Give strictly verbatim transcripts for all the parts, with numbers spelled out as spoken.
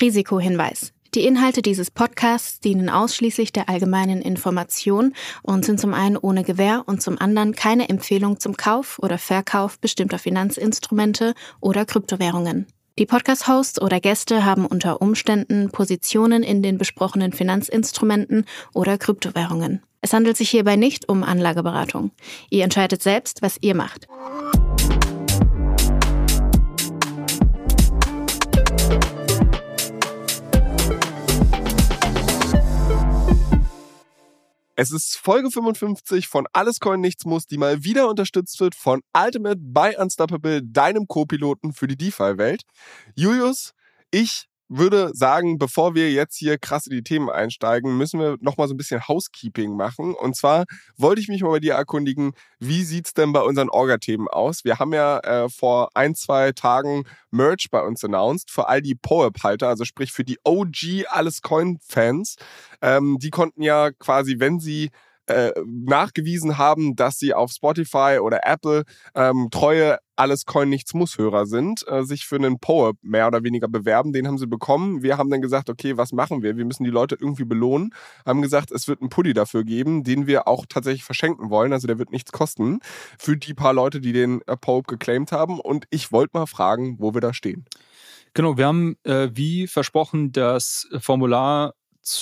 Risikohinweis. Die Inhalte dieses Podcasts dienen ausschließlich der allgemeinen Information und sind zum einen ohne Gewähr und zum anderen keine Empfehlung zum Kauf oder Verkauf bestimmter Finanzinstrumente oder Kryptowährungen. Die Podcast-Hosts oder Gäste haben unter Umständen Positionen in den besprochenen Finanzinstrumenten oder Kryptowährungen. Es handelt sich hierbei nicht um Anlageberatung. Ihr entscheidet selbst, was ihr macht. Es ist Folge fünfundfünfzig von Alles Coin Nichts Muss, die mal wieder unterstützt wird von Ultimate by Unstoppable, deinem Co-Piloten für die DeFi-Welt. Julius, ich würde sagen, bevor wir jetzt hier krass in die Themen einsteigen, müssen wir nochmal so ein bisschen Housekeeping machen. Und zwar wollte ich mich mal bei dir erkundigen, wie sieht's denn bei unseren Orga-Themen aus? Wir haben ja äh, vor ein, zwei Tagen Merch bei uns announced für all die P O A P-Halter, also sprich für die O G Alles Coin-Fans. Ähm, die konnten ja quasi, wenn sie äh, nachgewiesen haben, dass sie auf Spotify oder Apple ähm, treue Alles Coin Nichts Muss Hörer sind, äh, sich für einen P O A P mehr oder weniger bewerben. Den haben sie bekommen. Wir haben dann gesagt, okay, was machen wir? Wir müssen die Leute irgendwie belohnen. Haben gesagt, es wird einen Pulli dafür geben, den wir auch tatsächlich verschenken wollen. Also der wird nichts kosten für die paar Leute, die den äh, P O A P geclaimt haben. Und ich wollte mal fragen, wo wir da stehen. Genau, wir haben äh, wie versprochen das Formular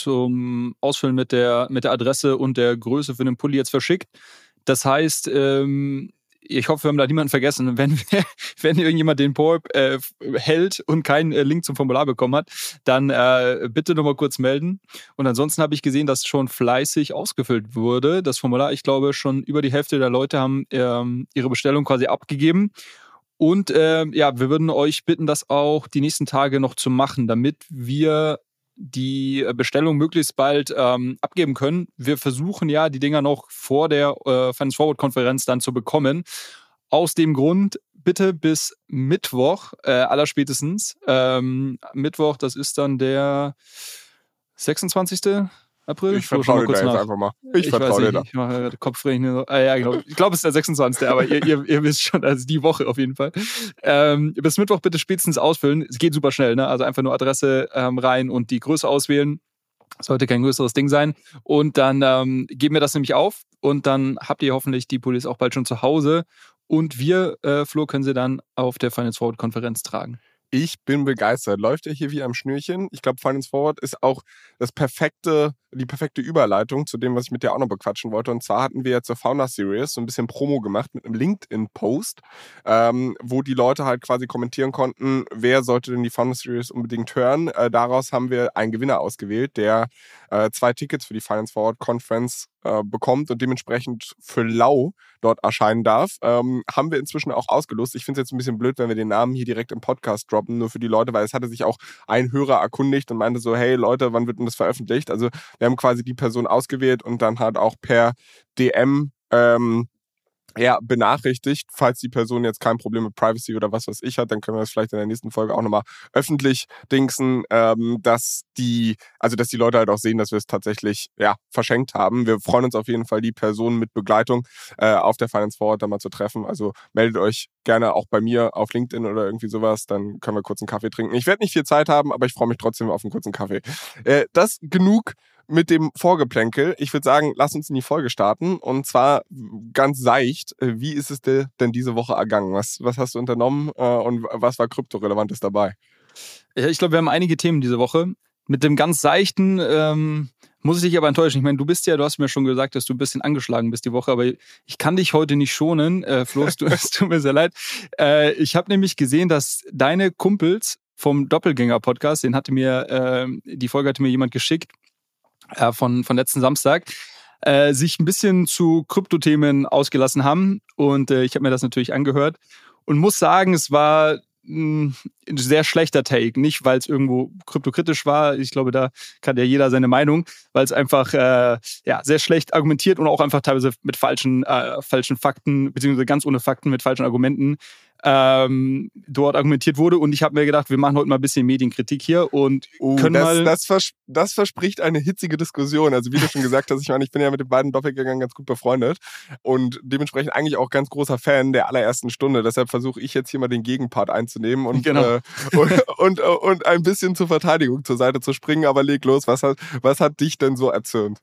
zum Ausfüllen mit der, mit der Adresse und der Größe für den Pulli jetzt verschickt. Das heißt, ähm, ich hoffe, wir haben da niemanden vergessen. Wenn, wir, wenn irgendjemand den P O A P äh, hält und keinen äh, Link zum Formular bekommen hat, dann äh, bitte nochmal kurz melden. Und ansonsten habe ich gesehen, dass schon fleißig ausgefüllt wurde. Das Formular, ich glaube, schon über die Hälfte der Leute haben ähm, ihre Bestellung quasi abgegeben. Und äh, ja, wir würden euch bitten, das auch die nächsten Tage noch zu machen, damit wir die Bestellung möglichst bald ähm, abgeben können. Wir versuchen ja, die Dinger noch vor der äh, Finance Forward Konferenz dann zu bekommen. Aus dem Grund, bitte bis Mittwoch, äh, allerspätestens. Ähm, Mittwoch, das ist dann der sechsundzwanzigste April. Ich vertraue dir jetzt einfach mal. Ich, ich vertraue dir da. Ich mache Kopfrechnen. Ah, ja, genau. Ich glaube, es ist der sechsundzwanzigste aber ihr, ihr, ihr wisst schon, also die Woche auf jeden Fall. Ähm, bis Mittwoch bitte spätestens ausfüllen. Es geht super schnell, ne? Also einfach nur Adresse ähm, rein und die Größe auswählen. Sollte kein größeres Ding sein. Und dann ähm, geben wir das nämlich auf und dann habt ihr hoffentlich die Pullis auch bald schon zu Hause. Und wir, äh, Flo, können sie dann auf der Finance Forward Konferenz tragen. Ich bin begeistert. Läuft ja hier wie am Schnürchen. Ich glaube, Finance Forward ist auch das perfekte, die perfekte Überleitung zu dem, was ich mit dir auch noch bequatschen wollte. Und zwar hatten wir jetzt zur Founder Series so ein bisschen Promo gemacht mit einem LinkedIn-Post, ähm, wo die Leute halt quasi kommentieren konnten, wer sollte denn die Founder Series unbedingt hören. Äh, daraus haben wir einen Gewinner ausgewählt, der äh, zwei Tickets für die Finance Forward Conference äh, bekommt und dementsprechend für lau dort erscheinen darf. Ähm, haben wir inzwischen auch ausgelost. Ich finde es jetzt ein bisschen blöd, wenn wir den Namen hier direkt im Podcast droppen, nur für die Leute, weil es hatte sich auch ein Hörer erkundigt und meinte so, hey Leute, wann wird denn das veröffentlicht? Also wir haben quasi die Person ausgewählt und dann halt auch per D M ähm, ja, benachrichtigt, falls die Person jetzt kein Problem mit Privacy oder was weiß ich hat, dann können wir das vielleicht in der nächsten Folge auch nochmal öffentlich dingsen, ähm, dass die, also dass die Leute halt auch sehen, dass wir es tatsächlich ja verschenkt haben. Wir freuen uns auf jeden Fall, die Person mit Begleitung äh, auf der Finance Forward dann mal zu treffen. Also meldet euch gerne auch bei mir auf LinkedIn oder irgendwie sowas, dann können wir kurz einen Kaffee trinken. Ich werde nicht viel Zeit haben, aber ich freue mich trotzdem auf einen kurzen Kaffee. Äh, das genug mit dem Vorgeplänkel. Ich würde sagen, lass uns in die Folge starten und zwar ganz seicht. Wie ist es dir denn diese Woche ergangen? Was, was hast du unternommen äh, und was war Kryptorelevantes dabei? Ja, ich glaube, wir haben einige Themen diese Woche. Mit dem ganz seichten ähm, muss ich dich aber enttäuschen. Ich meine, du bist ja, du hast mir schon gesagt, dass du ein bisschen angeschlagen bist die Woche, aber ich kann dich heute nicht schonen. Äh, Flo, es tut mir sehr leid. Äh, ich habe nämlich gesehen, dass deine Kumpels vom Doppelgänger-Podcast, den hatte mir, äh, die Folge hatte mir jemand geschickt, äh, von, von letzten Samstag, äh, sich ein bisschen zu Kryptothemen ausgelassen haben. Und äh, ich habe mir das natürlich angehört und muss sagen, es war ein sehr schlechter Take. Nicht, weil es irgendwo kryptokritisch war. Ich glaube, da kann ja jeder seine Meinung, weil es einfach äh, ja, sehr schlecht argumentiert und auch einfach teilweise mit falschen, äh, falschen Fakten, beziehungsweise ganz ohne Fakten, mit falschen Argumenten ähm, dort argumentiert wurde. Und ich habe mir gedacht, wir machen heute mal ein bisschen Medienkritik hier und uh, können das, mal... Das, vers- das verspricht eine hitzige Diskussion. Also wie du schon gesagt hast, ich meine, ich bin ja mit den beiden Doppelgängern ganz gut befreundet und dementsprechend eigentlich auch ganz großer Fan der allerersten Stunde. Deshalb versuche ich jetzt hier mal den Gegenpart einzunehmen und, genau. äh, und, und, und ein bisschen zur Verteidigung zur Seite zu springen. Aber leg los, was hat, was hat dich denn so erzürnt?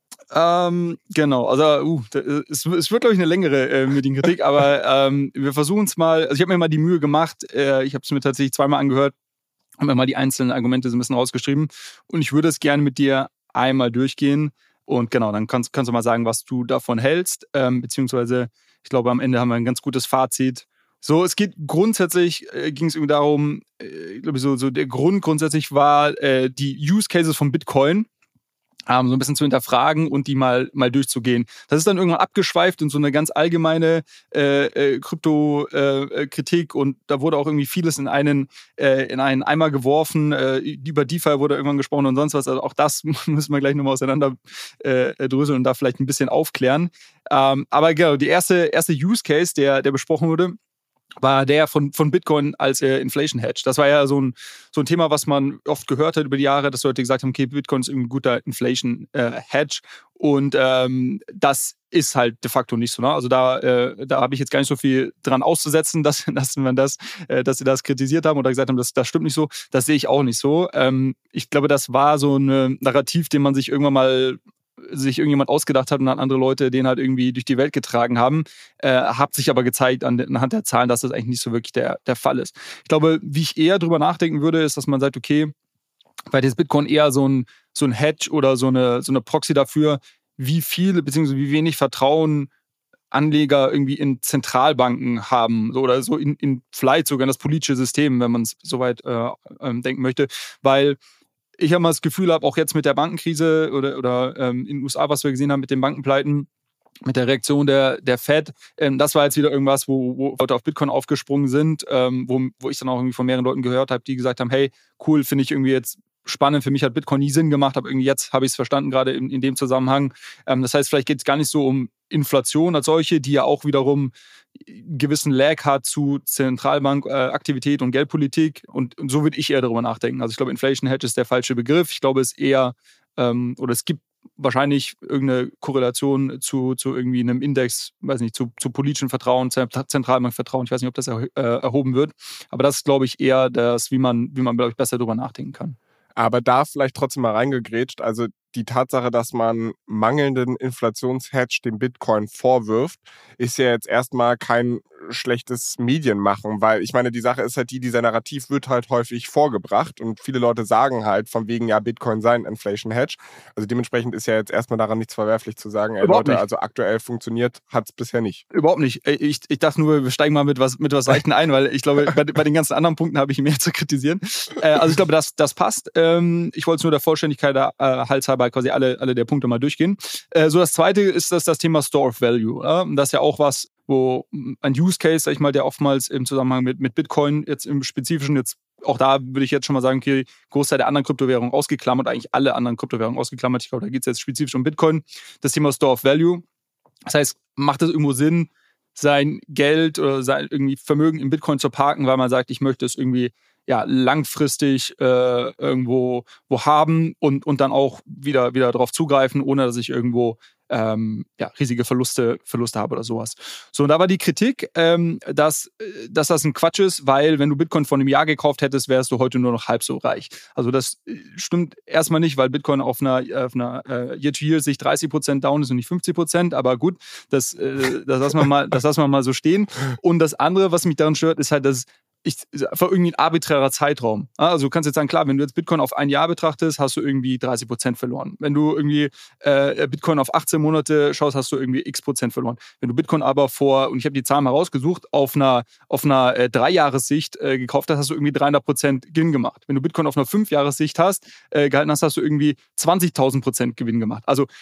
Ähm, genau, also uh, es, es wird, glaube ich, eine längere äh, Medienkritik, aber ähm, wir versuchen es mal. Also ich habe mir mal die Mühe gemacht, äh, ich habe es mir tatsächlich zweimal angehört, habe mir mal die einzelnen Argumente so ein bisschen rausgeschrieben und ich würde es gerne mit dir einmal durchgehen und genau, dann kannst, kannst du mal sagen, was du davon hältst, ähm, beziehungsweise ich glaube, am Ende haben wir ein ganz gutes Fazit. So, es geht grundsätzlich, äh, ging es irgendwie darum, äh, ich glaube, so, so der Grund grundsätzlich war äh, die Use Cases von Bitcoin, Ähm, so ein bisschen zu hinterfragen und die mal, mal durchzugehen. Das ist dann irgendwann abgeschweift in so eine ganz allgemeine äh, äh, Krypto-Kritik äh, und da wurde auch irgendwie vieles in einen, äh, in einen Eimer geworfen. Äh, über DeFi wurde irgendwann gesprochen und sonst was. Also auch das müssen wir gleich nochmal auseinander äh, dröseln und da vielleicht ein bisschen aufklären. Ähm, aber genau, die erste, erste Use Case, der, der besprochen wurde, war der von, von Bitcoin als äh, Inflation Hedge. Das war ja so ein, so ein Thema, was man oft gehört hat über die Jahre, dass Leute gesagt haben, okay, Bitcoin ist irgendwie ein guter Inflation äh, Hedge und ähm, das ist halt de facto nicht so. Ne? Also da, äh, da habe ich jetzt gar nicht so viel dran auszusetzen, dass, dass, man das, äh, dass sie das kritisiert haben oder gesagt haben, das, das stimmt nicht so. Das sehe ich auch nicht so. Ähm, ich glaube, das war so ein Narrativ, den man sich irgendwann mal sich irgendjemand ausgedacht hat und dann andere Leute den halt irgendwie durch die Welt getragen haben, äh, hat sich aber gezeigt an, anhand der Zahlen, dass das eigentlich nicht so wirklich der, der Fall ist. Ich glaube, wie ich eher drüber nachdenken würde, ist, dass man sagt, okay, weil das Bitcoin eher so ein, so ein Hedge oder so eine, so eine Proxy dafür, wie viel bzw. wie wenig Vertrauen Anleger irgendwie in Zentralbanken haben oder so in, in vielleicht sogar in das politische System, wenn man es soweit äh, ähm, denken möchte, weil ich habe mal das Gefühl habe, auch jetzt mit der Bankenkrise oder, oder ähm, in den U S A, was wir gesehen haben mit den Bankenpleiten, mit der Reaktion der, der Fed, ähm, das war jetzt wieder irgendwas, wo, wo Leute auf Bitcoin aufgesprungen sind, ähm, wo, wo ich dann auch irgendwie von mehreren Leuten gehört habe, die gesagt haben, hey, cool, finde ich irgendwie jetzt spannend, für mich hat Bitcoin nie Sinn gemacht, aber irgendwie jetzt habe ich es verstanden, gerade in, in dem Zusammenhang. Ähm, das heißt, vielleicht geht es gar nicht so um Inflation als solche, die ja auch wiederum einen gewissen Lag hat zu Zentralbankaktivität äh, und Geldpolitik und, und so würde ich eher darüber nachdenken. Also ich glaube, Inflation Hedge ist der falsche Begriff. Ich glaube, es ist eher, ähm, oder es gibt wahrscheinlich irgendeine Korrelation zu, zu irgendwie einem Index, weiß nicht, zu, zu politischem Vertrauen, Zentralbankvertrauen. Ich weiß nicht, ob das er, äh, erhoben wird. Aber das ist, glaube ich, eher das, wie man, wie man, glaube ich, besser darüber nachdenken kann. Aber da vielleicht trotzdem mal reingegrätscht, also die Tatsache, dass man mangelnden Inflationshedge dem Bitcoin vorwirft, ist ja jetzt erstmal kein schlechtes Medienmachen, weil ich meine, die Sache ist halt die, dieser Narrativ wird halt häufig vorgebracht und viele Leute sagen halt von wegen, ja, Bitcoin sei ein Inflation Hedge. Also dementsprechend ist ja jetzt erstmal daran nichts verwerflich zu sagen, ey Leute, also aktuell funktioniert, hat es bisher nicht. Überhaupt nicht. Ich, ich dachte nur, wir steigen mal mit was, mit was Leichten ein, weil ich glaube, bei, bei den ganzen anderen Punkten habe ich mehr zu kritisieren. Äh, also ich glaube, das, das passt. Ähm, ich wollte es nur der Vollständigkeit äh, halshalber quasi alle, alle der Punkte mal durchgehen. Äh, so, das zweite ist das, das Thema Store of Value. Äh? Das ist ja auch was, wo ein Use Case, sag ich mal, der oftmals im Zusammenhang mit, mit Bitcoin jetzt im Spezifischen jetzt, auch da würde ich jetzt schon mal sagen, okay, Großteil der anderen Kryptowährungen ausgeklammert, eigentlich alle anderen Kryptowährungen ausgeklammert. Ich glaube, da geht es jetzt spezifisch um Bitcoin. Das Thema Store of Value. Das heißt, macht es irgendwo Sinn, sein Geld oder sein irgendwie Vermögen in Bitcoin zu parken, weil man sagt, ich möchte es irgendwie ja, langfristig äh, irgendwo wo haben und, und dann auch wieder, wieder darauf zugreifen, ohne dass ich irgendwo ähm, ja, riesige Verluste, Verluste habe oder sowas. So, und da war die Kritik, ähm, dass, dass das ein Quatsch ist, weil wenn du Bitcoin vor einem Jahr gekauft hättest, wärst du heute nur noch halb so reich. Also das stimmt erstmal nicht, weil Bitcoin auf einer, auf einer äh, Year-to-Year-Sicht dreißig Prozent down ist und nicht fünfzig Prozent, aber gut, das, äh, das, lassen wir mal, das lassen wir mal so stehen. Und das andere, was mich daran stört, ist halt, dass Ich, einfach irgendwie ein arbiträrer Zeitraum. Also du kannst jetzt sagen, klar, wenn du jetzt Bitcoin auf ein Jahr betrachtest, hast du irgendwie dreißig Prozent verloren. Wenn du irgendwie äh, Bitcoin auf achtzehn Monate schaust, hast du irgendwie x Prozent verloren. Wenn du Bitcoin aber vor, und ich habe die Zahlen mal rausgesucht, auf einer, auf einer äh, Drei-Jahres-Sicht äh, gekauft hast, hast du irgendwie dreihundert Prozent Gewinn gemacht. Wenn du Bitcoin auf einer Fünf-Jahres-Sicht hast, äh, gehalten hast, hast du irgendwie zwanzigtausend Prozent Gewinn gemacht. Also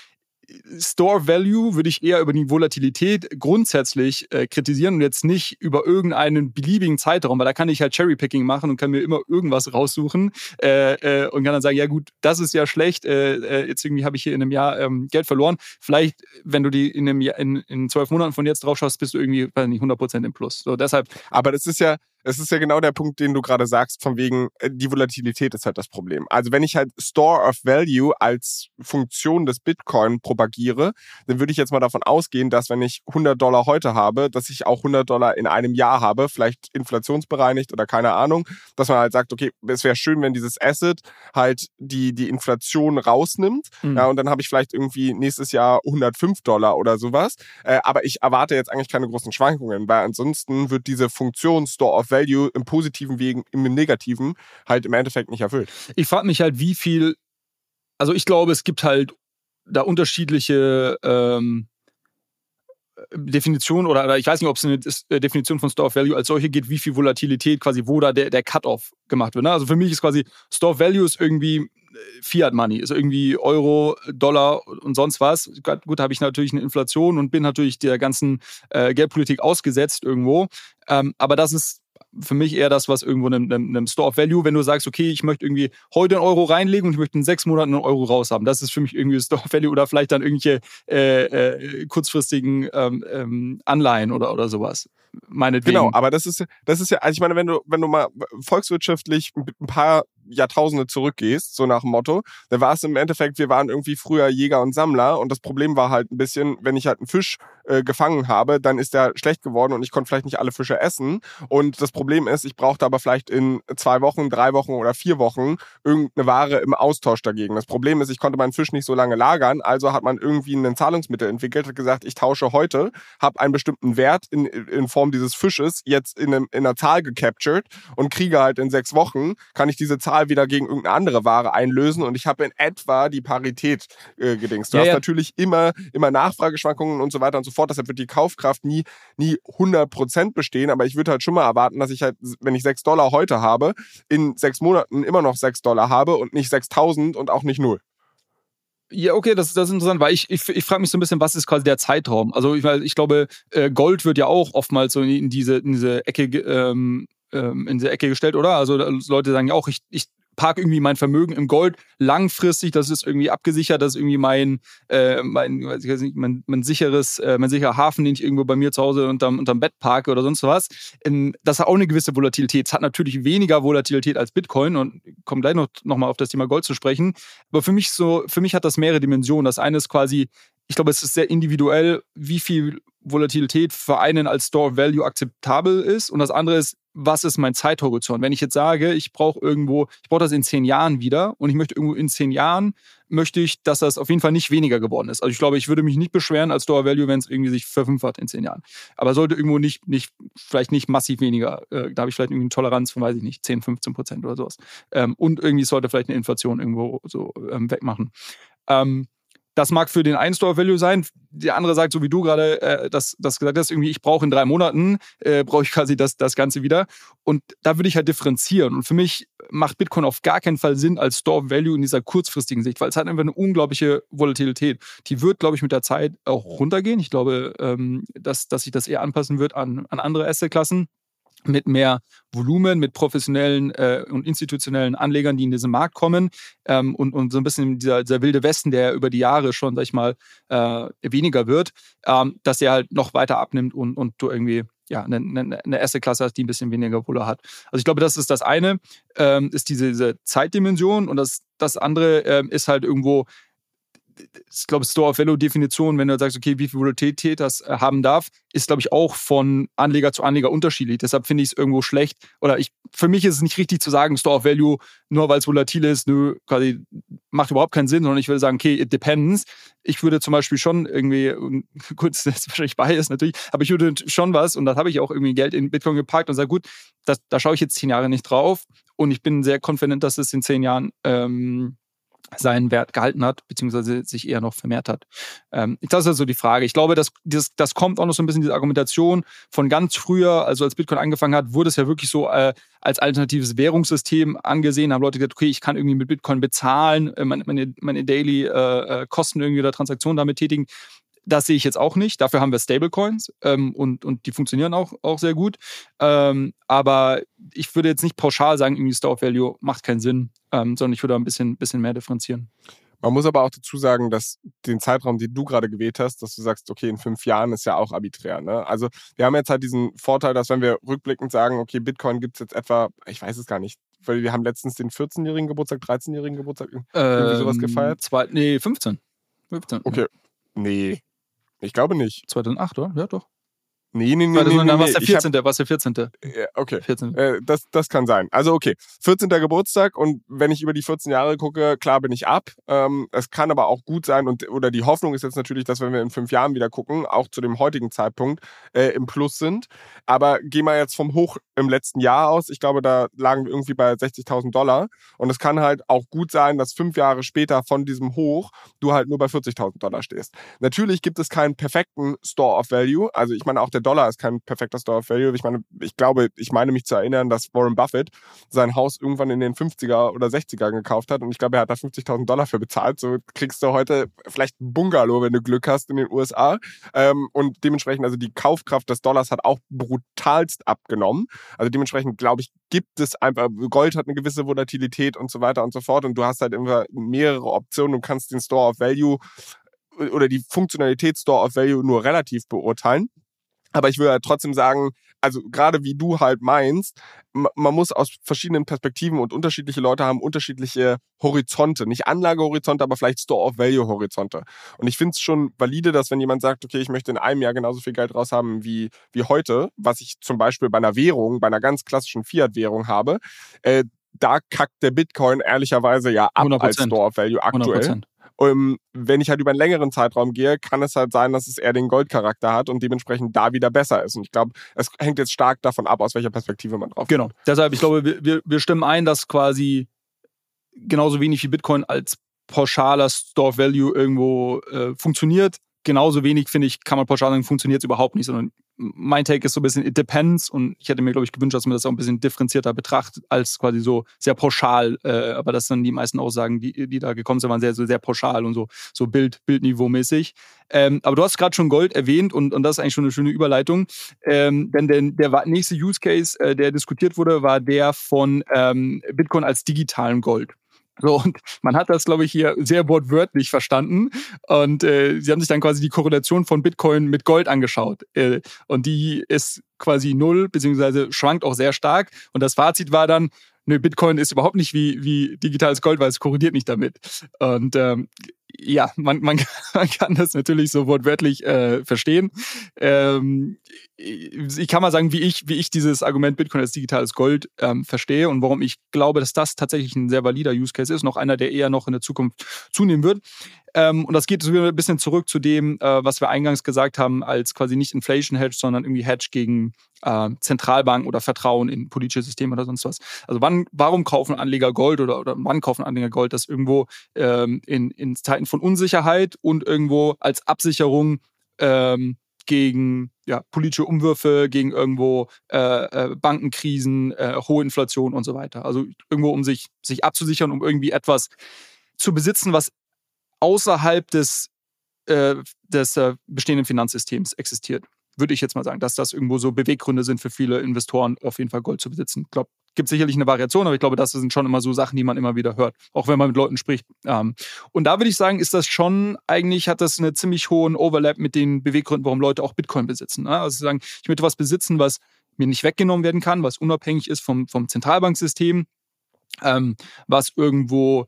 Store Value würde ich eher über die Volatilität grundsätzlich äh, kritisieren und jetzt nicht über irgendeinen beliebigen Zeitraum, weil da kann ich halt Cherrypicking machen und kann mir immer irgendwas raussuchen äh, äh, und kann dann sagen, ja gut, das ist ja schlecht, äh, jetzt irgendwie habe ich hier in einem Jahr ähm, Geld verloren. Vielleicht, wenn du die in einem Jahr, in, in zwölf Monaten von jetzt drauf schaust, bist du irgendwie, weiß nicht, hundert Prozent im Plus. So, deshalb. Aber das ist ja, es ist ja genau der Punkt, den du gerade sagst, von wegen, die Volatilität ist halt das Problem. Also wenn ich halt Store of Value als Funktion des Bitcoin propagiere, dann würde ich jetzt mal davon ausgehen, dass wenn ich hundert Dollar heute habe, dass ich auch hundert Dollar in einem Jahr habe, vielleicht inflationsbereinigt oder keine Ahnung, dass man halt sagt, okay, es wäre schön, wenn dieses Asset halt die, die Inflation rausnimmt, mhm. ja, und dann habe ich vielleicht irgendwie nächstes Jahr hundertfünf Dollar oder sowas, äh, aber ich erwarte jetzt eigentlich keine großen Schwankungen, weil ansonsten wird diese Funktion Store of Value im positiven Wegen, im negativen halt im Endeffekt nicht erfüllt. Ich frage mich halt, wie viel, also ich glaube, es gibt halt da unterschiedliche ähm, Definitionen oder, oder ich weiß nicht, ob es eine Definition von Store of Value als solche geht, wie viel Volatilität quasi, wo da der, der Cut-Off gemacht wird. Ne? Also für mich ist quasi Store of Value ist irgendwie Fiat Money, ist irgendwie Euro, Dollar und sonst was. Gut, da habe ich natürlich eine Inflation und bin natürlich der ganzen äh, Geldpolitik ausgesetzt irgendwo. Ähm, aber das ist für mich eher das, was irgendwo einem, einem, einem Store of Value, wenn du sagst, okay, ich möchte irgendwie heute einen Euro reinlegen und ich möchte in sechs Monaten einen Euro raushaben. Das ist für mich irgendwie Store of Value oder vielleicht dann irgendwelche äh, äh, kurzfristigen ähm, ähm, Anleihen oder, oder sowas. Meinetwegen. Genau, aber das ist, das ist ja, also ich meine, wenn du, wenn du mal volkswirtschaftlich ein paar Jahrtausende zurückgehst, so nach dem Motto, dann war es im Endeffekt, wir waren irgendwie früher Jäger und Sammler und das Problem war halt ein bisschen, wenn ich halt einen Fisch äh, gefangen habe, dann ist der schlecht geworden und ich konnte vielleicht nicht alle Fische essen und das Problem ist, ich brauchte aber vielleicht in zwei Wochen, drei Wochen oder vier Wochen irgendeine Ware im Austausch dagegen. Das Problem ist, ich konnte meinen Fisch nicht so lange lagern, also hat man irgendwie ein Zahlungsmittel entwickelt, hat gesagt, ich tausche heute, habe einen bestimmten Wert in, in Form dieses Fisches jetzt in, einem, in einer Zahl gecaptured und kriege halt in sechs Wochen, kann ich diese Zahl wieder gegen irgendeine andere Ware einlösen und ich habe in etwa die Parität äh, gedingst. Du ja, hast ja. natürlich immer, immer Nachfrageschwankungen und so weiter und so fort, deshalb wird die Kaufkraft nie, nie hundert Prozent bestehen, aber ich würde halt schon mal erwarten, dass ich halt, wenn ich sechs Dollar heute habe, in sechs Monaten immer noch sechs Dollar habe und nicht sechstausend und auch nicht null. Ja, okay, das, das ist interessant, weil ich, ich, ich frage mich so ein bisschen, was ist quasi der Zeitraum? Also ich, ich glaube, Gold wird ja auch oftmals so in diese, in diese Ecke ähm, in diese Ecke gestellt, oder? Also Leute sagen ja auch, ich, ich parke irgendwie mein Vermögen im Gold langfristig, das ist irgendwie abgesichert, das ist irgendwie mein, äh, mein, weiß ich nicht, mein, mein sicheres, äh, mein sicherer Hafen, den ich irgendwo bei mir zu Hause unterm, unterm Bett parke oder sonst was. In, das hat auch eine gewisse Volatilität. Es hat natürlich weniger Volatilität als Bitcoin und ich komme gleich noch, noch mal auf das Thema Gold zu sprechen. Aber für mich so, für mich hat das mehrere Dimensionen. Das eine ist quasi, ich glaube, es ist sehr individuell, wie viel Volatilität für einen als Store Value akzeptabel ist. Und das andere ist, was ist mein Zeithorizont? Wenn ich jetzt sage, ich brauche irgendwo, ich brauche das in zehn Jahren wieder und ich möchte irgendwo in zehn Jahren, möchte ich, dass das auf jeden Fall nicht weniger geworden ist. Also ich glaube, ich würde mich nicht beschweren als Store Value, wenn es irgendwie sich verfünffacht in zehn Jahren. Aber sollte irgendwo nicht, nicht vielleicht nicht massiv weniger, äh, da habe ich vielleicht irgendwie eine Toleranz von, weiß ich nicht, zehn, fünfzehn Prozent oder sowas. Ähm, und irgendwie sollte vielleicht eine Inflation irgendwo so ähm, wegmachen. Ähm, Das mag für den einen Store Value sein. Der andere sagt, so wie du gerade äh, das, das gesagt hast, irgendwie, ich brauche in drei Monaten, äh, brauche ich quasi das, das Ganze wieder. Und da würde ich halt differenzieren. Und für mich macht Bitcoin auf gar keinen Fall Sinn als Store Value in dieser kurzfristigen Sicht, weil es hat einfach eine unglaubliche Volatilität. Die wird, glaube ich, mit der Zeit auch runtergehen. Ich glaube, ähm, dass, dass sich das eher anpassen wird an, an andere Assetklassen. Mit mehr Volumen, mit professionellen äh, und institutionellen Anlegern, die in diesen Markt kommen ähm, und, und so ein bisschen dieser, dieser wilde Westen, der über die Jahre schon, sag ich mal, äh, weniger wird, ähm, dass der halt noch weiter abnimmt und, und du irgendwie ja, eine, eine, eine Asset-Klasse hast, die ein bisschen weniger Vola hat. Also ich glaube, das ist das eine, ähm, ist diese, diese Zeitdimension und das, das andere ähm, ist halt irgendwo, ich glaube, Store of Value-Definition, wenn du sagst, okay, wie viel Volatilität das haben darf, ist, glaube ich, auch von Anleger zu Anleger unterschiedlich. Deshalb finde ich es irgendwo schlecht. Oder ich, für mich ist es nicht richtig zu sagen, Store of Value, nur weil es volatil ist, nö, quasi macht überhaupt keinen Sinn, sondern ich würde sagen, okay, it depends. Ich würde zum Beispiel schon irgendwie, gut, das ist wahrscheinlich Bias natürlich, aber ich würde schon was, und das habe ich auch irgendwie Geld in Bitcoin geparkt und sage, gut, das, da schaue ich jetzt zehn Jahre nicht drauf und ich bin sehr confident, dass es in zehn Jahren ähm, seinen Wert gehalten hat, beziehungsweise sich eher noch vermehrt hat. Ähm, das ist also die Frage. Ich glaube, das, das, das kommt auch noch so ein bisschen diese Argumentation von ganz früher, also als Bitcoin angefangen hat, wurde es ja wirklich so äh, als alternatives Währungssystem angesehen, haben Leute gesagt, okay, ich kann irgendwie mit Bitcoin bezahlen, äh, meine, meine, meine Daily äh, Kosten irgendwie oder Transaktionen damit tätigen. Das sehe ich jetzt auch nicht. Dafür haben wir Stablecoins ähm, und, und die funktionieren auch, auch sehr gut. Ähm, aber ich würde jetzt nicht pauschal sagen, irgendwie Store of Value macht keinen Sinn, ähm, sondern ich würde ein bisschen, bisschen mehr differenzieren. Man muss aber auch dazu sagen, dass den Zeitraum, den du gerade gewählt hast, dass du sagst, okay, in fünf Jahren ist ja auch arbiträr. Ne? Also wir haben jetzt halt diesen Vorteil, dass wenn wir rückblickend sagen, okay, Bitcoin gibt es jetzt etwa, ich weiß es gar nicht, weil wir haben letztens den vierzehnjährigen Geburtstag, dreizehnjährigen Geburtstag, irgendwie ähm, sowas gefeiert. Zwei, nee, fünfzehn. fünfzehn. Okay, nee. Ich glaube nicht. zweitausendacht, oder? Ja, doch. Nee, nee, nee. War das nee, nur, nee, dann war es nee. der vierzehnte. War es der vierzehnte. Ja, okay. vierzehnte. Äh, das, das kann sein. Also okay, vierzehnter Geburtstag und wenn ich über die vierzehn Jahre gucke, klar bin ich ab. Ähm, es kann aber auch gut sein und oder die Hoffnung ist jetzt natürlich, dass wenn wir in fünf Jahren wieder gucken, auch zu dem heutigen Zeitpunkt äh, im Plus sind. Aber gehen wir jetzt vom Hoch im letzten Jahr aus. Ich glaube, da lagen wir irgendwie bei sechzigtausend Dollar und es kann halt auch gut sein, dass fünf Jahre später von diesem Hoch du halt nur bei vierzigtausend Dollar stehst. Natürlich gibt es keinen perfekten Store of Value. Also ich meine, auch der Dollar ist kein perfekter Store of Value. Ich meine, ich glaube, ich meine mich zu erinnern, dass Warren Buffett sein Haus irgendwann in den fünfziger oder sechziger gekauft hat und ich glaube, er hat da fünfzigtausend Dollar für bezahlt. So kriegst du heute vielleicht ein Bungalow, wenn du Glück hast in den U S A. Ähm, und dementsprechend, also die Kaufkraft des Dollars hat auch brutalst abgenommen. Also dementsprechend, glaube ich, gibt es einfach, Gold hat eine gewisse Volatilität und so weiter und so fort und du hast halt immer mehrere Optionen. Du kannst den Store of Value oder die Funktionalität Store of Value nur relativ beurteilen. Aber ich würde halt trotzdem sagen, also gerade wie du halt meinst, man muss aus verschiedenen Perspektiven und unterschiedliche Leute haben unterschiedliche Horizonte. Nicht Anlagehorizonte, aber vielleicht Store-of-Value-Horizonte. Und ich finde es schon valide, dass wenn jemand sagt, okay, ich möchte in einem Jahr genauso viel Geld raus haben wie, wie heute, was ich zum Beispiel bei einer Währung, bei einer ganz klassischen Fiat-Währung habe, äh, da kackt der Bitcoin ehrlicherweise ja ab hundert Prozent. Als Store-of-Value aktuell. hundert Prozent. Um, wenn ich halt über einen längeren Zeitraum gehe, kann es halt sein, dass es eher den Goldcharakter hat und dementsprechend da wieder besser ist. Und ich glaube, es hängt jetzt stark davon ab, aus welcher Perspektive man drauf Genau. kommt. Deshalb, ich glaube, wir, wir stimmen ein, dass quasi genauso wenig wie Bitcoin als pauschaler Store of Value irgendwo äh, funktioniert. Genauso wenig, finde ich, kann man pauschal sagen, funktioniert es überhaupt nicht, sondern mein Take ist so ein bisschen, it depends und ich hätte mir, glaube ich, gewünscht, dass man das auch ein bisschen differenzierter betrachtet, als quasi so sehr pauschal, äh, aber das dann die meisten Aussagen, die, die da gekommen sind, waren sehr, so sehr pauschal und so, so Bild, Bildniveau-mäßig. Ähm, aber du hast gerade schon Gold erwähnt und, und das ist eigentlich schon eine schöne Überleitung, ähm, denn der, der nächste Use Case, äh, der diskutiert wurde, war der von ähm, Bitcoin als digitalen Gold. So, und man hat das, glaube ich, hier sehr wortwörtlich verstanden. Und äh, sie haben sich dann quasi die Korrelation von Bitcoin mit Gold angeschaut. Äh, und die ist quasi null, beziehungsweise schwankt auch sehr stark. Und das Fazit war dann, nö, Bitcoin ist überhaupt nicht wie, wie digitales Gold, weil es korreliert nicht damit. Und ähm, ja, man, man, man kann das natürlich so wortwörtlich äh, verstehen. Ähm, ich kann mal sagen, wie ich, wie ich dieses Argument Bitcoin als digitales Gold ähm, verstehe und warum ich glaube, dass das tatsächlich ein sehr valider Use Case ist, noch einer, der eher noch in der Zukunft zunehmen wird. Ähm, und das geht so ein bisschen zurück zu dem, äh, was wir eingangs gesagt haben, als quasi nicht Inflation Hedge, sondern irgendwie Hedge gegen äh, Zentralbanken oder Vertrauen in politische Systeme oder sonst was. Also wann, warum kaufen Anleger Gold oder, oder wann kaufen Anleger Gold, das irgendwo ähm, in, in Zeiten von Unsicherheit und irgendwo als Absicherung ähm, gegen ja, politische Umwürfe, gegen irgendwo äh, äh, Bankenkrisen, äh, hohe Inflation und so weiter. Also irgendwo, um sich, sich abzusichern, um irgendwie etwas zu besitzen, was außerhalb des, äh, des äh, bestehenden Finanzsystems existiert. Würde ich jetzt mal sagen, dass das irgendwo so Beweggründe sind für viele Investoren, auf jeden Fall Gold zu besitzen. Ich glaube, es gibt sicherlich eine Variation, aber ich glaube, das sind schon immer so Sachen, die man immer wieder hört, auch wenn man mit Leuten spricht. Ähm, und da würde ich sagen, ist das schon, eigentlich hat das einen ziemlich hohen Overlap mit den Beweggründen, warum Leute auch Bitcoin besitzen. Ne? Also sagen, ich möchte was besitzen, was mir nicht weggenommen werden kann, was unabhängig ist vom, vom Zentralbanksystem, ähm, was irgendwo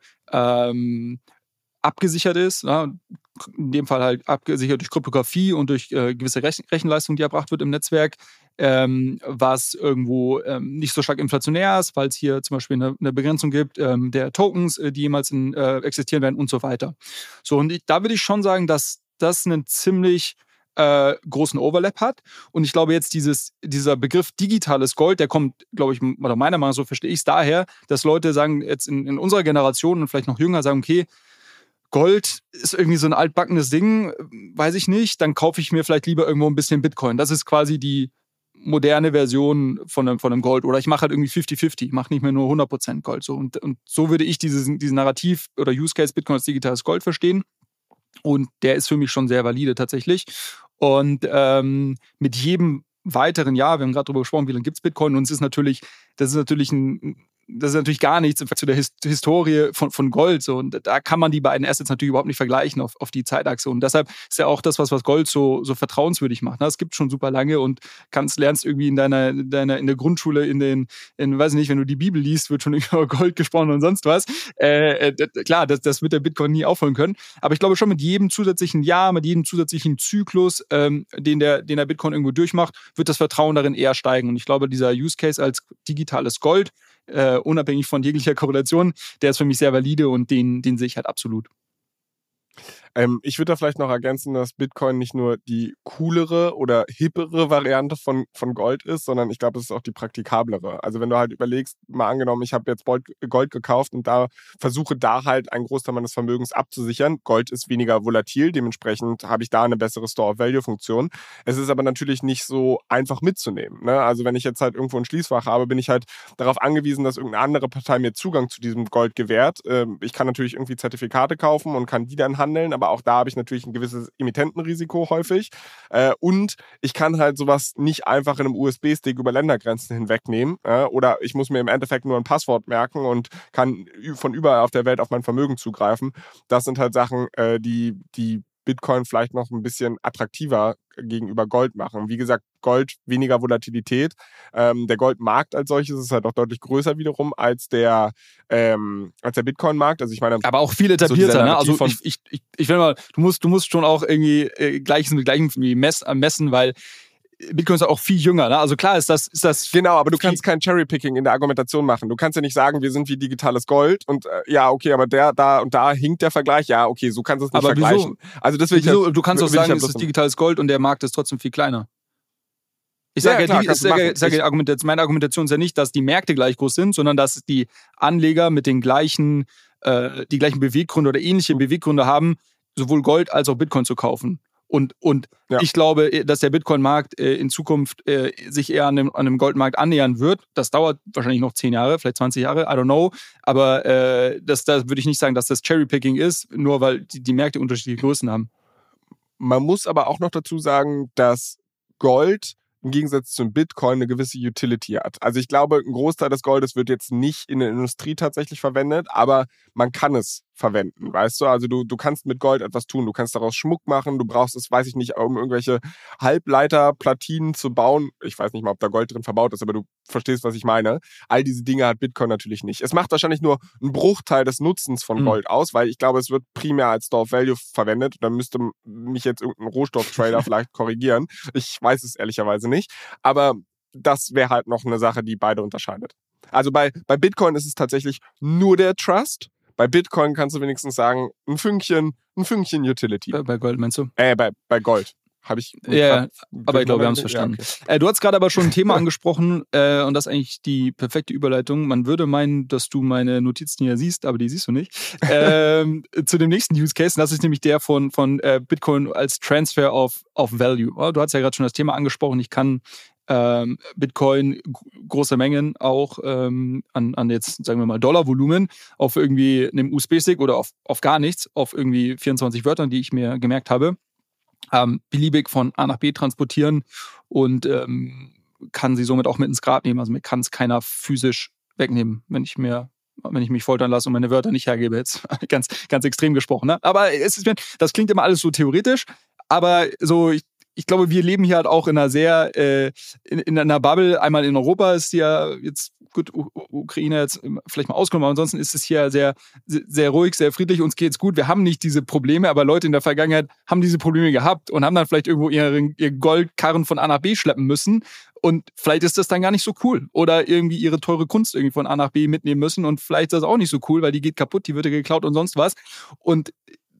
ähm, abgesichert ist, ja, in dem Fall halt abgesichert durch Kryptographie und durch äh, gewisse Rech- Rechenleistung, die erbracht wird im Netzwerk, ähm, was irgendwo ähm, nicht so stark inflationär ist, weil es hier zum Beispiel eine, eine Begrenzung gibt ähm, der Tokens, äh, die jemals in, äh, existieren werden und so weiter. So, und ich, da würde ich schon sagen, dass das ein ziemlich äh, großen Overlap hat. Und ich glaube jetzt dieses, dieser Begriff digitales Gold, der kommt, glaube ich, oder meiner Meinung nach, so verstehe ich es daher, dass Leute sagen, jetzt in, in unserer Generation und vielleicht noch jünger sagen, okay, Gold ist irgendwie so ein altbackenes Ding, weiß ich nicht, dann kaufe ich mir vielleicht lieber irgendwo ein bisschen Bitcoin. Das ist quasi die moderne Version von einem, von einem Gold. Oder ich mache halt irgendwie fifty fifty, ich mache nicht mehr nur hundert Prozent Gold. So. Und, und so würde ich dieses, diesen Narrativ oder Use Case Bitcoin als digitales Gold verstehen. Und der ist für mich schon sehr valide tatsächlich. Und ähm, mit jedem weiteren Jahr, wir haben gerade darüber gesprochen, wie lange gibt es Bitcoin, und es ist natürlich, das ist natürlich ein Das ist natürlich gar nichts im Vergleich zu der His- Historie von, von Gold. So. Und da kann man die beiden Assets natürlich überhaupt nicht vergleichen auf, auf die Zeitachse. Und deshalb ist ja auch das, was, was Gold so, so vertrauenswürdig macht. Ne? Das gibt schon super lange und kannst, lernst irgendwie in deiner, deiner in der Grundschule, in den, in, weiß ich nicht, wenn du die Bibel liest, wird schon über Gold gesprochen und sonst was. Äh, äh, klar, das, das wird der Bitcoin nie aufholen können. Aber ich glaube schon, mit jedem zusätzlichen Jahr, mit jedem zusätzlichen Zyklus, ähm, den, der, den der Bitcoin irgendwo durchmacht, wird das Vertrauen darin eher steigen. Und ich glaube, dieser Use Case als digitales Gold, Uh, unabhängig von jeglicher Korrelation, der ist für mich sehr valide und den, den sehe ich halt absolut. Ähm, ich würde da vielleicht noch ergänzen, dass Bitcoin nicht nur die coolere oder hippere Variante von, von Gold ist, sondern ich glaube, es ist auch die praktikablere. Also wenn du halt überlegst, mal angenommen, ich habe jetzt Gold, Gold gekauft und da versuche da halt einen Großteil meines Vermögens abzusichern. Gold ist weniger volatil, dementsprechend habe ich da eine bessere Store-of-Value-Funktion. Es ist aber natürlich nicht so einfach mitzunehmen. Ne? Also wenn ich jetzt halt irgendwo ein Schließfach habe, bin ich halt darauf angewiesen, dass irgendeine andere Partei mir Zugang zu diesem Gold gewährt. Ähm, ich kann natürlich irgendwie Zertifikate kaufen und kann die dann handeln, aber auch da habe ich natürlich ein gewisses Emittentenrisiko häufig. Äh, und ich kann halt sowas nicht einfach in einem U S B-Stick über Ländergrenzen hinwegnehmen. Äh, oder ich muss mir im Endeffekt nur ein Passwort merken und kann von überall auf der Welt auf mein Vermögen zugreifen. Das sind halt Sachen, äh, die, die Bitcoin vielleicht noch ein bisschen attraktiver gegenüber Gold machen. Wie gesagt, Gold, weniger Volatilität. Ähm, der Goldmarkt als solches ist halt auch deutlich größer wiederum als der, ähm, als der Bitcoin-Markt. Also ich meine, aber auch viel etablierter, so ne? Also ich, ich, ich, ich finde mal, du musst, du musst schon auch irgendwie äh, Gleiches mit Gleichem mess, messen, weil Bitcoin ist auch viel jünger, ne? Also klar ist das, ist das. Genau, aber du kannst kein Cherrypicking in der Argumentation machen. Du kannst ja nicht sagen, wir sind wie digitales Gold und äh, ja, okay, aber der da und da hinkt der Vergleich. Ja, okay, so kannst du es nicht aber vergleichen. Wieso? Also das will ich wieso? ja, Du kannst auch sagen, es ist digitales Gold und der Markt ist trotzdem viel kleiner. Ich sage ja, ja, klar, die, sage, sage ich, Argumentation, meine Argumentation ist ja nicht, dass die Märkte gleich groß sind, sondern dass die Anleger mit den gleichen, äh, die gleichen Beweggründe oder ähnliche Beweggründe haben, sowohl Gold als auch Bitcoin zu kaufen. Und, und ja. ich glaube, dass der Bitcoin-Markt äh, in Zukunft äh, sich eher an dem, an dem Goldmarkt annähern wird. Das dauert wahrscheinlich noch zehn Jahre, vielleicht zwanzig Jahre, I don't know. Aber äh, das, das würde ich nicht sagen, dass das Cherry-Picking ist, nur weil die, die Märkte unterschiedliche Größen haben. Man muss aber auch noch dazu sagen, dass Gold im Gegensatz zum Bitcoin eine gewisse Utility hat. Also ich glaube, ein Großteil des Goldes wird jetzt nicht in der Industrie tatsächlich verwendet, aber man kann es verwenden, weißt du? Also du, du kannst mit Gold etwas tun, du kannst daraus Schmuck machen, du brauchst es, weiß ich nicht, um irgendwelche Halbleiterplatinen zu bauen. Ich weiß nicht mal, ob da Gold drin verbaut ist, aber du verstehst, was ich meine. All diese Dinge hat Bitcoin natürlich nicht. Es macht wahrscheinlich nur einen Bruchteil des Nutzens von Gold mhm. aus, weil ich glaube, es wird primär als Store of Value verwendet. Da müsste mich jetzt irgendein Rohstofftrader vielleicht korrigieren. Ich weiß es ehrlicherweise nicht. Aber das wäre halt noch eine Sache, die beide unterscheidet. Also bei, bei Bitcoin ist es tatsächlich nur der Trust. Bei Bitcoin kannst du wenigstens sagen, ein Fünkchen, ein Fünkchen Utility. Bei, bei Gold meinst du? Äh, bei, bei Gold. Habe ich. Ja, aber ich glaube, wir haben es verstanden. Ja, okay. äh, du hast gerade aber schon ein Thema angesprochen äh, und das ist eigentlich die perfekte Überleitung. Man würde meinen, dass du meine Notizen hier siehst, aber die siehst du nicht. ähm, zu dem nächsten Use Case, das ist nämlich der von, von äh, Bitcoin als Transfer of, of Value. Oh, du hast ja gerade schon das Thema angesprochen. Ich kann ähm, Bitcoin g- große Mengen auch ähm, an, an jetzt, sagen wir mal, Dollarvolumen auf irgendwie einem U S B-Stick oder auf, auf gar nichts, auf irgendwie vierundzwanzig Wörtern, die ich mir gemerkt habe, ähm, beliebig von A nach B transportieren und ähm, kann sie somit auch mit ins Grab nehmen. Also mir kann es keiner physisch wegnehmen, wenn ich mir wenn ich mich foltern lasse und meine Wörter nicht hergebe. Jetzt ganz, ganz extrem gesprochen. Ne? Aber es ist, das klingt immer alles so theoretisch, aber so, ich, ich glaube, wir leben hier halt auch in einer sehr, äh, in, in einer Bubble. Einmal in Europa ist ja jetzt, gut, U- Ukraine jetzt vielleicht mal ausgenommen, aber ansonsten ist es hier sehr, sehr ruhig, sehr friedlich, uns geht's gut. Wir haben nicht diese Probleme, aber Leute in der Vergangenheit haben diese Probleme gehabt und haben dann vielleicht irgendwo ihren, ihr Goldkarren von A nach B schleppen müssen. Und vielleicht ist das dann gar nicht so cool. Oder irgendwie ihre teure Kunst irgendwie von A nach B mitnehmen müssen und vielleicht ist das auch nicht so cool, weil die geht kaputt, die wird ja geklaut und sonst was. Und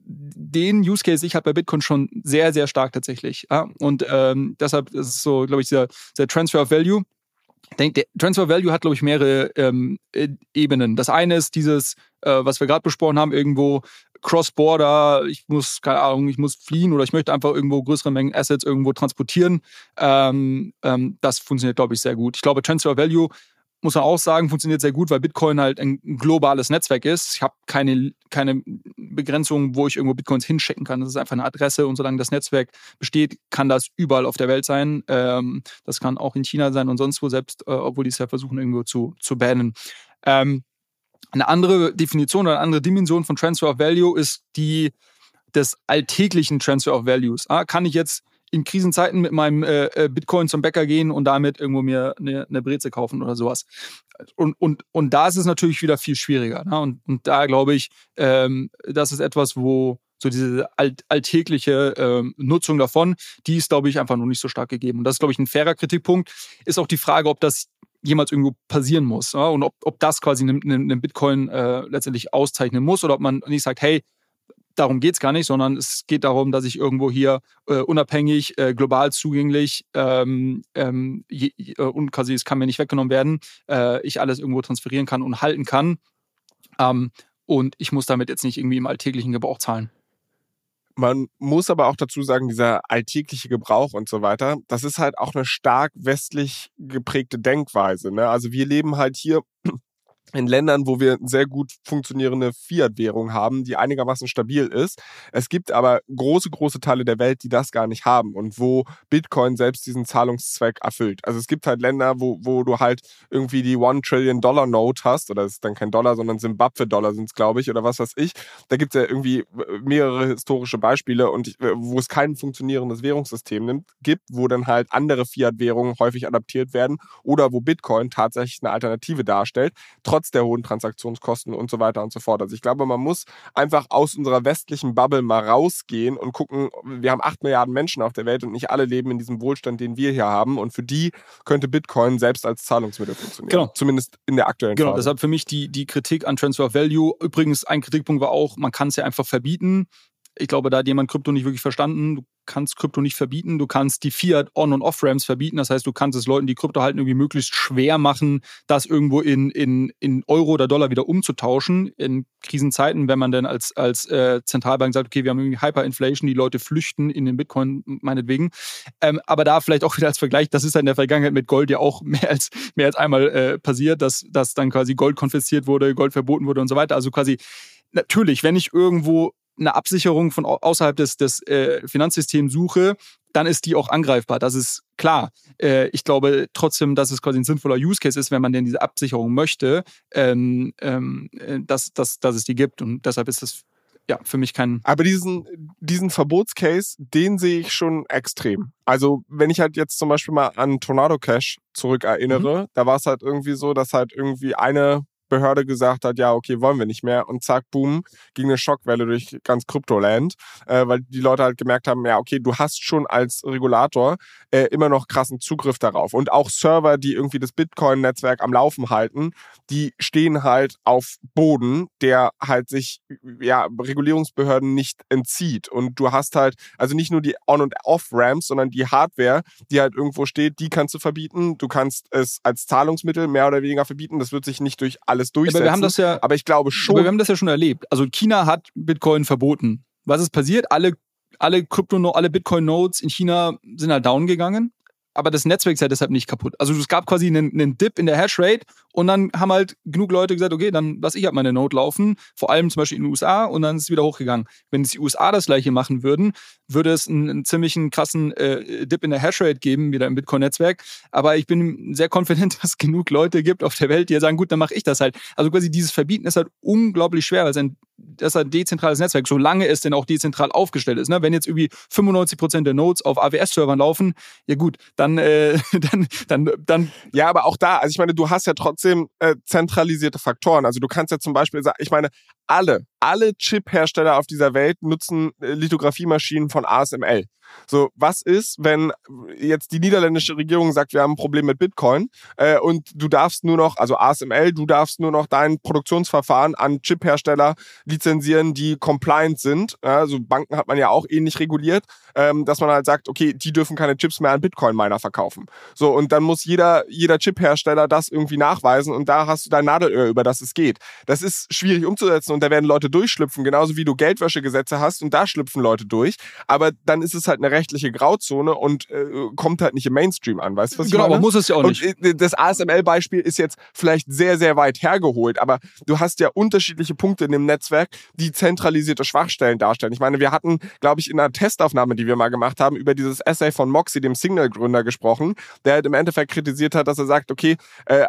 den Use Case sehe ich halt bei Bitcoin schon sehr, sehr stark tatsächlich. Ja? Und ähm, deshalb ist es so, glaube ich, dieser, dieser Transfer of Value. Ich denke, der Transfer of Value hat, glaube ich, mehrere ähm, Ebenen. Das eine ist dieses, äh, was wir gerade besprochen haben, irgendwo Cross-Border, ich muss, keine Ahnung, ich muss fliehen oder ich möchte einfach irgendwo größere Mengen Assets irgendwo transportieren. Ähm, ähm, das funktioniert, glaube ich, sehr gut. Ich glaube, Transfer of Value, muss man auch sagen, funktioniert sehr gut, weil Bitcoin halt ein globales Netzwerk ist. Ich habe keine, keine Begrenzung, wo ich irgendwo Bitcoins hinschicken kann. Das ist einfach eine Adresse und solange das Netzwerk besteht, kann das überall auf der Welt sein. Ähm, das kann auch in China sein und sonst wo, selbst äh, obwohl die es ja versuchen, irgendwo zu, zu bannen. Ähm, eine andere Definition oder eine andere Dimension von Transfer of Value ist die des alltäglichen Transfer of Values. Ah, kann ich jetzt in Krisenzeiten mit meinem äh, Bitcoin zum Bäcker gehen und damit irgendwo mir eine, eine Breze kaufen oder sowas. Und, und, und da ist es natürlich wieder viel schwieriger. Ne? Und, und da glaube ich, ähm, das ist etwas, wo so diese all, alltägliche ähm, Nutzung davon, die ist, glaube ich, einfach noch nicht so stark gegeben. Und das ist, glaube ich, ein fairer Kritikpunkt. Ist auch die Frage, ob das jemals irgendwo passieren muss. Ja? Und ob, ob das quasi einen, einen Bitcoin äh, letztendlich auszeichnen muss oder ob man nicht sagt, hey, darum geht es gar nicht, sondern es geht darum, dass ich irgendwo hier äh, unabhängig, äh, global zugänglich ähm, ähm, je, äh, und quasi es kann mir nicht weggenommen werden, äh, ich alles irgendwo transferieren kann und halten kann. Ähm, und ich muss damit jetzt nicht irgendwie im alltäglichen Gebrauch zahlen. Man muss aber auch dazu sagen, dieser alltägliche Gebrauch und so weiter, das ist halt auch eine stark westlich geprägte Denkweise. Ne? Also wir leben halt hier in Ländern, wo wir sehr gut funktionierende Fiat-Währung haben, die einigermaßen stabil ist. Es gibt aber große, große Teile der Welt, die das gar nicht haben und wo Bitcoin selbst diesen Zahlungszweck erfüllt. Also es gibt halt Länder, wo, wo du halt irgendwie die One Trillion Dollar Note hast, oder es ist dann kein Dollar, sondern Zimbabwe-Dollar sind es, glaube ich, oder was weiß ich. Da gibt es ja irgendwie mehrere historische Beispiele und wo es kein funktionierendes Währungssystem gibt, wo dann halt andere Fiat-Währungen häufig adaptiert werden oder wo Bitcoin tatsächlich eine Alternative darstellt, trotz der hohen Transaktionskosten und so weiter und so fort. Also ich glaube, man muss einfach aus unserer westlichen Bubble mal rausgehen und gucken, wir haben acht Milliarden Menschen auf der Welt und nicht alle leben in diesem Wohlstand, den wir hier haben. Und für die könnte Bitcoin selbst als Zahlungsmittel funktionieren. Genau. Zumindest in der aktuellen Genau, Phase. Deshalb für mich die, die Kritik an Transfer of Value. Übrigens, ein Kritikpunkt war auch, man kann es ja einfach verbieten. Ich glaube, da hat jemand Krypto nicht wirklich verstanden. Du kannst Krypto nicht verbieten. Du kannst die Fiat-On- und Off-Ramps verbieten. Das heißt, du kannst es Leuten, die Krypto halten, irgendwie möglichst schwer machen, das irgendwo in, in, in Euro oder Dollar wieder umzutauschen. In Krisenzeiten, wenn man dann als, als äh, Zentralbank sagt, okay, wir haben irgendwie Hyperinflation, die Leute flüchten in den Bitcoin meinetwegen. Ähm, aber da vielleicht auch wieder als Vergleich, das ist ja in der Vergangenheit mit Gold ja auch mehr als, mehr als einmal äh, passiert, dass, dass dann quasi Gold konfisziert wurde, Gold verboten wurde und so weiter. Also quasi, natürlich, wenn ich irgendwo eine Absicherung von außerhalb des, des äh, Finanzsystems suche, dann ist die auch angreifbar. Das ist klar. Äh, ich glaube trotzdem, dass es quasi ein sinnvoller Use Case ist, wenn man denn diese Absicherung möchte, ähm, ähm, dass, dass, dass es die gibt. Und deshalb ist das ja für mich kein... Aber diesen, diesen Verbotscase, den sehe ich schon extrem. Also wenn ich halt jetzt zum Beispiel mal an Tornado Cash zurückerinnere, mhm. da war es halt irgendwie so, dass halt irgendwie eine Behörde gesagt hat, ja, okay, wollen wir nicht mehr. Und zack, boom, ging eine Schockwelle durch ganz Kryptoland, äh, weil die Leute halt gemerkt haben, ja, okay, du hast schon als Regulator äh, immer noch krassen Zugriff darauf. Und auch Server, die irgendwie das Bitcoin-Netzwerk am Laufen halten, die stehen halt auf Boden, der halt sich ja Regulierungsbehörden nicht entzieht. Und du hast halt, also nicht nur die On- und Off-Ramps, sondern die Hardware, die halt irgendwo steht, die kannst du verbieten. Du kannst es als Zahlungsmittel mehr oder weniger verbieten. Das wird sich nicht durch alles durchsetzen. Aber wir haben das ja, aber ich glaube schon. Aber wir haben das ja schon erlebt. Also China hat Bitcoin verboten. Was ist passiert? Alle, alle Krypto, alle Bitcoin-Nodes in China sind halt down gegangen. Aber das Netzwerk ist ja deshalb nicht kaputt. Also es gab quasi einen, einen Dip in der Hashrate und dann haben halt genug Leute gesagt, okay, dann lasse ich halt meine Node laufen, vor allem zum Beispiel in den U S A und dann ist es wieder hochgegangen. Wenn es die U S A das gleiche machen würden, würde es einen, einen ziemlichen krassen äh, Dip in der Hashrate geben, wieder im Bitcoin-Netzwerk. Aber ich bin sehr confident, dass es genug Leute gibt auf der Welt, die sagen, gut, dann mache ich das halt. Also quasi dieses Verbieten ist halt unglaublich schwer, weil es ein das ist ein dezentrales Netzwerk, solange es denn auch dezentral aufgestellt ist. Ne? Wenn jetzt irgendwie fünfundneunzig Prozent der Nodes auf A W S-Servern laufen, ja gut, dann, äh, dann, dann, dann... Ja, aber auch da, also ich meine, du hast ja trotzdem äh, zentralisierte Faktoren. Also du kannst ja zum Beispiel sagen, ich meine, alle, alle Chip-Hersteller auf dieser Welt nutzen Lithografiemaschinen von A S M L. So, was ist, wenn jetzt die niederländische Regierung sagt, wir haben ein Problem mit Bitcoin äh, und du darfst nur noch, also A S M L, du darfst nur noch dein Produktionsverfahren an Chip-Hersteller lizenzieren, die compliant sind. Ja, also Banken hat man ja auch ähnlich reguliert, ähm, dass man halt sagt, okay, die dürfen keine Chips mehr an Bitcoin-Miner verkaufen. So, und dann muss jeder, jeder Chip-Hersteller das irgendwie nachweisen und da hast du dein Nadelöhr, über das es geht. Das ist schwierig umzusetzen und da werden Leute durchschlüpfen, genauso wie du Geldwäschegesetze hast und da schlüpfen Leute durch. Aber dann ist es halt eine rechtliche Grauzone und äh, kommt halt nicht im Mainstream an, weißt du, was ich genau, meine? aber muss es ja auch nicht. Und äh, das A S M L-Beispiel ist jetzt vielleicht sehr, sehr weit hergeholt, aber du hast ja unterschiedliche Punkte in dem Netzwerk, die zentralisierte Schwachstellen darstellen. Ich meine, wir hatten, glaube ich, in einer Testaufnahme, die wir mal gemacht haben, über dieses Essay von Moxie, dem Signal-Gründer, gesprochen, der halt im Endeffekt kritisiert hat, dass er sagt, okay, äh,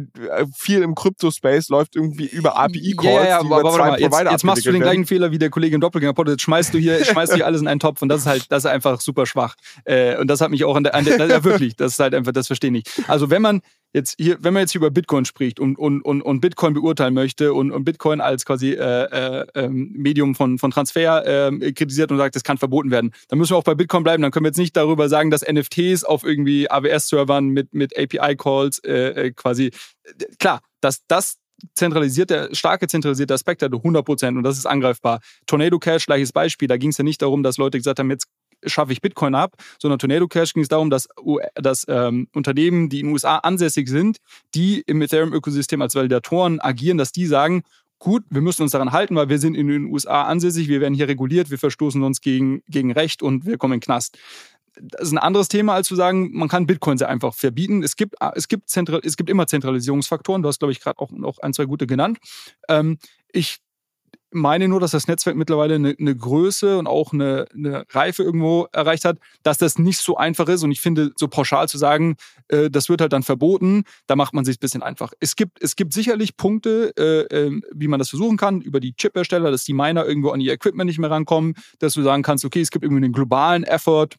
viel im Crypto-Space läuft irgendwie über A P I-Calls, ja, ja, ja, die aber über zwei mal, jetzt, Provider jetzt machst du den werden. gleichen Fehler wie der Kollege im Doppelgänger-Pod. Jetzt schmeißt du hier, schmeißt du hier alles in einen Topf und das ist halt, das ist einfach super schwach. Äh, und das hat mich auch an der, an der ja, wirklich, das ist halt einfach, das verstehe ich nicht. Also wenn man jetzt hier, wenn man jetzt über Bitcoin spricht und, und, und, und Bitcoin beurteilen möchte und, und Bitcoin als quasi äh, äh, ähm, Medium von, von Transfer äh, kritisiert und sagt, das kann verboten werden, dann müssen wir auch bei Bitcoin bleiben. Dann können wir jetzt nicht darüber sagen, dass N F Ts auf irgendwie A W S-Servern mit, mit A P I-Calls äh, quasi, äh, klar, dass das zentralisierte, starke zentralisierte Aspekt hat, hundert Prozent und das ist angreifbar. Tornado Cash, gleiches Beispiel, da ging es ja nicht darum, dass Leute gesagt haben, jetzt schaffe ich Bitcoin ab, sondern Tornado Cash ging es darum, dass, dass ähm, Unternehmen, die in den U S A ansässig sind, die im Ethereum-Ökosystem als Validatoren agieren, dass die sagen, gut, wir müssen uns daran halten, weil wir sind in den U S A ansässig, wir werden hier reguliert, wir verstoßen uns gegen, gegen Recht und wir kommen in den Knast. Das ist ein anderes Thema, als zu sagen, man kann Bitcoin sehr einfach verbieten. Es gibt, es gibt, zentral, es gibt immer Zentralisierungsfaktoren. Du hast, glaube ich, gerade auch noch ein, zwei gute genannt. Ähm, ich meine nur, dass das Netzwerk mittlerweile eine, eine Größe und auch eine, eine Reife irgendwo erreicht hat, dass das nicht so einfach ist. Und ich finde, so pauschal zu sagen, äh, das wird halt dann verboten, da macht man sich ein bisschen einfach. Es gibt, es gibt sicherlich Punkte, äh, äh, wie man das versuchen kann, über die Chip-Hersteller, dass die Miner irgendwo an ihr Equipment nicht mehr rankommen, dass du sagen kannst, okay, es gibt irgendwie einen globalen Effort,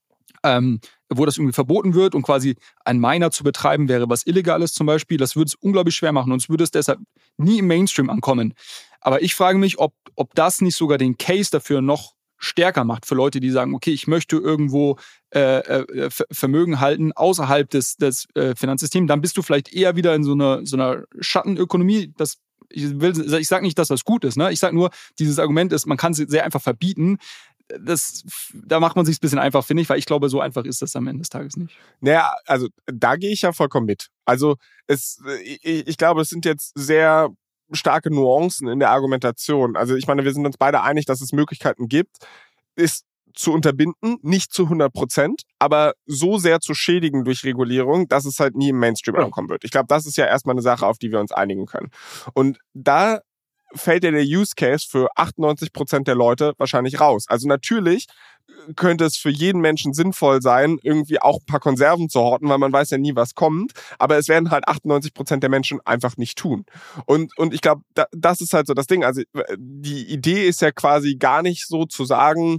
Ähm, wo das irgendwie verboten wird und quasi ein Miner zu betreiben wäre was Illegales zum Beispiel, das würde es unglaublich schwer machen und es würde es deshalb nie im Mainstream ankommen. Aber ich frage mich, ob, ob das nicht sogar den Case dafür noch stärker macht für Leute, die sagen, okay, ich möchte irgendwo äh, äh, Vermögen halten außerhalb des, des äh, Finanzsystems, dann bist du vielleicht eher wieder in so einer, so einer Schattenökonomie. Das, ich, will, ich sage nicht, dass das gut ist, ne? Ich sage nur, dieses Argument ist, man kann es sehr einfach verbieten. Das, da macht man sich ein bisschen einfach, finde ich, weil ich glaube, so einfach ist das am Ende des Tages nicht. Naja, also da gehe ich ja vollkommen mit. Also es, ich, ich glaube, es sind jetzt sehr starke Nuancen in der Argumentation. Also ich meine, wir sind uns beide einig, dass es Möglichkeiten gibt, ist zu unterbinden, nicht zu hundert Prozent, aber so sehr zu schädigen durch Regulierung, dass es halt nie im Mainstream ankommen wird. Ich glaube, das ist ja erstmal eine Sache, auf die wir uns einigen können. Und da fällt ja der Use Case für achtundneunzig Prozent der Leute wahrscheinlich raus. Also natürlich könnte es für jeden Menschen sinnvoll sein, irgendwie auch ein paar Konserven zu horten, weil man weiß ja nie, was kommt. Aber es werden halt achtundneunzig Prozent der Menschen einfach nicht tun. Und, und ich glaube, da, das ist halt so das Ding. Also die Idee ist ja quasi gar nicht so zu sagen,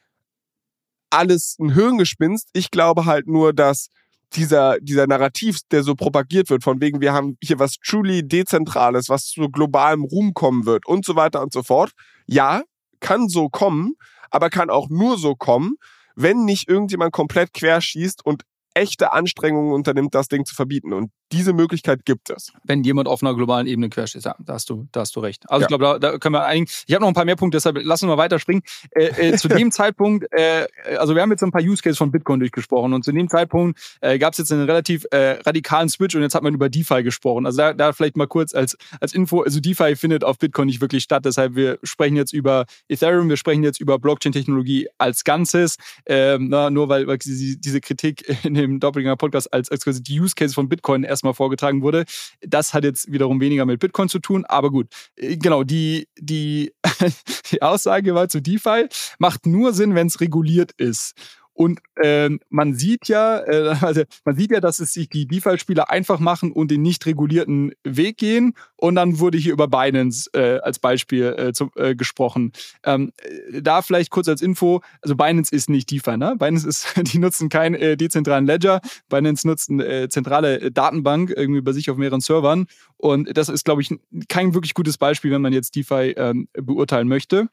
alles ein Hirngespinst. Ich glaube halt nur, dass dieser, dieser Narrativ, der so propagiert wird, von wegen, wir haben hier was truly Dezentrales, was zu globalem Ruhm kommen wird und so weiter und so fort. Ja, kann so kommen, aber kann auch nur so kommen, wenn nicht irgendjemand komplett querschießt und echte Anstrengungen unternimmt, das Ding zu verbieten. Und diese Möglichkeit gibt es. Wenn jemand auf einer globalen Ebene quersteht, ja, da hast du, da hast du recht. Also ja. Ich glaube, da, da können wir einigen. Ich habe noch ein paar mehr Punkte, deshalb lassen wir mal weiterspringen. Äh, äh, zu dem Zeitpunkt, äh, also wir haben jetzt ein paar Use Cases von Bitcoin durchgesprochen und zu dem Zeitpunkt äh, gab es jetzt einen relativ äh, radikalen Switch und jetzt hat man über DeFi gesprochen. Also da, da vielleicht mal kurz als, als Info, also DeFi findet auf Bitcoin nicht wirklich statt, deshalb wir sprechen jetzt über Ethereum, wir sprechen jetzt über Blockchain-Technologie als Ganzes, ähm, na, nur weil, weil diese Kritik in dem Doppelgänger-Podcast als, als quasi die Use Cases von Bitcoin erst mal vorgetragen wurde. Das hat jetzt wiederum weniger mit Bitcoin zu tun, aber gut. Genau, die, die, die Aussage war zu DeFi, macht nur Sinn, wenn es reguliert ist. Und äh, man sieht ja, äh, also man sieht ja, dass es sich die DeFi-Spieler einfach machen und den nicht regulierten Weg gehen. Und dann wurde hier über Binance äh, als Beispiel äh, zu, äh, gesprochen. Ähm, da vielleicht kurz als Info, also Binance ist nicht DeFi, ne? Binance ist, die nutzen keinen äh, dezentralen Ledger. Binance nutzt eine äh, zentrale Datenbank irgendwie bei sich auf mehreren Servern. Und das ist, glaube ich, kein wirklich gutes Beispiel, wenn man jetzt DeFi ähm, beurteilen möchte.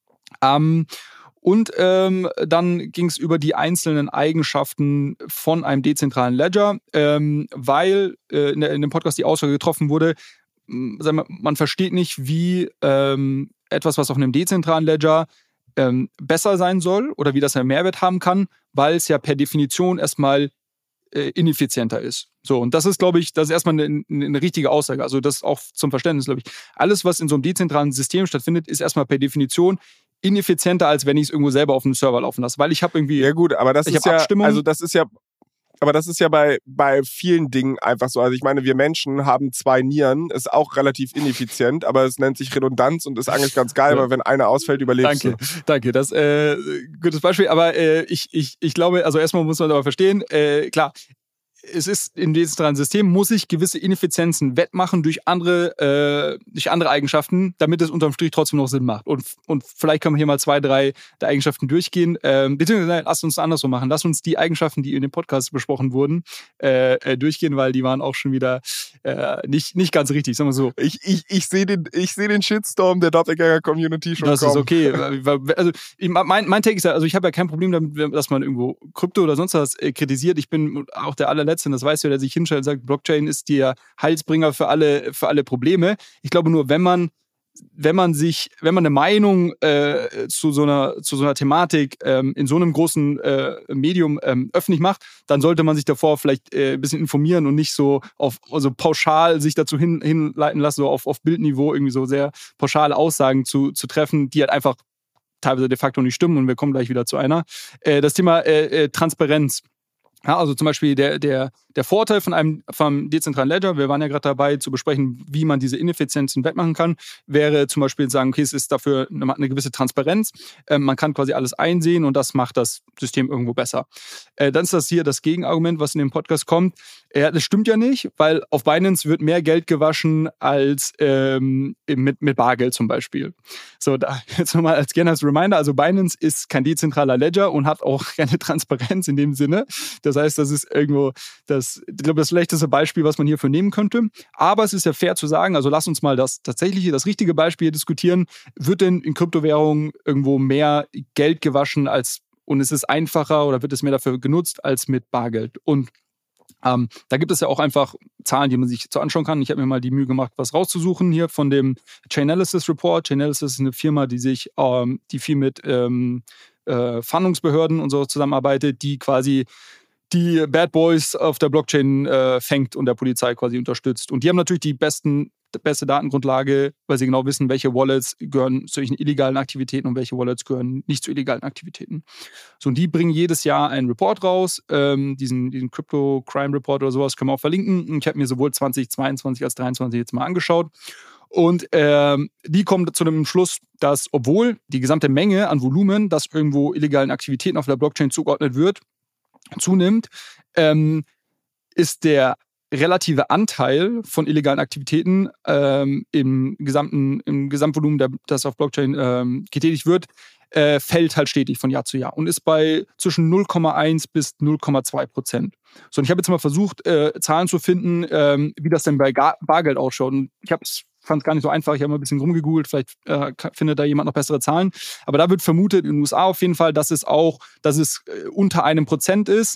Ähm, Und ähm, dann ging es über die einzelnen Eigenschaften von einem dezentralen Ledger, ähm, weil äh, in, der, in dem Podcast die Aussage getroffen wurde, mh, sagen wir, man versteht nicht, wie ähm, etwas, was auf einem dezentralen Ledger ähm, besser sein soll oder wie das einen Mehrwert haben kann, weil es ja per Definition erstmal äh, ineffizienter ist. So, und das ist, glaube ich, das ist erstmal eine, eine richtige Aussage. Also das auch zum Verständnis, glaube ich. Alles, was in so einem dezentralen System stattfindet, ist erstmal per Definition ineffizienter, als wenn ich es irgendwo selber auf einem Server laufen lasse. Weil ich habe irgendwie... Ja gut, aber das ich ist ja... Abstimmung. Also das ist ja... Aber das ist ja bei, bei vielen Dingen einfach so. Also ich meine, wir Menschen haben zwei Nieren, ist auch relativ ineffizient, aber es nennt sich Redundanz und ist eigentlich ganz geil, ja. Weil wenn eine ausfällt, überlebst danke, du. Danke, das äh, gutes Beispiel. Aber äh, ich, ich, ich glaube, also erstmal muss man aber verstehen, äh, klar, es ist im dezentralen System, muss ich gewisse Ineffizienzen wettmachen durch andere, äh, durch andere Eigenschaften, damit es unterm Strich trotzdem noch Sinn macht. Und, und vielleicht können wir hier mal zwei, drei der Eigenschaften durchgehen. Ähm, beziehungsweise, lass uns anderswo machen. Lass uns die Eigenschaften, die in dem Podcast besprochen wurden, äh, äh, durchgehen, weil die waren auch schon wieder äh, nicht, nicht ganz richtig, sagen wir so. Ich, ich, ich sehe den, ich seh den Shitstorm der Doppelgänger-Community schon Das kommen. ist okay. Also, mein, mein Take ist ja, also ich habe ja kein Problem damit, dass man irgendwo Krypto oder sonst was äh, kritisiert. Ich bin auch der allerletzte, und das weißt du, der sich hinstellt und sagt, Blockchain ist der Heilsbringer für alle, für alle Probleme. Ich glaube nur, wenn man, wenn man sich, wenn man eine Meinung äh, zu so einer, zu so einer Thematik ähm, in so einem großen äh, Medium ähm, öffentlich macht, dann sollte man sich davor vielleicht äh, ein bisschen informieren und nicht so auf, also pauschal sich dazu hin, hinleiten lassen, so auf, auf Bildniveau irgendwie so sehr pauschale Aussagen zu, zu treffen, die halt einfach teilweise de facto nicht stimmen, und wir kommen gleich wieder zu einer. Äh, das Thema äh, äh, Transparenz. Ja, also zum Beispiel der, der, der Vorteil von einem vom dezentralen Ledger, wir waren ja gerade dabei zu besprechen, wie man diese Ineffizienzen wettmachen kann, wäre zum Beispiel sagen, okay, es ist dafür eine, eine gewisse Transparenz, ähm, man kann quasi alles einsehen und das macht das System irgendwo besser. Äh, dann ist das hier das Gegenargument, was in dem Podcast kommt. Äh, das stimmt ja nicht, weil auf Binance wird mehr Geld gewaschen als ähm, mit, mit Bargeld zum Beispiel. So, da jetzt nochmal als gerne als Reminder, also Binance ist kein dezentraler Ledger und hat auch keine Transparenz in dem Sinne. Das heißt, das ist irgendwo das, ich glaube, das schlechteste Beispiel, was man hierfür nehmen könnte. Aber es ist ja fair zu sagen, also lass uns mal das tatsächliche, das richtige Beispiel diskutieren. Wird denn in Kryptowährungen irgendwo mehr Geld gewaschen als, und ist es einfacher oder wird es mehr dafür genutzt als mit Bargeld? Und Ähm, da gibt es ja auch einfach Zahlen, die man sich so anschauen kann. Ich habe mir mal die Mühe gemacht, was rauszusuchen hier von dem Chainalysis Report. Chainalysis ist eine Firma, die sich, ähm, die viel mit ähm, äh, Fahndungsbehörden und so zusammenarbeitet, die quasi die Bad Boys auf der Blockchain äh, fängt und der Polizei quasi unterstützt. Und die haben natürlich die besten, beste Datengrundlage, weil sie genau wissen, welche Wallets gehören zu solchen illegalen Aktivitäten und welche Wallets gehören nicht zu illegalen Aktivitäten. So, und die bringen jedes Jahr einen Report raus, ähm, diesen, diesen Crypto Crime Report oder sowas können wir auch verlinken. Und ich habe mir sowohl zwanzig zweiundzwanzig als dreiundzwanzig jetzt mal angeschaut. Und ähm, die kommen zu dem Schluss, dass obwohl die gesamte Menge an Volumen, das irgendwo illegalen Aktivitäten auf der Blockchain zugeordnet wird, zunimmt, ähm, ist der relative Anteil von illegalen Aktivitäten ähm, im gesamten im Gesamtvolumen, der, das auf Blockchain ähm, getätigt wird, äh, fällt halt stetig von Jahr zu Jahr und ist bei zwischen null Komma eins bis null Komma zwei Prozent. So, und ich habe jetzt mal versucht, äh, Zahlen zu finden, ähm, wie das denn bei Gar- Bargeld ausschaut. Und ich habe es fand es gar nicht so einfach. Ich habe mal ein bisschen rumgegoogelt, vielleicht äh, findet da jemand noch bessere Zahlen. Aber da wird vermutet, in den U S A auf jeden Fall, dass es auch, dass es äh, unter einem Prozent ist.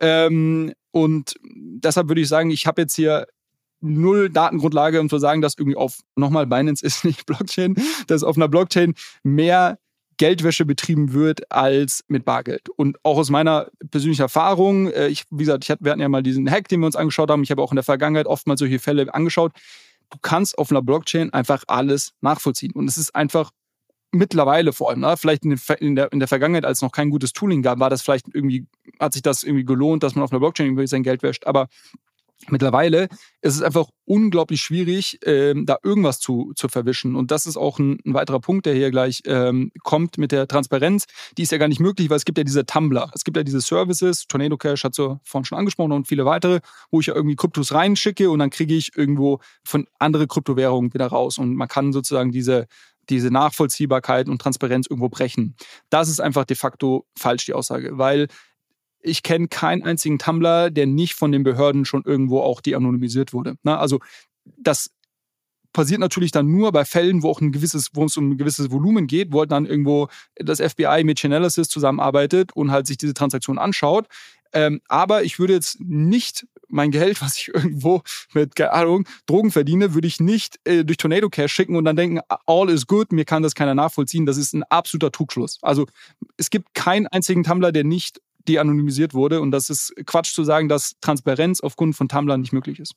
Ähm, und deshalb würde ich sagen, ich habe jetzt hier null Datengrundlage, um zu sagen, dass irgendwie auf, nochmal, Binance ist nicht Blockchain, dass auf einer Blockchain mehr Geldwäsche betrieben wird als mit Bargeld. Und auch aus meiner persönlichen Erfahrung, äh, ich, wie gesagt, ich hatte, wir hatten ja mal diesen Hack, den wir uns angeschaut haben. Ich habe auch in der Vergangenheit oftmals solche Fälle angeschaut. Du kannst auf einer Blockchain einfach alles nachvollziehen. Und es ist einfach mittlerweile vor allem, ne? Vielleicht in der, in der Vergangenheit, als es noch kein gutes Tooling gab, war das vielleicht irgendwie, hat sich das irgendwie gelohnt, dass man auf einer Blockchain irgendwie sein Geld wäscht. Aber Mittlerweile ist es einfach unglaublich schwierig, ähm, da irgendwas zu, zu verwischen. Und das ist auch ein, ein weiterer Punkt, der hier gleich ähm, kommt mit der Transparenz. Die ist ja gar nicht möglich, weil es gibt ja diese Tumbler. Es gibt ja diese Services, Tornado Cash hat so vorhin schon angesprochen und viele weitere, wo ich ja irgendwie Kryptos reinschicke und dann kriege ich irgendwo von andere Kryptowährungen wieder raus. Und man kann sozusagen diese, diese Nachvollziehbarkeit und Transparenz irgendwo brechen. Das ist einfach de facto falsch, die Aussage, weil ich kenne keinen einzigen Tumblr, der nicht von den Behörden schon irgendwo auch de-anonymisiert wurde. Na, also das passiert natürlich dann nur bei Fällen, wo auch ein gewisses, wo es um ein gewisses Volumen geht, wo halt dann irgendwo das F B I mit Chainalysis zusammenarbeitet und halt sich diese Transaktion anschaut. Ähm, aber ich würde jetzt nicht mein Geld, was ich irgendwo mit, keine Ahnung, Drogen verdiene, würde ich nicht äh, durch Tornado Cash schicken und dann denken, all is good, mir kann das keiner nachvollziehen. Das ist ein absoluter Trugschluss. Also es gibt keinen einzigen Tumblr, der nicht de-anonymisiert wurde und das ist Quatsch zu sagen, dass Transparenz aufgrund von Tumblr nicht möglich ist.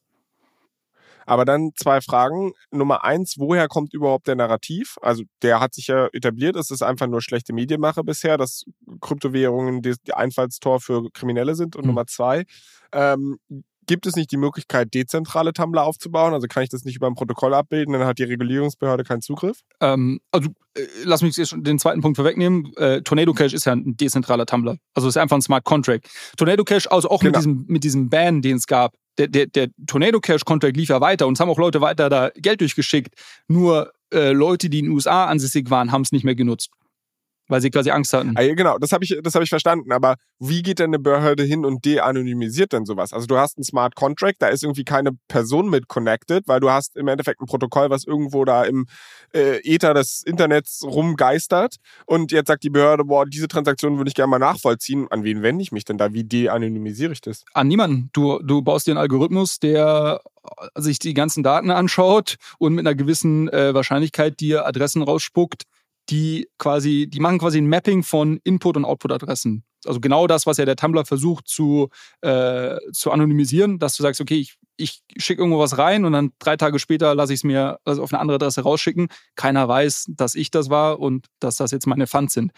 Aber dann zwei Fragen. Nummer eins, woher kommt überhaupt der Narrativ? Also der hat sich ja etabliert, es ist einfach nur schlechte Medienmache bisher, dass Kryptowährungen die, die Einfallstor für Kriminelle sind. Und mhm. Nummer zwei, ähm, gibt es nicht die Möglichkeit, dezentrale Tumblr aufzubauen? Also kann ich das nicht über ein Protokoll abbilden, dann hat die Regulierungsbehörde keinen Zugriff? Ähm, also äh, lass mich jetzt den zweiten Punkt vorwegnehmen. Äh, Tornado Cash ist ja ein dezentraler Tumblr. Also es ist einfach ein Smart Contract. Tornado Cash, also auch genau. mit diesem mit diesem Ban, den es gab, der, der, der Tornado Cash Contract lief ja weiter und es haben auch Leute weiter da Geld durchgeschickt. Nur äh, Leute, die in den U S A ansässig waren, haben es nicht mehr genutzt. Weil sie quasi Angst hatten. Ah, ja, genau, das habe ich, das hab ich verstanden. Aber wie geht denn eine Behörde hin und de-anonymisiert denn sowas? Also du hast einen Smart Contract, da ist irgendwie keine Person mit connected, weil du hast im Endeffekt ein Protokoll, was irgendwo da im äh, Äther des Internets rumgeistert. Und jetzt sagt die Behörde, boah, diese Transaktion würde ich gerne mal nachvollziehen. An wen wende ich mich denn da? Wie de-anonymisiere ich das? An niemanden. Du, du baust dir einen Algorithmus, der sich die ganzen Daten anschaut und mit einer gewissen äh, Wahrscheinlichkeit dir Adressen rausspuckt, die quasi, die machen quasi ein Mapping von Input- und Output-Adressen. Also genau das, was ja der Tumblr versucht zu, äh, zu anonymisieren, dass du sagst, okay, ich, ich schicke irgendwo was rein und dann drei Tage später lasse ich es mir also auf eine andere Adresse rausschicken. Keiner weiß, dass ich das war und dass das jetzt meine Funds sind.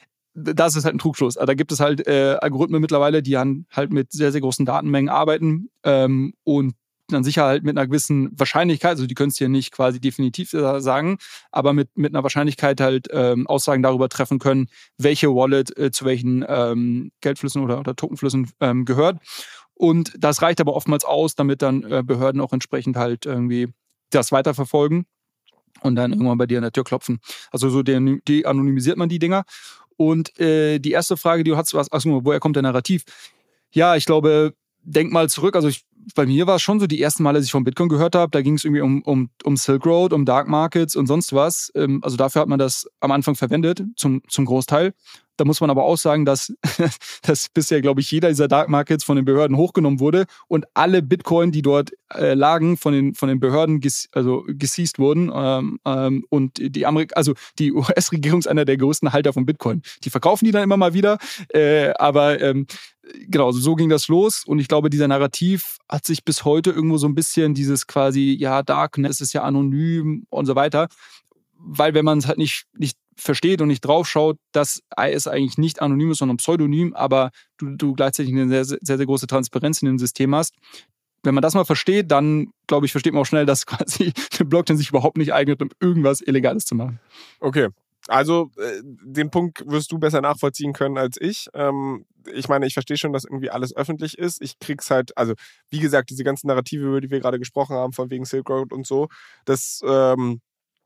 Das ist halt ein Trugschluss. Da gibt es halt äh, Algorithmen mittlerweile, die an, halt mit sehr, sehr großen Datenmengen arbeiten ähm, und dann sicher halt mit einer gewissen Wahrscheinlichkeit, also die können es dir nicht quasi definitiv sagen, aber mit, mit einer Wahrscheinlichkeit halt ähm, Aussagen darüber treffen können, welche Wallet äh, zu welchen ähm, Geldflüssen oder, oder Tokenflüssen ähm, gehört. Und das reicht aber oftmals aus, damit dann äh, Behörden auch entsprechend halt irgendwie das weiterverfolgen und dann irgendwann bei dir an der Tür klopfen. Also so de-anonymisiert man die Dinger. Und äh, die erste Frage, die du hast, war, achso, woher kommt der Narrativ? Ja, ich glaube, denk mal zurück, also ich, bei mir war es schon so, die ersten Male, als ich von Bitcoin gehört habe, da ging es irgendwie um, um, um Silk Road, um Dark Markets und sonst was. Ähm, also dafür hat man das am Anfang verwendet, zum, zum Großteil. Da muss man aber auch sagen, dass, dass bisher, glaube ich, jeder dieser Dark Markets von den Behörden hochgenommen wurde und alle Bitcoin, die dort äh, lagen, von den, von den Behörden ges, also geseized wurden. Ähm, ähm, und die Amerik also die U S-Regierung ist einer der größten Halter von Bitcoin. Die verkaufen die dann immer mal wieder. Äh, aber ähm, genau, so ging das los. Und ich glaube, dieser Narrativ hat sich bis heute irgendwo so ein bisschen dieses quasi, ja, Darknet ist ja anonym und so weiter. Weil wenn man es halt nicht, nicht versteht und nicht draufschaut, dass es eigentlich nicht anonym ist, sondern pseudonym, aber du, du gleichzeitig eine sehr, sehr, sehr große Transparenz in dem System hast. Wenn man das mal versteht, dann, glaube ich, versteht man auch schnell, dass quasi eine Blockchain sich überhaupt nicht eignet, um irgendwas Illegales zu machen. Okay. Also äh, den Punkt wirst du besser nachvollziehen können als ich. Ähm, ich meine, ich verstehe schon, dass irgendwie alles öffentlich ist. Ich krieg's halt, also wie gesagt, diese ganzen Narrative, über die wir gerade gesprochen haben, von wegen Silk Road und so, das ähm,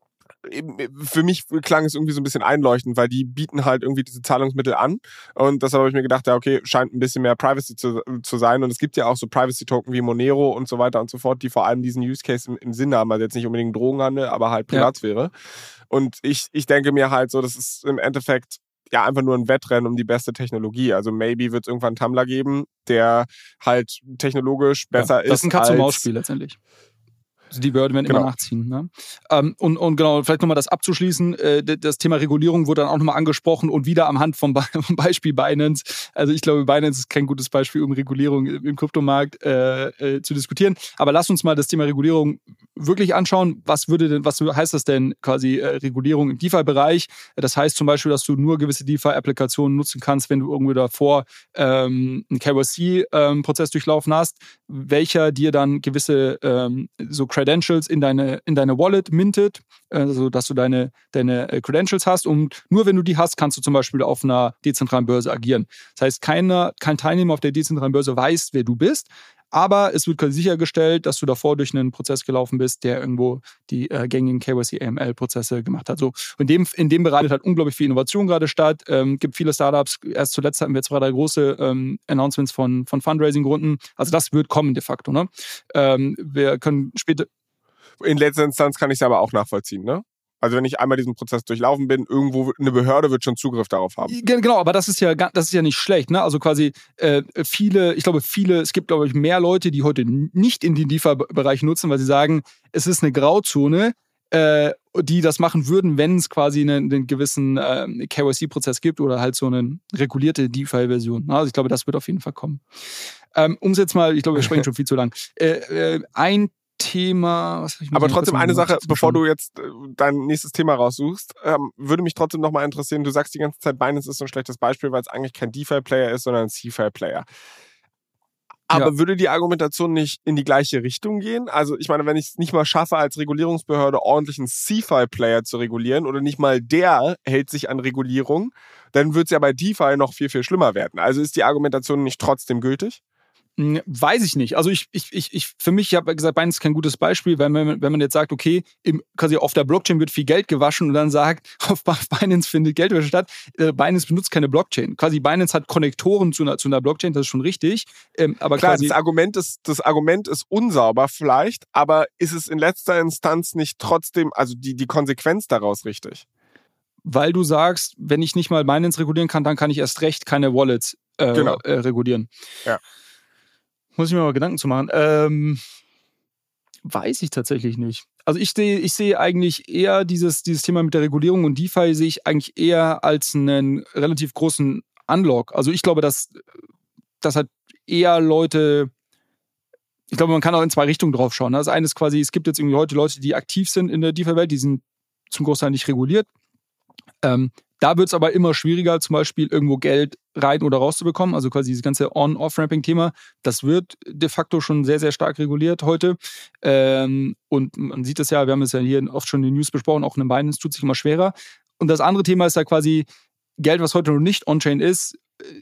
für mich klang es irgendwie so ein bisschen einleuchtend, weil die bieten halt irgendwie diese Zahlungsmittel an und deshalb habe ich mir gedacht, ja okay, scheint ein bisschen mehr Privacy zu, zu sein und es gibt ja auch so Privacy-Token wie Monero und so weiter und so fort, die vor allem diesen Use Case im, im Sinn haben, also jetzt nicht unbedingt Drogenhandel, aber halt Privatsphäre. Ja. Und ich, ich denke mir halt so, das ist im Endeffekt ja einfach nur ein Wettrennen um die beste Technologie. Also maybe wird es irgendwann einen Tumblr geben, der halt technologisch besser ja, das ist. Das ist ein Katz- und Maus-Spiel letztendlich. Also die Behörden werden Genau. immer nachziehen. Ne? Ähm, und, und genau, vielleicht nochmal das abzuschließen, äh, das Thema Regulierung wurde dann auch nochmal angesprochen und wieder am Hand vom, Be- vom Beispiel Binance. Also ich glaube, Binance ist kein gutes Beispiel, um Regulierung im Kryptomarkt äh, äh, zu diskutieren. Aber lass uns mal das Thema Regulierung wirklich anschauen. Was würde denn, was heißt das denn quasi äh, Regulierung im DeFi-Bereich? Das heißt zum Beispiel, dass du nur gewisse DeFi-Applikationen nutzen kannst, wenn du irgendwo davor ähm, einen K Y C-Prozess ähm, durchlaufen hast, welcher dir dann gewisse ähm, so Credentials in deine, in deine Wallet mintet, also dass du deine, deine Credentials hast und nur wenn du die hast, kannst du zum Beispiel auf einer dezentralen Börse agieren. Das heißt, keiner, kein Teilnehmer auf der dezentralen Börse weiß, wer du bist, aber es wird quasi sichergestellt, dass du davor durch einen Prozess gelaufen bist, der irgendwo die äh, gängigen K Y C A M L-Prozesse gemacht hat. So, in, dem, in dem Bereich hat unglaublich viel Innovation gerade statt. Ähm, gibt viele Startups. Erst zuletzt hatten wir zwei, drei große ähm, Announcements von, von Fundraising-Runden. Also das wird kommen de facto. Ne? Ähm, wir können später... In letzter Instanz kann ich es aber auch nachvollziehen, ne? Also wenn ich einmal diesen Prozess durchlaufen bin, irgendwo eine Behörde wird schon Zugriff darauf haben. Genau, aber das ist ja das ist ja nicht schlecht, ne? Also quasi äh, viele, ich glaube viele, es gibt glaube ich mehr Leute, die heute nicht in den DeFi-Bereich nutzen, weil sie sagen, es ist eine Grauzone, äh, die das machen würden, wenn es quasi einen, einen gewissen äh, K Y C-Prozess gibt oder halt so eine regulierte DeFi-Version. Ne? Also ich glaube, das wird auf jeden Fall kommen. Ähm, um es jetzt mal, ich glaube, wir sprechen schon viel zu lang. Äh, äh, ein Thema. Was ich Aber trotzdem eine Sache, bevor du jetzt äh, dein nächstes Thema raussuchst, ähm, würde mich trotzdem nochmal interessieren, du sagst die ganze Zeit, Binance ist so ein schlechtes Beispiel, weil es eigentlich kein DeFi-Player ist, sondern ein C-Fi-Player. Aber ja. Würde die Argumentation nicht in die gleiche Richtung gehen? Also ich meine, wenn ich es nicht mal schaffe, als Regulierungsbehörde ordentlich einen C-Fi-Player zu regulieren oder nicht mal der hält sich an Regulierung, dann wird es ja bei DeFi noch viel, viel schlimmer werden. Also ist die Argumentation nicht trotzdem gültig? Weiß ich nicht. Also ich, ich, ich, ich für mich, ich habe gesagt, Binance ist kein gutes Beispiel, weil man, wenn man jetzt sagt, okay, im, quasi auf der Blockchain wird viel Geld gewaschen und dann sagt, auf Binance findet Geldwäsche statt. Äh, Binance benutzt keine Blockchain. Quasi Binance hat Konnektoren zu einer, zu einer Blockchain, das ist schon richtig. Ähm, aber klar, quasi das Argument ist, das Argument ist unsauber vielleicht, aber ist es in letzter Instanz nicht trotzdem, also die, die Konsequenz daraus richtig? Weil du sagst, wenn ich nicht mal Binance regulieren kann, dann kann ich erst recht keine Wallets äh, genau. äh, regulieren. Ja. Muss ich mir mal Gedanken zu machen. Ähm, weiß ich tatsächlich nicht. Also ich sehe ich sehe eigentlich eher dieses, dieses Thema mit der Regulierung und DeFi sehe ich eigentlich eher als einen relativ großen Unlock. Also ich glaube, dass das hat eher Leute, ich glaube, man kann auch in zwei Richtungen drauf schauen. Das eine ist quasi, es gibt jetzt irgendwie heute Leute, die aktiv sind in der DeFi-Welt, die sind zum Großteil nicht reguliert. Ähm, Da wird es aber immer schwieriger, zum Beispiel irgendwo Geld rein oder rauszubekommen. Also quasi dieses ganze On-Off-Ramping-Thema, das wird de facto schon sehr, sehr stark reguliert heute. Ähm, und man sieht es ja, wir haben es ja hier oft schon in den News besprochen, auch in Binance tut sich immer schwerer. Und das andere Thema ist ja quasi Geld, was heute noch nicht On-Chain ist,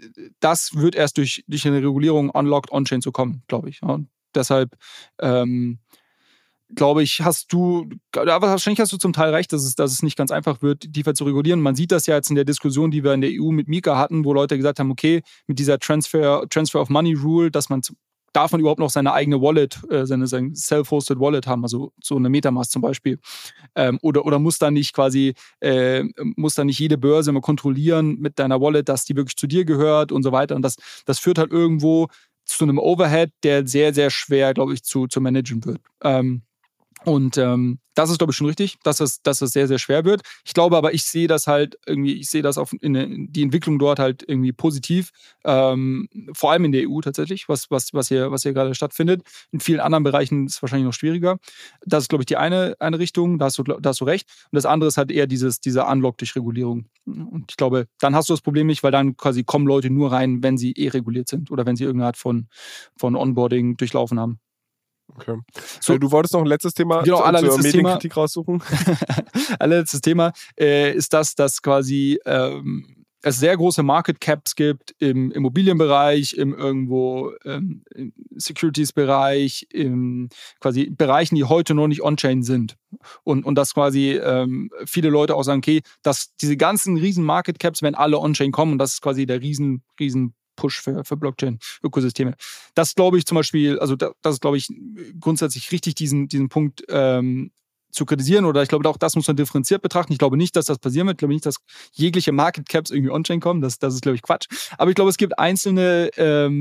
das wird erst durch, durch eine Regulierung unlocked On-Chain zu kommen, glaube ich. Ja, und deshalb ähm, glaube ich, hast du, aber wahrscheinlich hast du zum Teil recht, dass es, dass es nicht ganz einfach wird, DeFi zu regulieren. Man sieht das ja jetzt in der Diskussion, die wir in der E U mit Mika hatten, wo Leute gesagt haben, okay, mit dieser Transfer, Transfer of Money Rule, dass man, darf man überhaupt noch seine eigene Wallet, äh, seine, seine self-hosted Wallet haben, also so eine Metamask zum Beispiel. Ähm, oder, oder muss da nicht quasi, äh, muss da nicht jede Börse immer kontrollieren mit deiner Wallet, dass die wirklich zu dir gehört und so weiter. Und das, das führt halt irgendwo zu einem Overhead, der sehr, sehr schwer, glaube ich, zu, zu managen wird. Ähm, Und ähm, das ist, glaube ich, schon richtig, dass es, dass es sehr, sehr schwer wird. Ich glaube aber, ich sehe das halt irgendwie, ich sehe das auf in, in die Entwicklung dort halt irgendwie positiv. Ähm, vor allem in der E U tatsächlich, was, was, was hier, was hier gerade stattfindet. In vielen anderen Bereichen ist es wahrscheinlich noch schwieriger. Das ist, glaube ich, die eine, eine Richtung, da hast, du, da hast du recht. Und das andere ist halt eher dieses, dieser Unlock durch Regulierung. Und ich glaube, dann hast du das Problem nicht, weil dann quasi kommen Leute nur rein, wenn sie eh reguliert sind oder wenn sie irgendeine Art von, von Onboarding durchlaufen haben. Okay. So, du wolltest noch ein letztes Thema genau, zur, zur Medienkritik Thema, raussuchen? allerletztes Thema äh, ist das, dass quasi ähm, es sehr große Market Caps gibt im Immobilienbereich, im irgendwo ähm, im Securities-Bereich, im quasi Bereichen, die heute noch nicht on-chain sind. Und, und dass quasi ähm, viele Leute auch sagen, okay, dass diese ganzen riesen Market Caps, wenn alle on-chain kommen, und das ist quasi der riesen, riesen Push für, für Blockchain-Ökosysteme. Das glaube ich zum Beispiel, also das, das ist, glaube ich, grundsätzlich richtig, diesen, diesen Punkt ähm, zu kritisieren, oder ich glaube auch, das muss man differenziert betrachten. Ich glaube nicht, dass das passieren wird. Ich glaube nicht, dass jegliche Market Caps irgendwie on-chain kommen. Das, das ist, glaube ich, Quatsch. Aber ich glaube, es gibt einzelne ähm,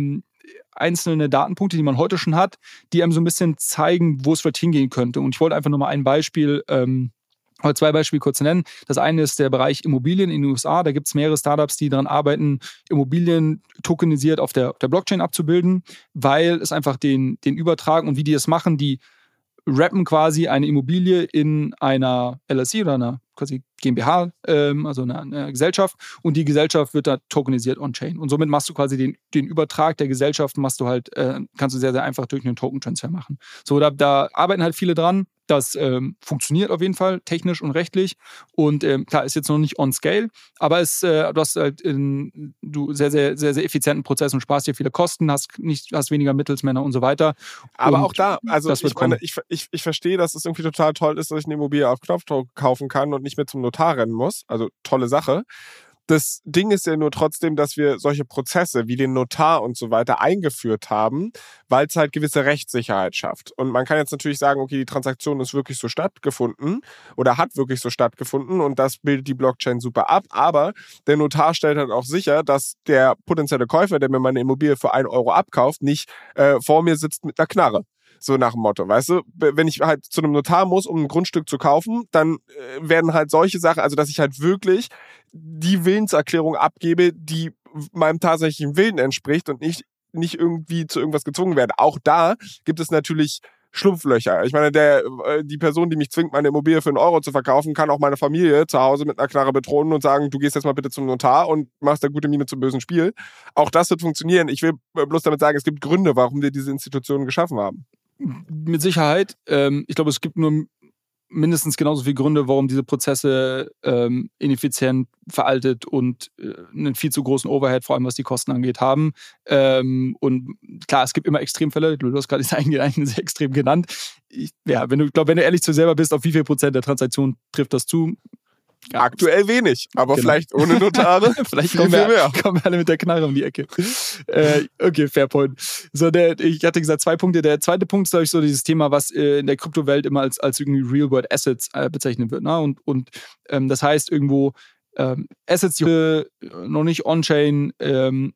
einzelne Datenpunkte, die man heute schon hat, die einem so ein bisschen zeigen, wo es vielleicht hingehen könnte. Und ich wollte einfach nur mal ein Beispiel ähm, oder zwei Beispiele kurz nennen. Das eine ist der Bereich Immobilien in den U S A. Da gibt es mehrere Startups, die daran arbeiten, Immobilien tokenisiert auf der, auf der Blockchain abzubilden, weil es einfach den, den Übertrag und wie die das machen, die rappen quasi eine Immobilie in einer L L C oder einer quasi GmbH, ähm, also einer, einer Gesellschaft, und die Gesellschaft wird da tokenisiert on-chain. Und somit machst du quasi den, den Übertrag der Gesellschaft, machst du halt, äh, kannst du sehr, sehr einfach durch einen Token-Transfer machen. So, da, da arbeiten halt viele dran. Das ähm, funktioniert auf jeden Fall technisch und rechtlich. Und ähm, klar, ist jetzt noch nicht on scale, aber es, äh, du hast halt in, du sehr, sehr, sehr, sehr effizienten Prozess und sparst dir viele Kosten, hast, nicht, hast weniger Mittelsmänner und so weiter. Aber und auch da, also ich wird meine, ich, ich, ich verstehe, dass es irgendwie total toll ist, dass ich eine Immobilie auf Knopfdruck kaufen kann und nicht mehr zum Notar rennen muss. Also tolle Sache. Das Ding ist ja nur trotzdem, dass wir solche Prozesse wie den Notar und so weiter eingeführt haben, weil es halt gewisse Rechtssicherheit schafft. Und man kann jetzt natürlich sagen, okay, die Transaktion ist wirklich so stattgefunden oder hat wirklich so stattgefunden und das bildet die Blockchain super ab. Aber der Notar stellt halt auch sicher, dass der potenzielle Käufer, der mir meine Immobilie für einen Euro abkauft, nicht äh, vor mir sitzt mit einer Knarre. So nach dem Motto, weißt du, wenn ich halt zu einem Notar muss, um ein Grundstück zu kaufen, dann äh, werden halt solche Sachen, also dass ich halt wirklich die Willenserklärung abgebe, die meinem tatsächlichen Willen entspricht und nicht, nicht irgendwie zu irgendwas gezwungen werde. Auch da gibt es natürlich Schlupflöcher. Ich meine, der, die Person, die mich zwingt, meine Immobilie für einen Euro zu verkaufen, kann auch meine Familie zu Hause mit einer Knarre bedrohen und sagen, du gehst jetzt mal bitte zum Notar und machst da gute Miene zum bösen Spiel. Auch das wird funktionieren. Ich will bloß damit sagen, es gibt Gründe, warum wir diese Institutionen geschaffen haben. Mit Sicherheit. Ähm, ich glaube, es gibt nur mindestens genauso viele Gründe, warum diese Prozesse ähm, ineffizient, veraltet und äh, einen viel zu großen Overhead, vor allem was die Kosten angeht, haben. Ähm, und klar, es gibt immer Extremfälle. Du hast gerade das eigene sehr extrem genannt. Ich, ja, wenn du, glaub, wenn du ehrlich zu dir selber bist, auf wie viel Prozent der Transaktionen trifft das zu? Ja. Aktuell wenig, aber genau. Vielleicht ohne Notare. Vielleicht kommen wir, mehr. kommen wir alle mit der Knarre um die Ecke. äh, okay, fair point. So, der, ich hatte gesagt, zwei Punkte. Der zweite Punkt ist, glaube ich, so dieses Thema, was äh, in der Kryptowelt immer als, als irgendwie Real-World-Assets äh, bezeichnet wird. Ne? Und, und ähm, das heißt irgendwo ähm, Assets, die äh, noch nicht on-chain ähm,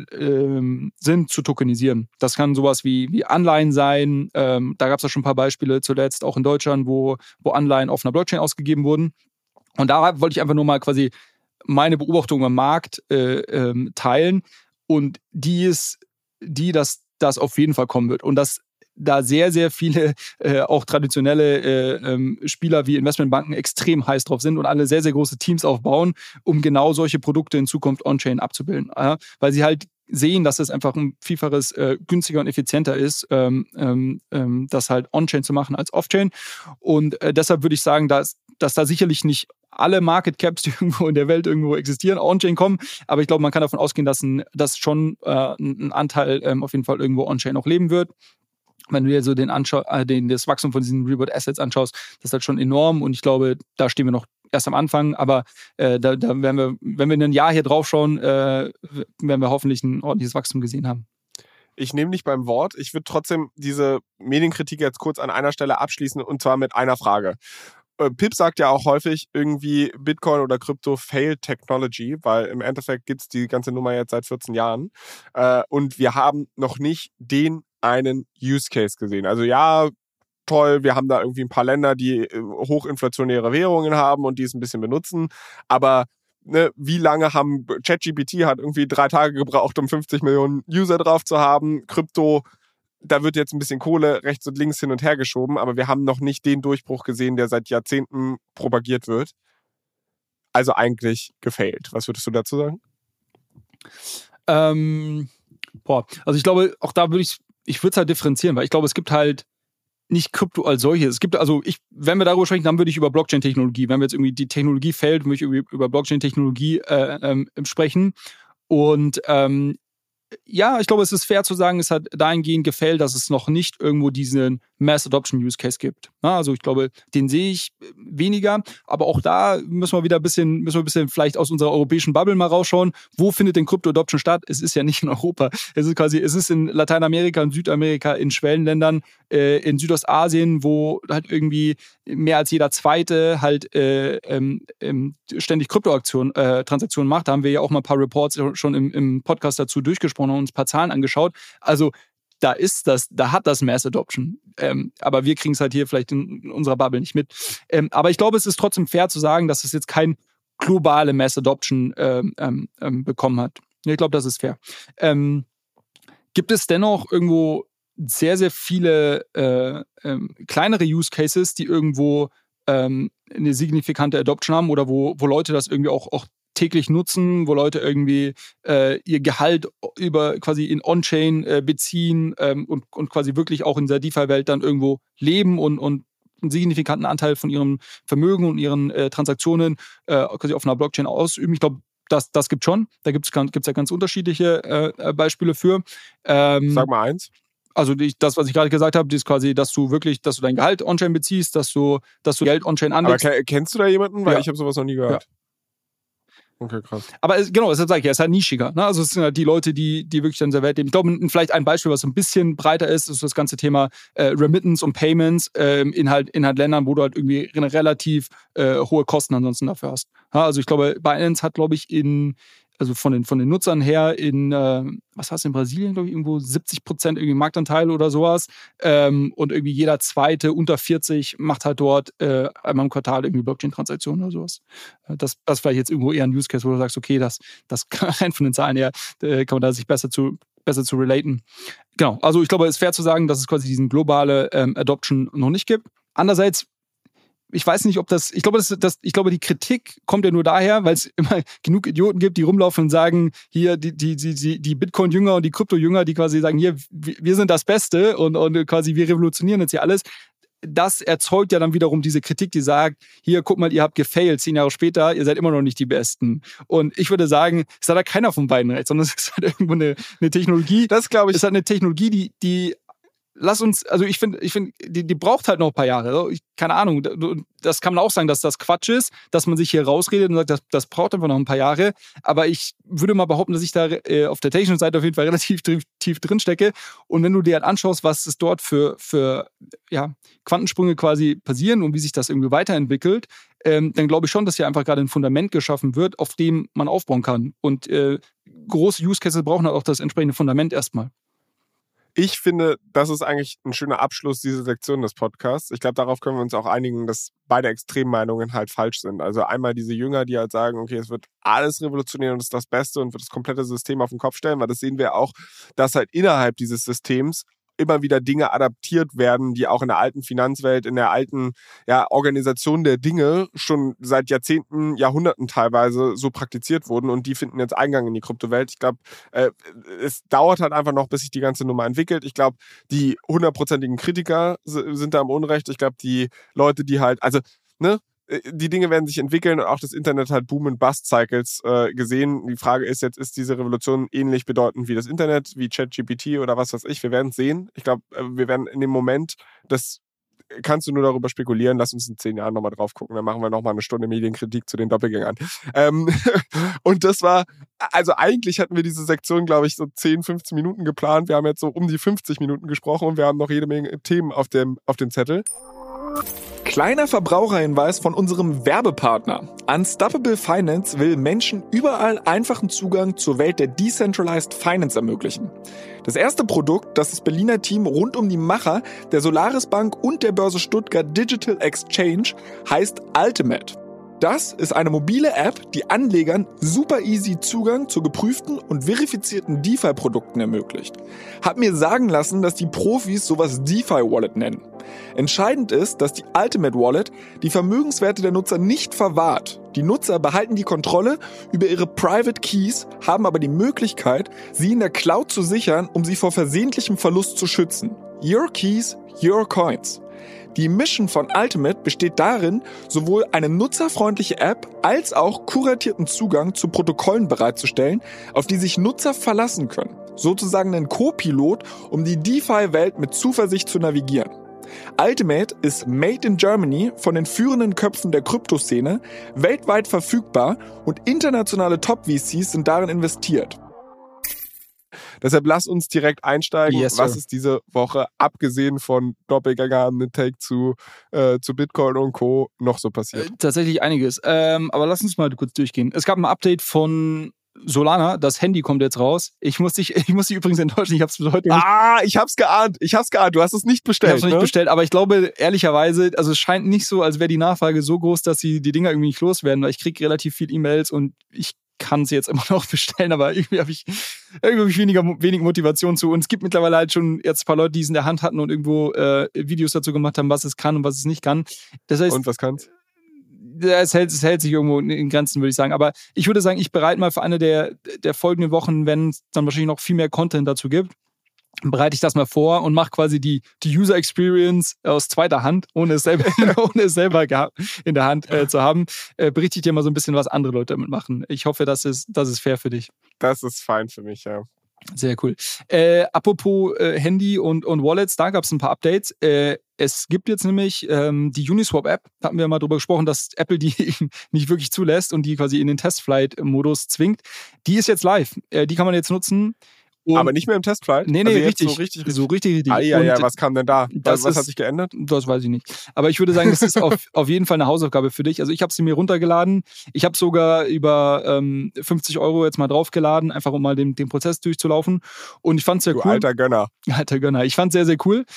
ähm, sind, zu tokenisieren. Das kann sowas wie, wie Anleihen sein. Ähm, da gab es ja schon ein paar Beispiele zuletzt, auch in Deutschland, wo, wo Anleihen auf einer Blockchain ausgegeben wurden. Und da wollte ich einfach nur mal quasi meine Beobachtung am Markt äh, ähm, teilen. Und die ist die, dass das auf jeden Fall kommen wird. Und dass da sehr, sehr viele äh, auch traditionelle äh, ähm, Spieler wie Investmentbanken extrem heiß drauf sind und alle sehr, sehr große Teams aufbauen, um genau solche Produkte in Zukunft on-chain abzubilden. Ja? Weil sie halt sehen, dass es einfach ein Vielfaches äh, günstiger und effizienter ist, ähm, ähm, das halt on-chain zu machen als off-chain. Und äh, deshalb würde ich sagen, dass, dass da sicherlich nicht alle Market Caps, die irgendwo in der Welt irgendwo existieren, on-chain kommen. Aber ich glaube, man kann davon ausgehen, dass, ein, dass schon äh, ein Anteil ähm, auf jeden Fall irgendwo on-chain auch leben wird. Wenn du dir so den Anschau- äh, den, das Wachstum von diesen Real-World Assets anschaust, das ist halt schon enorm. Und ich glaube, da stehen wir noch erst am Anfang. Aber äh, da, da werden wir, wenn wir in ein Jahr hier drauf schauen, äh, werden wir hoffentlich ein ordentliches Wachstum gesehen haben. Ich nehme dich beim Wort. Ich würde trotzdem diese Medienkritik jetzt kurz an einer Stelle abschließen und zwar mit einer Frage. Pip sagt ja auch häufig irgendwie Bitcoin oder Krypto failed Technology, weil im Endeffekt gibt es die ganze Nummer jetzt seit vierzehn Jahren und wir haben noch nicht den einen Use Case gesehen. Also ja, toll, wir haben da irgendwie ein paar Länder, die hochinflationäre Währungen haben und die es ein bisschen benutzen, aber ne, wie lange haben ChatGPT hat irgendwie drei Tage gebraucht, um fünfzig Millionen User drauf zu haben, Krypto, da wird jetzt ein bisschen Kohle rechts und links hin und her geschoben, aber wir haben noch nicht den Durchbruch gesehen, der seit Jahrzehnten propagiert wird. Also eigentlich gefailt. Was würdest du dazu sagen? Ähm, boah, also ich glaube, auch da würde ich, ich würde es halt differenzieren, weil ich glaube, es gibt halt nicht Krypto als solches. Es gibt, also ich, wenn wir darüber sprechen, dann würde ich über Blockchain-Technologie, wenn wir jetzt irgendwie die Technologie fällt, würde ich über, über Blockchain-Technologie äh, ähm, sprechen. Und ähm, ja, ich glaube, es ist fair zu sagen, es hat dahingehend gefällt, dass es noch nicht irgendwo diesen Mass Adoption Use Case gibt. Ja, also ich glaube, den sehe ich weniger, aber auch da müssen wir wieder ein bisschen, müssen wir ein bisschen vielleicht aus unserer europäischen Bubble mal rausschauen. Wo findet denn Crypto Adoption statt? Es ist ja nicht in Europa. Es ist quasi, es ist in Lateinamerika, in Südamerika, in Schwellenländern, äh, in Südostasien, wo halt irgendwie mehr als jeder Zweite halt äh, ähm, ähm, ständig Kryptoaktionen, äh, Transaktionen macht. Da haben wir ja auch mal ein paar Reports schon im, im Podcast dazu durchgesprochen und uns ein paar Zahlen angeschaut. Also da ist das, da hat das Mass Adoption. Ähm, aber wir kriegen es halt hier vielleicht in, in unserer Bubble nicht mit. Ähm, aber ich glaube, es ist trotzdem fair zu sagen, dass es jetzt kein globale Mass Adoption ähm, ähm, bekommen hat. Ich glaube, das ist fair. Ähm, gibt es dennoch irgendwo sehr, sehr viele äh, ähm, kleinere Use Cases, die irgendwo ähm, eine signifikante Adoption haben oder wo, wo Leute das irgendwie auch, auch täglich nutzen, wo Leute irgendwie äh, ihr Gehalt über quasi in On-Chain äh, beziehen ähm, und, und quasi wirklich auch in der DeFi-Welt dann irgendwo leben und, und einen signifikanten Anteil von ihrem Vermögen und ihren äh, Transaktionen äh, quasi auf einer Blockchain ausüben. Ich glaube, das, das gibt schon. Da gibt es ja ganz unterschiedliche äh, Beispiele für. Ähm, Sag mal eins. Also die, das, was ich gerade gesagt habe, ist quasi, dass du wirklich, dass du dein Gehalt On-Chain beziehst, dass du, dass du Geld On-Chain anlegst. Aber kennst du da jemanden? Weil ja. ich habe sowas noch nie gehört. Ja. Okay, krass. Aber es, genau, deshalb sage ich, er ist halt nischiger. Ne? Also es sind halt die Leute, die, die wirklich in der Welt leben. Ich glaube, vielleicht ein Beispiel, was so ein bisschen breiter ist, ist das ganze Thema äh, Remittance und Payments ähm, in, halt, in halt Ländern, wo du halt irgendwie relativ äh, hohe Kosten ansonsten dafür hast. Ja, also ich glaube, Binance hat, glaube ich, in also von den, von den Nutzern her in, äh, was hast du in Brasilien, glaube ich, irgendwo siebzig Prozent irgendwie Marktanteil oder sowas. Ähm, und irgendwie jeder Zweite unter vierzig macht halt dort äh, einmal im Quartal irgendwie Blockchain-Transaktionen oder sowas. Das, das ist vielleicht jetzt irgendwo eher ein Use Case, wo du sagst, okay, das, das rein von den Zahlen her äh, kann man da sich besser zu, besser zu relaten. Genau, also ich glaube, es ist fair zu sagen, dass es quasi diesen globale ähm, Adoption noch nicht gibt. Andererseits, ich weiß nicht, ob das, ich glaube, das, das, ich glaube, die Kritik kommt ja nur daher, weil es immer genug Idioten gibt, die rumlaufen und sagen, hier, die, die, die, die Bitcoin-Jünger und die Krypto-Jünger, die quasi sagen, hier, wir sind das Beste und, und quasi wir revolutionieren jetzt hier alles. Das erzeugt ja dann wiederum diese Kritik, die sagt, hier, guck mal, ihr habt gefailt, zehn Jahre später, ihr seid immer noch nicht die Besten. Und ich würde sagen, es hat da keiner von beiden recht, sondern es ist halt irgendwo eine, eine Technologie. Das glaube ich. Es ist halt eine Technologie, die, die Lass uns, also ich finde, ich finde, die, die braucht halt noch ein paar Jahre. Ich, keine Ahnung, das kann man auch sagen, dass das Quatsch ist, dass man sich hier rausredet und sagt, das, das braucht einfach noch ein paar Jahre. Aber ich würde mal behaupten, dass ich da äh, auf der technischen Seite auf jeden Fall relativ tief, tief drin stecke. Und wenn du dir halt anschaust, was es dort für, für ja, Quantensprünge quasi passieren und wie sich das irgendwie weiterentwickelt, ähm, dann glaube ich schon, dass hier einfach gerade ein Fundament geschaffen wird, auf dem man aufbauen kann. Und äh, große Use Cases brauchen halt auch das entsprechende Fundament erstmal. Ich finde, das ist eigentlich ein schöner Abschluss dieser Sektion des Podcasts. Ich glaube, darauf können wir uns auch einigen, dass beide Extremmeinungen halt falsch sind. Also einmal diese Jünger, die halt sagen, okay, es wird alles revolutionieren und es ist das Beste und wird das komplette System auf den Kopf stellen, weil das sehen wir auch, dass halt innerhalb dieses Systems immer wieder Dinge adaptiert werden, die auch in der alten Finanzwelt, in der alten ja, Organisation der Dinge schon seit Jahrzehnten, Jahrhunderten teilweise so praktiziert wurden und die finden jetzt Eingang in die Kryptowelt. Ich glaube, äh, es dauert halt einfach noch, bis sich die ganze Nummer entwickelt. Ich glaube, die hundertprozentigen Kritiker sind da im Unrecht. Ich glaube, die Leute, die halt, also, ne, die Dinge werden sich entwickeln und auch das Internet hat Boom- und Bust-Cycles äh, gesehen. Die Frage ist jetzt, ist diese Revolution ähnlich bedeutend wie das Internet, wie ChatGPT oder was weiß ich? Wir werden es sehen. Ich glaube, wir werden in dem Moment, das kannst du nur darüber spekulieren, lass uns in zehn Jahren nochmal drauf gucken, dann machen wir nochmal eine Stunde Medienkritik zu den Doppelgängern. Ähm, und das war, also eigentlich hatten wir diese Sektion, glaube ich, so zehn, fünfzehn Minuten geplant. Wir haben jetzt so um die fünfzig Minuten gesprochen und wir haben noch jede Menge Themen auf dem, auf dem Zettel. Kleiner Verbraucherhinweis von unserem Werbepartner. Unstoppable Finance will Menschen überall einfachen Zugang zur Welt der Decentralized Finance ermöglichen. Das erste Produkt, das das Berliner Team rund um die Macher der Solaris Bank und der Börse Stuttgart Digital Exchange heißt Ultimate. Das ist eine mobile App, die Anlegern super easy Zugang zu geprüften und verifizierten DeFi-Produkten ermöglicht. Hab mir sagen lassen, dass die Profis sowas DeFi-Wallet nennen. Entscheidend ist, dass die Ultimate Wallet die Vermögenswerte der Nutzer nicht verwahrt. Die Nutzer behalten die Kontrolle über ihre Private Keys, haben aber die Möglichkeit, sie in der Cloud zu sichern, um sie vor versehentlichem Verlust zu schützen. Your Keys, Your Coins. Die Mission von Ultimate besteht darin, sowohl eine nutzerfreundliche App als auch kuratierten Zugang zu Protokollen bereitzustellen, auf die sich Nutzer verlassen können. Sozusagen ein Co-Pilot, um die DeFi-Welt mit Zuversicht zu navigieren. Ultimate ist made in Germany von den führenden Köpfen der Kryptoszene, weltweit verfügbar und internationale Top-V Cs sind darin investiert. Deshalb lass uns direkt einsteigen. Yes, was sir. ist diese Woche, abgesehen von Doppelgänger, eine Take zu, äh, zu Bitcoin und Co. noch so passiert? Äh, tatsächlich einiges. Ähm, aber lass uns mal kurz durchgehen. Es gab ein Update von Solana. Das Handy kommt jetzt raus. Ich muss dich, ich muss dich übrigens enttäuschen. Ich habe es bis heute nicht, Ah, ich hab's geahnt. Ich hab's geahnt. Du hast es nicht ich bestellt. hab's noch nicht ne? bestellt. Aber ich glaube, ehrlicherweise, also es scheint nicht so, als wäre die Nachfrage so groß, dass sie die Dinger irgendwie nicht loswerden. Weil ich kriege relativ viel E-Mails und ich kann sie jetzt immer noch bestellen, aber irgendwie habe ich, irgendwie hab ich weniger, wenig Motivation zu. Und es gibt mittlerweile halt schon jetzt ein paar Leute, die es in der Hand hatten und irgendwo äh, Videos dazu gemacht haben, was es kann und was es nicht kann. Das heißt, Und was kann's? es hält, es hält sich irgendwo in Grenzen, würde ich sagen. Aber ich würde sagen, ich bereite mal für eine der, der folgenden Wochen, wenn es dann wahrscheinlich noch viel mehr Content dazu gibt, bereite ich das mal vor und mache quasi die, die User Experience aus zweiter Hand, ohne es selber, ohne es selber gehabt, in der Hand äh, zu haben, äh, berichte ich dir mal so ein bisschen, was andere Leute damit machen. Ich hoffe, das ist, das ist fair für dich. Das ist fein für mich, ja. Sehr cool. Äh, apropos äh, Handy und, und Wallets, da gab es ein paar Updates. Äh, es gibt jetzt nämlich ähm, die Uniswap-App, da hatten wir mal drüber gesprochen, dass Apple die nicht wirklich zulässt und die quasi in den Testflight-Modus zwingt. Die ist jetzt live. Äh, die kann man jetzt nutzen. Und Aber nicht mehr im Testflight? Nee, nee, also jetzt richtig. So richtig, richtig. So richtig, richtig. Ah, ja, ja, Und was kam denn da? das Was, was ist- hat sich geändert? Das weiß ich nicht. Aber ich würde sagen, das ist auf, auf jeden Fall eine Hausaufgabe für dich. Also ich habe sie mir runtergeladen. Ich habe sogar über ähm, fünfzig Euro jetzt mal draufgeladen, einfach um mal den, den Prozess durchzulaufen. Und ich fand es sehr Du cool. alter Gönner. Alter Gönner. Ich fand es sehr, sehr cool.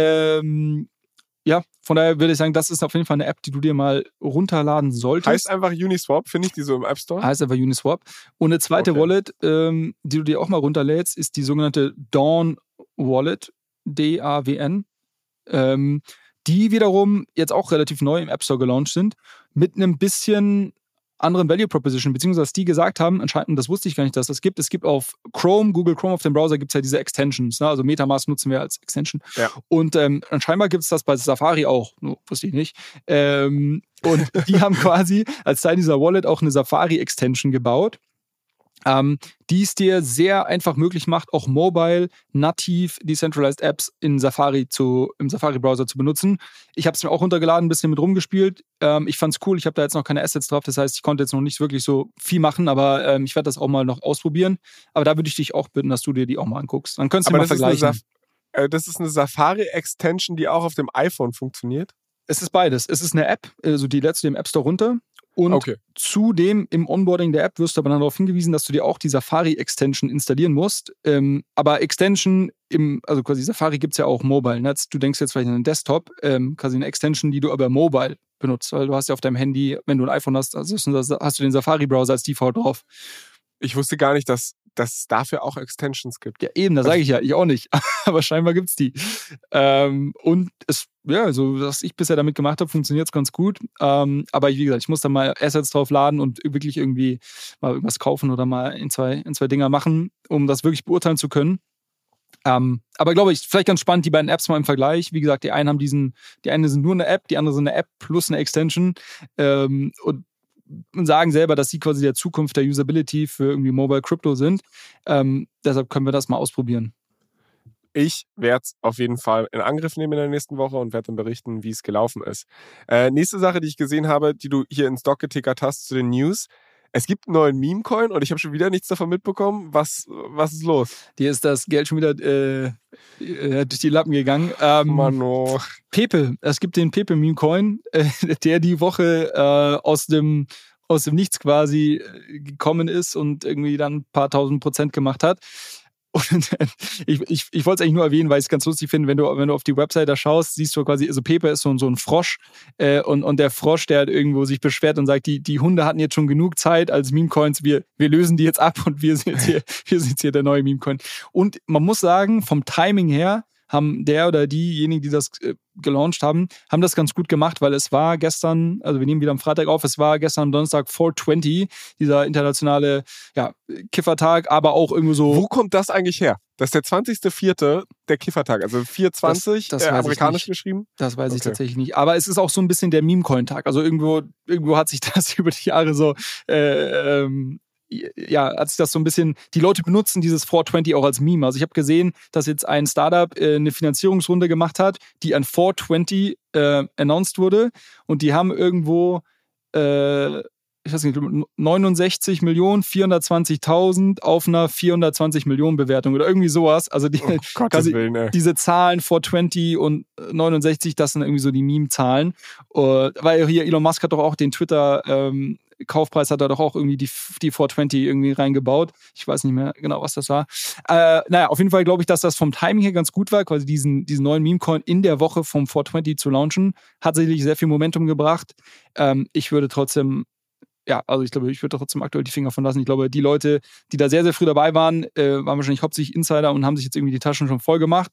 Ähm, ja, von daher würde ich sagen, das ist auf jeden Fall eine App, die du dir mal runterladen solltest. Heißt einfach Uniswap, finde ich die so im App Store? Heißt aber Uniswap. Und eine zweite Okay. Wallet, ähm, die du dir auch mal runterlädst, ist die sogenannte Dawn Wallet. D A W N. Ähm, die wiederum jetzt auch relativ neu im App Store gelauncht sind, mit einem bisschen anderen Value Proposition, beziehungsweise was die gesagt haben, anscheinend, das wusste ich gar nicht, dass das gibt. Es gibt auf Chrome, Google Chrome, auf dem Browser gibt es ja diese Extensions, ne? Also MetaMask nutzen wir als Extension. Ja. Und ähm, scheinbar gibt es das bei Safari auch, no, wusste ich nicht. Ähm, und die haben quasi als Teil dieser Wallet auch eine Safari-Extension gebaut, ähm, die es dir sehr einfach möglich macht, auch mobile, nativ Decentralized Apps in Safari zu, im Safari-Browser zu benutzen. Ich habe es mir auch runtergeladen, ein bisschen mit rumgespielt. Ähm, ich fand es cool, ich habe da jetzt noch keine Assets drauf, das heißt, ich konnte jetzt noch nicht wirklich so viel machen, aber ähm, ich werde das auch mal noch ausprobieren. Aber da würde ich dich auch bitten, dass du dir die auch mal anguckst. Dann könntest du Aber mal das ist, eine vergleichen. Saf- äh, das ist eine Safari-Extension, die auch auf dem iPhone funktioniert? Es ist beides. Es ist eine App, also die lädst du im App Store runter. Und Okay. zudem im Onboarding der App wirst du aber dann darauf hingewiesen, dass du dir auch die Safari-Extension installieren musst. Ähm, aber Extension, im, also quasi Safari gibt es ja auch mobile. Ne? Du denkst jetzt vielleicht an einen Desktop, ähm, quasi eine Extension, die du aber mobile benutzt. Weil du hast ja auf deinem Handy, wenn du ein iPhone hast, also hast du den Safari-Browser als Default drauf. Ich wusste gar nicht, dass dass es dafür auch Extensions gibt. Ja, eben, das sage ich ja, ich auch nicht. Aber scheinbar gibt's die. Ähm, und es, ja, so was ich bisher damit gemacht habe, funktioniert es ganz gut. Ähm, aber wie gesagt, ich muss da mal Assets drauf laden und wirklich irgendwie mal irgendwas kaufen oder mal in zwei, in zwei Dinger machen, um das wirklich beurteilen zu können. Ähm, aber glaube ich, vielleicht ganz spannend, die beiden Apps mal im Vergleich. Wie gesagt, die einen haben diesen, die eine sind nur eine App, die andere sind eine App plus eine Extension. Ähm, und und sagen selber, dass sie quasi der Zukunft der Usability für irgendwie Mobile Crypto sind. Ähm, deshalb können wir das mal ausprobieren. Ich werde es auf jeden Fall in Angriff nehmen in der nächsten Woche und werde dann berichten, wie es gelaufen ist. Äh, nächste Sache, die ich gesehen habe, die du hier ins Doc getickert hast zu den News. Es gibt einen neuen Meme-Coin und ich habe schon wieder nichts davon mitbekommen. Was, was ist los? Dir ist das Geld schon wieder äh, äh, durch die Lappen gegangen. Ähm, Mano. Pepe, es gibt den Pepe-Meme-Coin, äh, der die Woche äh, aus dem aus dem Nichts quasi gekommen ist und irgendwie dann ein paar tausend Prozent gemacht hat. Und ich, ich, ich wollte es eigentlich nur erwähnen, weil ich es ganz lustig finde, wenn du, wenn du auf die Website da schaust, siehst du quasi, also Pepe ist so, so ein Frosch äh, und, und der Frosch, der halt irgendwo sich beschwert und sagt, die, die Hunde hatten jetzt schon genug Zeit als Meme-Coins, wir, wir lösen die jetzt ab und wir sind jetzt hier, wir sind jetzt hier der neue Meme-Coin. Und man muss sagen, vom Timing her haben der oder diejenigen, die das äh, gelauncht haben, haben das ganz gut gemacht, weil es war gestern, also wir nehmen wieder am Freitag auf, es war gestern am Donnerstag vier zwanzig, dieser internationale ja, Kiffertag, aber auch irgendwo so... Wo kommt das eigentlich her? Das ist der zwanzigster vierte der Kiffertag, also vier zwanzig, Das- das äh, weiß ich amerikanisch nicht. geschrieben. Das weiß ich Okay. tatsächlich nicht. Aber es ist auch so ein bisschen der Meme-Coin-Tag. Also irgendwo, irgendwo hat sich das über die Jahre so äh, ähm, ja, als ich das so ein bisschen, die Leute benutzen dieses four twenty auch als Meme. Also ich habe gesehen, dass jetzt ein Startup äh, eine Finanzierungsrunde gemacht hat, die an four twenty äh, announced wurde und die haben irgendwo äh, ich weiß nicht, neunundsechzig Millionen vierhundertzwanzigtausend auf einer vierhundertzwanzig Millionen Bewertung oder irgendwie sowas. Also die, oh, quasi, Willen, diese Zahlen four twenty und neunundsechzig, das sind irgendwie so die Meme-Zahlen. Uh, weil hier Elon Musk hat doch auch den Twitter ähm, Kaufpreis hat er doch auch irgendwie die, die four twenty irgendwie reingebaut. Ich weiß nicht mehr genau, was das war. Äh, naja, auf jeden Fall glaube ich, dass das vom Timing her ganz gut war, quasi diesen, diesen neuen Meme-Coin in der Woche vom four twenty zu launchen. Hat sicherlich sehr viel Momentum gebracht. Ähm, ich würde trotzdem Ja, also ich glaube, ich würde trotzdem aktuell die Finger von lassen. Ich glaube, die Leute, die da sehr, sehr früh dabei waren, äh, waren wahrscheinlich hauptsächlich Insider und haben sich jetzt irgendwie die Taschen schon voll gemacht.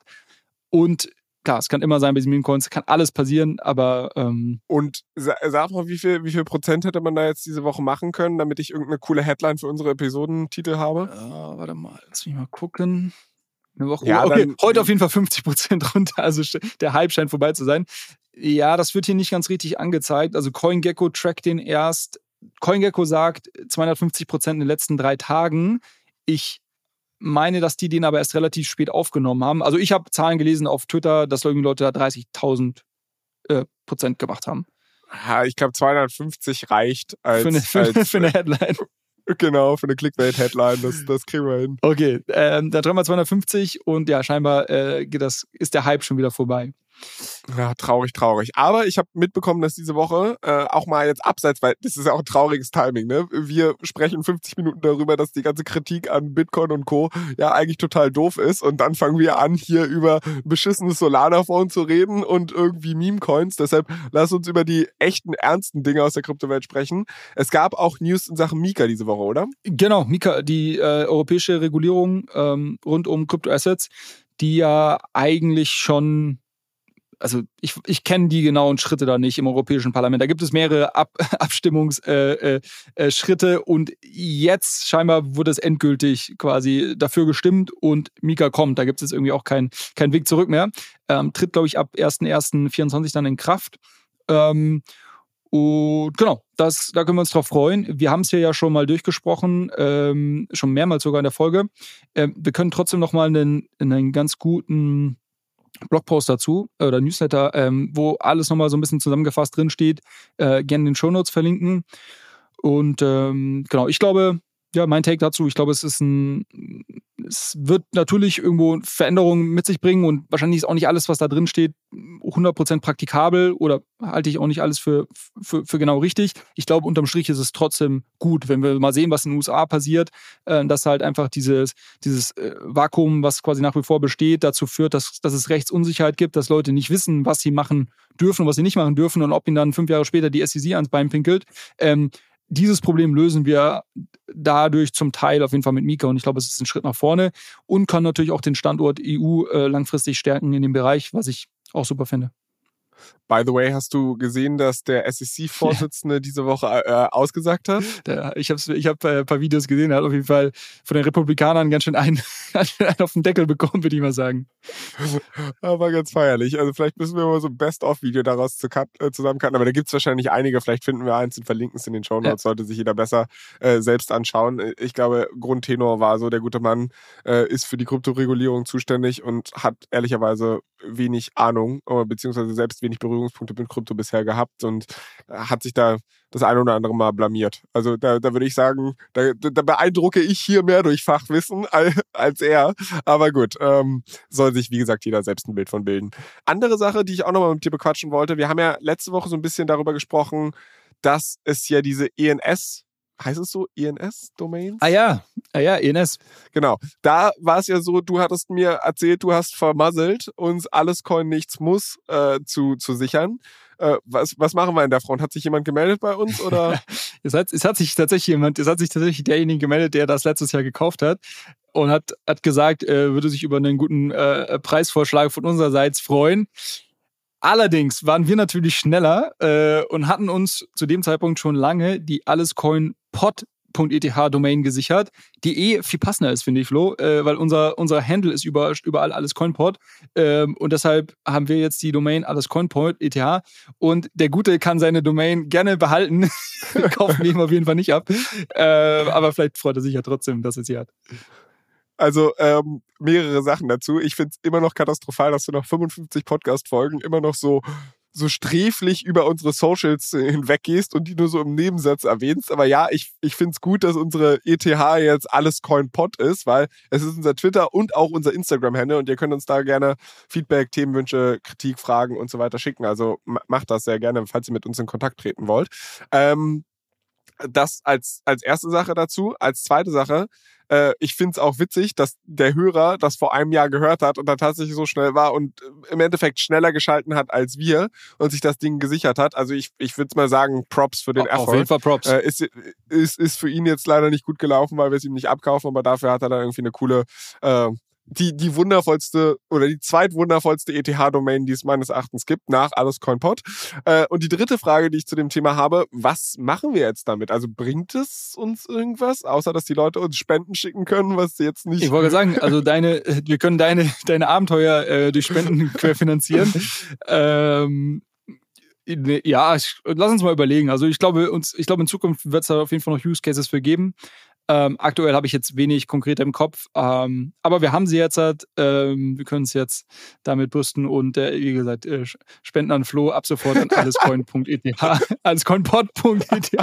Und klar, es kann immer sein bei diesen Meme-Coins, kann alles passieren, aber... Ähm und sag mal, wie viel, wie viel Prozent hätte man da jetzt diese Woche machen können, damit ich irgendeine coole Headline für unsere Episodentitel habe? Ja, warte mal, lass mich mal gucken. Eine Woche. Ja, okay, dann, heute auf jeden Fall fünfzig Prozent runter, also der Hype scheint vorbei zu sein. Ja, das wird hier nicht ganz richtig angezeigt. Also CoinGecko trackt den erst. CoinGecko sagt zweihundertfünfzig Prozent in den letzten drei Tagen. Ich meine, dass die den aber erst relativ spät aufgenommen haben. Also ich habe Zahlen gelesen auf Twitter, dass irgendwie Leute da dreißigtausend äh, Prozent gemacht haben. Ja, ich glaube zweihundertfünfzig reicht als... Für eine, für, als, für eine Headline. Genau, für eine Clickbait-Headline, das, das kriegen wir hin. Okay, ähm, da drin wir zweihundertfünfzig und ja, scheinbar äh, geht das, ist der Hype schon wieder vorbei. Ja, traurig, traurig. Aber ich habe mitbekommen, dass diese Woche äh, auch mal jetzt abseits, weil das ist ja auch ein trauriges Timing, ne? Wir sprechen fünfzig Minuten darüber, dass die ganze Kritik an Bitcoin und Co. ja eigentlich total doof ist und dann fangen wir an, hier über beschissenes Solana-Phone zu reden und irgendwie Meme-Coins. Deshalb lass uns über die echten, ernsten Dinge aus der Kryptowelt sprechen. Es gab auch News in Sachen Mika diese Woche, oder? Genau, Mika, die äh, europäische Regulierung ähm, rund um Kryptoassets, die ja eigentlich schon also ich, ich kenne die genauen Schritte da nicht im Europäischen Parlament. Da gibt es mehrere Ab- Abstimmungsschritte äh, äh, und jetzt scheinbar wurde es endgültig quasi dafür gestimmt und Mika kommt. Da gibt es jetzt irgendwie auch keinen kein Weg zurück mehr. Ähm, tritt, glaube ich, ab erster erster vierundzwanzig dann in Kraft. Ähm, und genau, das, da können wir uns drauf freuen. Wir haben es hier ja schon mal durchgesprochen, ähm, schon mehrmals sogar in der Folge. Ähm, wir können trotzdem noch mal einen, einen ganz guten Blogpost dazu oder Newsletter, ähm, wo alles nochmal so ein bisschen zusammengefasst drin steht, äh, gerne in den Shownotes verlinken. Und ähm, genau, ich glaube, ja, mein Take dazu, ich glaube, es ist ein, es wird natürlich irgendwo Veränderungen mit sich bringen und wahrscheinlich ist auch nicht alles, was da drin steht, hundert Prozent praktikabel oder halte ich auch nicht alles für, für, für genau richtig. Ich glaube, unterm Strich ist es trotzdem gut, wenn wir mal sehen, was in den U S A passiert, äh, dass halt einfach dieses, dieses äh, Vakuum, was quasi nach wie vor besteht, dazu führt, dass, dass es Rechtsunsicherheit gibt, dass Leute nicht wissen, was sie machen dürfen und was sie nicht machen dürfen und ob ihnen dann fünf Jahre später die S E C ans Bein pinkelt. Ähm, Dieses Problem lösen wir dadurch zum Teil auf jeden Fall mit Mika und ich glaube, es ist ein Schritt nach vorne und kann natürlich auch den Standort E U äh, langfristig stärken in dem Bereich, was ich auch super finde. By the way, hast du gesehen, dass der S E C-Vorsitzende ja. diese Woche äh, ausgesagt hat? Der, ich habe ich hab, äh, ein paar Videos gesehen, er hat auf jeden Fall von den Republikanern ganz schön einen, einen auf den Deckel bekommen, würde ich mal sagen. Aber ganz feierlich. Also vielleicht müssen wir mal so ein Best-of-Video daraus zu cut, äh, zusammencutten, aber da gibt es wahrscheinlich einige. Vielleicht finden wir eins und verlinken es in den Shownotes, ja. Sollte sich jeder besser äh, selbst anschauen. Ich glaube, Grundtenor war so, der gute Mann äh, ist für die Kryptoregulierung zuständig und hat ehrlicherweise wenig Ahnung, beziehungsweise selbst wenig Berührungspunkte mit Krypto bisher gehabt und hat sich da das eine oder andere Mal blamiert. Also da, da würde ich sagen, da, da beeindrucke ich hier mehr durch Fachwissen als, als er. Aber gut, ähm, soll sich, wie gesagt, jeder selbst ein Bild von bilden. Andere Sache, die ich auch nochmal mit dir bequatschen wollte, wir haben ja letzte Woche so ein bisschen darüber gesprochen, dass es ja diese E N S heißt es so? E N S-Domains? Ah ja, ah ja, E N S. Genau. Da war es ja so, du hattest mir erzählt, du hast vermasselt, uns alles Coin nichts muss äh, zu, zu sichern. Äh, was, was machen wir in der Front? Hat sich jemand gemeldet bei uns? Oder? es, hat, es hat sich tatsächlich jemand, es hat sich tatsächlich derjenige gemeldet, der das letztes Jahr gekauft hat und hat, hat gesagt, er würde sich über einen guten äh, Preisvorschlag von unsererseits freuen. Allerdings waren wir natürlich schneller äh, und hatten uns zu dem Zeitpunkt schon lange die Allescoin Pod .eth-Domain gesichert, die eh viel passender ist, finde ich, Flo, äh, weil unser, unser Handle ist über, überall alles CoinPod ähm, und deshalb haben wir jetzt die Domain alles CoinPod.eth und der Gute kann seine Domain gerne behalten, kaufen wir ihm auf jeden Fall nicht ab, äh, aber vielleicht freut er sich ja trotzdem, dass er sie hat. Also ähm, mehrere Sachen dazu. Ich finde es immer noch katastrophal, dass du nach fünfundfünfzig Podcast-Folgen immer noch so so sträflich über unsere Socials hinweggehst und die nur so im Nebensatz erwähnst. Aber ja, ich, ich finde es gut, dass unsere E T H jetzt alles CoinPod ist, weil es ist unser Twitter und auch unser Instagram-Handle und ihr könnt uns da gerne Feedback, Themenwünsche, Kritik, Fragen und so weiter schicken. Also macht das sehr gerne, falls ihr mit uns in Kontakt treten wollt. Ähm, das als, als erste Sache dazu. Als zweite Sache, äh, ich finde es auch witzig, dass der Hörer das vor einem Jahr gehört hat und dann tatsächlich so schnell war und im Endeffekt schneller geschalten hat als wir und sich das Ding gesichert hat. Also ich, ich würde mal sagen, Props für den Erfolg. Auf jeden Fall Props. Äh, ist, ist, ist für ihn jetzt leider nicht gut gelaufen, weil wir es ihm nicht abkaufen, aber dafür hat er dann irgendwie eine coole... Äh, Die, die wundervollste oder die zweitwundervollste E T H-Domain, die es meines Erachtens gibt, nach alles CoinPod. Äh, und die dritte Frage, die ich zu dem Thema habe, was machen wir jetzt damit? Also bringt es uns irgendwas, außer dass die Leute uns Spenden schicken können, was jetzt nicht... Ich wollte sagen, also deine, wir können deine, deine Abenteuer äh, durch Spenden querfinanzieren. ähm, ja, ich, lass uns mal überlegen. Also ich glaube, uns, ich glaube in Zukunft wird es da auf jeden Fall noch Use Cases für geben. Ähm, aktuell habe ich jetzt wenig konkret im Kopf, ähm, aber wir haben sie jetzt halt, ähm, wir können es jetzt damit brüsten und äh, wie gesagt, äh, Spenden an Flo ab sofort an allescoin.eth, allescoinpod.eth.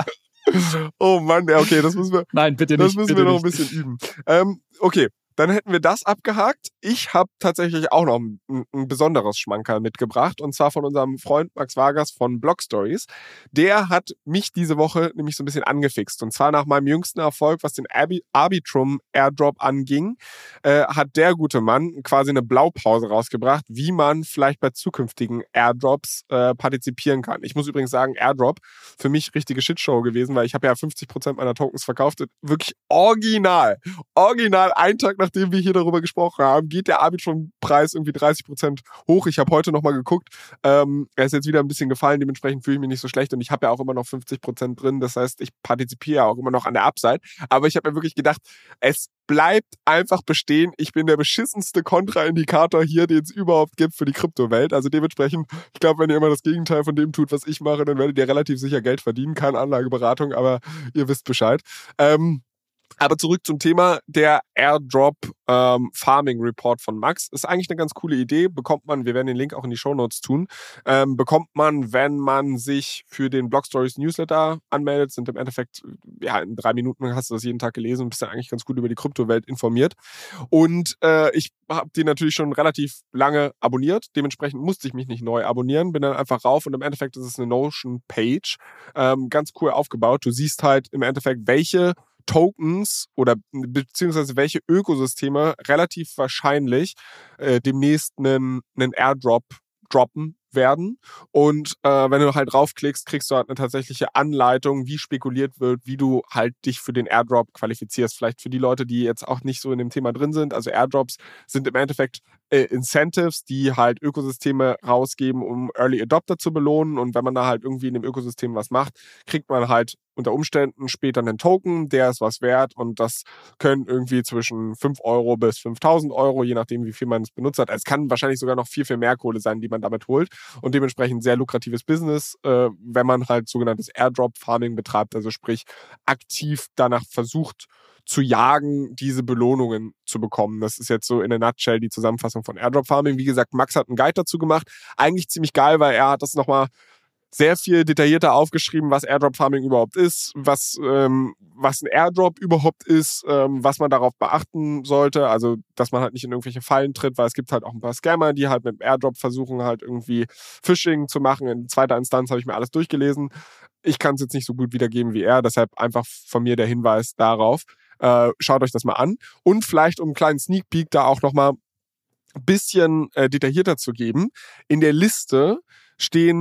Oh Mann, ja, okay, das müssen wir, Nein, bitte das nicht, müssen bitte wir noch nicht. ein bisschen üben. Ähm, okay. Dann hätten wir das abgehakt. Ich habe tatsächlich auch noch ein, ein besonderes Schmankerl mitgebracht und zwar von unserem Freund Max Vargas von Blog Stories. Der hat mich diese Woche nämlich so ein bisschen angefixt und zwar nach meinem jüngsten Erfolg, was den Arbitrum Airdrop anging, äh, hat der gute Mann quasi eine Blaupause rausgebracht, wie man vielleicht bei zukünftigen Airdrops äh, partizipieren kann. Ich muss übrigens sagen, Airdrop für mich richtige Shitshow gewesen, weil ich habe ja fünfzig Prozent meiner Tokens verkauft. Wirklich original, original ein Tag nachdem wir hier darüber gesprochen haben, geht der Arbitrum-Preis irgendwie dreißig Prozent hoch. Ich habe heute nochmal geguckt. Ähm, er ist jetzt wieder ein bisschen gefallen, dementsprechend fühle ich mich nicht so schlecht und ich habe ja auch immer noch fünfzig Prozent drin. Das heißt, ich partizipiere ja auch immer noch an der Upside. Aber ich habe mir wirklich gedacht, es bleibt einfach bestehen. Ich bin der beschissenste Kontraindikator hier, den es überhaupt gibt für die Kryptowelt. Also dementsprechend, ich glaube, wenn ihr immer das Gegenteil von dem tut, was ich mache, dann werdet ihr relativ sicher Geld verdienen. Keine Anlageberatung, aber ihr wisst Bescheid. Ähm, Aber zurück zum Thema, der Airdrop ähm, Farming Report von Max. Ist eigentlich eine ganz coole Idee. Bekommt man, wir werden den Link auch in die Shownotes tun, ähm, bekommt man, wenn man sich für den Blog Stories Newsletter anmeldet, sind im Endeffekt, ja, in drei Minuten hast du das jeden Tag gelesen und bist dann eigentlich ganz gut über die Kryptowelt informiert. Und äh, ich habe die natürlich schon relativ lange abonniert. Dementsprechend musste ich mich nicht neu abonnieren. Bin dann einfach rauf und im Endeffekt ist es eine Notion-Page. Ähm, ganz cool aufgebaut. Du siehst halt im Endeffekt, welche Tokens oder beziehungsweise welche Ökosysteme relativ wahrscheinlich äh, demnächst einen, einen Airdrop droppen werden. Und äh, wenn du halt draufklickst, kriegst du halt eine tatsächliche Anleitung, wie spekuliert wird, wie du halt dich für den Airdrop qualifizierst. Vielleicht für die Leute, die jetzt auch nicht so in dem Thema drin sind. Also Airdrops sind im Endeffekt äh, Incentives, die halt Ökosysteme rausgeben, um Early Adopter zu belohnen. Und wenn man da halt irgendwie in dem Ökosystem was macht, kriegt man halt unter Umständen später einen Token, der ist was wert und das können irgendwie zwischen fünf Euro bis fünftausend Euro, je nachdem wie viel man es benutzt hat. Es kann wahrscheinlich sogar noch viel, viel mehr Kohle sein, die man damit holt und dementsprechend sehr lukratives Business, äh, wenn man halt sogenanntes Airdrop-Farming betreibt, also sprich aktiv danach versucht zu jagen, diese Belohnungen zu bekommen. Das ist jetzt so in a nutshell die Zusammenfassung von Airdrop-Farming. Wie gesagt, Max hat einen Guide dazu gemacht. Eigentlich ziemlich geil, weil er hat das nochmal sehr viel detaillierter aufgeschrieben, was Airdrop Farming überhaupt ist, was ähm, was ein Airdrop überhaupt ist, ähm, was man darauf beachten sollte, also dass man halt nicht in irgendwelche Fallen tritt, weil es gibt halt auch ein paar Scammer, die halt mit dem Airdrop versuchen halt irgendwie Phishing zu machen. In zweiter Instanz habe ich mir alles durchgelesen. Ich kann es jetzt nicht so gut wiedergeben wie er, deshalb einfach von mir der Hinweis darauf. Äh, schaut euch das mal an und vielleicht um einen kleinen Sneak Peek da auch nochmal ein bisschen äh, detaillierter zu geben. In der Liste stehen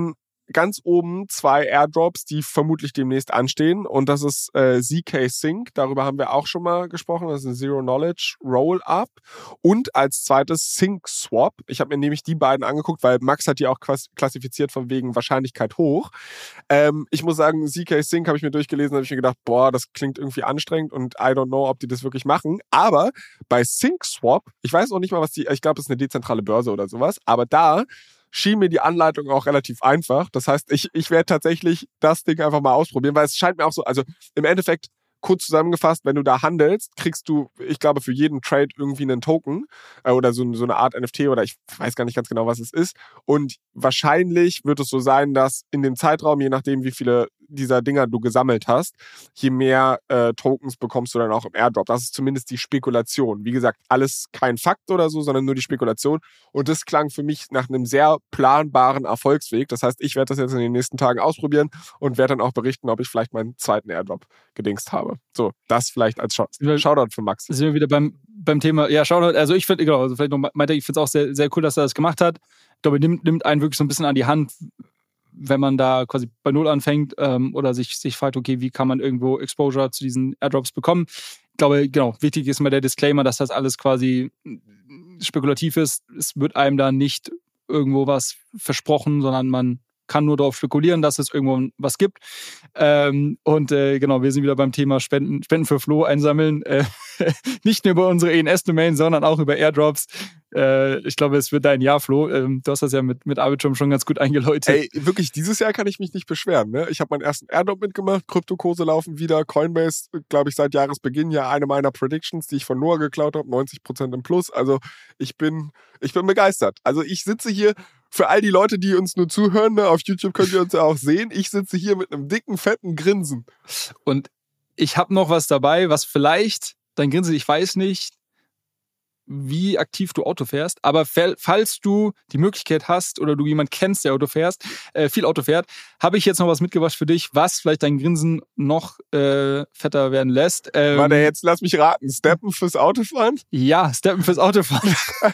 ganz oben zwei Airdrops, die vermutlich demnächst anstehen. Und das ist äh, Z K Sync. Darüber haben wir auch schon mal gesprochen. Das ist ein Zero-Knowledge Roll-Up. Und als zweites Sync Swap. Ich habe mir nämlich die beiden angeguckt, weil Max hat die auch klassifiziert von wegen Wahrscheinlichkeit hoch. Ähm, ich muss sagen, Z K Sync habe ich mir durchgelesen, habe ich mir gedacht, boah, das klingt irgendwie anstrengend und I don't know, ob die das wirklich machen. Aber bei Sync Swap, ich weiß auch nicht mal, was die, ich glaube, das ist eine dezentrale Börse oder sowas, aber da schien mir die Anleitung auch relativ einfach. Das heißt, ich, ich werde tatsächlich das Ding einfach mal ausprobieren, weil es scheint mir auch so, also im Endeffekt, kurz zusammengefasst, wenn du da handelst, kriegst du, ich glaube, für jeden Trade irgendwie einen Token äh, oder so, so eine Art N F T oder ich weiß gar nicht ganz genau, was es ist. Und wahrscheinlich wird es so sein, dass in dem Zeitraum, je nachdem, wie viele dieser Dinger du gesammelt hast, je mehr äh, Tokens bekommst du dann auch im Airdrop. Das ist zumindest die Spekulation. Wie gesagt, alles kein Fakt oder so, sondern nur die Spekulation. Und das klang für mich nach einem sehr planbaren Erfolgsweg. Das heißt, ich werde das jetzt in den nächsten Tagen ausprobieren und werde dann auch berichten, ob ich vielleicht meinen zweiten Airdrop gedingst habe. So, das vielleicht als Shoutout für Max. Sind wir wieder beim, beim Thema, ja, Shoutout, also ich finde, genau, also vielleicht noch meinte, ich finde es auch sehr, sehr cool, dass er das gemacht hat. Ich glaube, nimmt, nimmt einen wirklich so ein bisschen an die Hand, wenn man da quasi bei Null anfängt ähm, oder sich, sich fragt, okay, wie kann man irgendwo Exposure zu diesen Airdrops bekommen. Ich glaube, genau, wichtig ist mal der Disclaimer, dass das alles quasi spekulativ ist. Es wird einem da nicht irgendwo was versprochen, sondern man kann nur darauf spekulieren, dass es irgendwo was gibt. Ähm, und äh, genau, wir sind wieder beim Thema Spenden, Spenden für Flo einsammeln. Äh, nicht nur über unsere E N S-Domain, sondern auch über Airdrops. Äh, ich glaube, es wird dein Jahr, Flo. Ähm, du hast das ja mit, mit Arbitrum schon ganz gut eingeläutet. Ey, wirklich, dieses Jahr kann ich mich nicht beschweren. Ne? Ich habe meinen ersten Airdrop mitgemacht, Kryptokurse laufen wieder, Coinbase, glaube ich, seit Jahresbeginn ja eine meiner Predictions, die ich von Noah geklaut habe, neunzig Prozent im Plus. Also ich bin, ich bin begeistert. Also ich sitze hier, für all die Leute, die uns nur zuhören, ne, auf YouTube könnt ihr uns ja auch sehen, ich sitze hier mit einem dicken, fetten Grinsen. Und ich habe noch was dabei, was vielleicht, dein Grinsen, ich weiß nicht, wie aktiv du Auto fährst, aber falls du die Möglichkeit hast oder du jemanden kennst, der Auto fährst, äh, viel Auto fährt, habe ich jetzt noch was mitgebracht für dich, was vielleicht dein Grinsen noch äh, fetter werden lässt. Ähm, Warte, jetzt lass mich raten, Steppen fürs Autofahren? Ja, Steppen fürs Autofahren.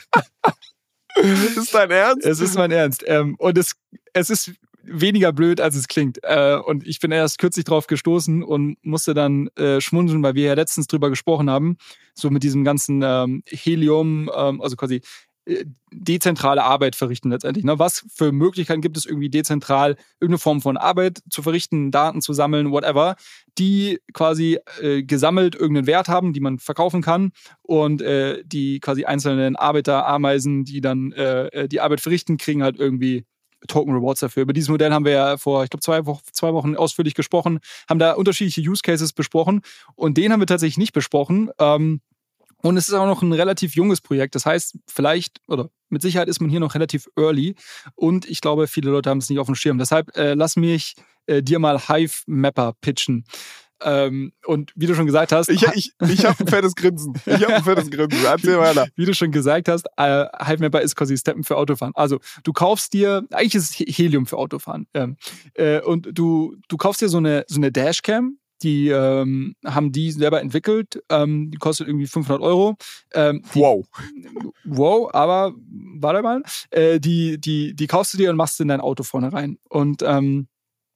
Ist dein Ernst? Es ist mein Ernst. Ähm, und es, es ist weniger blöd, als es klingt. Äh, und ich bin erst kürzlich drauf gestoßen und musste dann äh, schmunzeln, weil wir ja letztens drüber gesprochen haben, so mit diesem ganzen ähm, Helium, ähm, also quasi äh, dezentrale Arbeit verrichten letztendlich. Ne? Was für Möglichkeiten gibt es irgendwie dezentral, irgendeine Form von Arbeit zu verrichten, Daten zu sammeln, whatever, die quasi äh, gesammelt irgendeinen Wert haben, die man verkaufen kann und äh, die quasi einzelnen Arbeiter, Ameisen, die dann äh, die Arbeit verrichten, kriegen halt irgendwie Token Rewards dafür. Über dieses Modell haben wir ja vor, ich glaube, zwei, Wo- zwei Wochen ausführlich gesprochen, haben da unterschiedliche Use Cases besprochen und den haben wir tatsächlich nicht besprochen. Ähm, und es ist auch noch ein relativ junges Projekt. Das heißt, vielleicht oder mit Sicherheit ist man hier noch relativ early und ich glaube, viele Leute haben es nicht auf dem Schirm. Deshalb äh, lass mich äh, dir mal Hive Mapper pitchen. Ähm, und wie du schon gesagt hast... Ich, ich, ich habe ein fettes Grinsen. Ich habe ein fettes Grinsen. Erzähl weiter. Wie du schon gesagt hast, äh, Hive Mapper ist quasi Steppen für Autofahren. Also du kaufst dir, eigentlich ist es Helium für Autofahren. Ähm, äh, und du, du kaufst dir so eine, so eine Dashcam, die ähm, haben die selber entwickelt. Ähm, die kostet irgendwie fünfhundert Euro. Ähm, die, wow. Wow, aber warte mal. Äh, die, die, die kaufst du dir und machst in dein Auto vorne rein. Und ähm,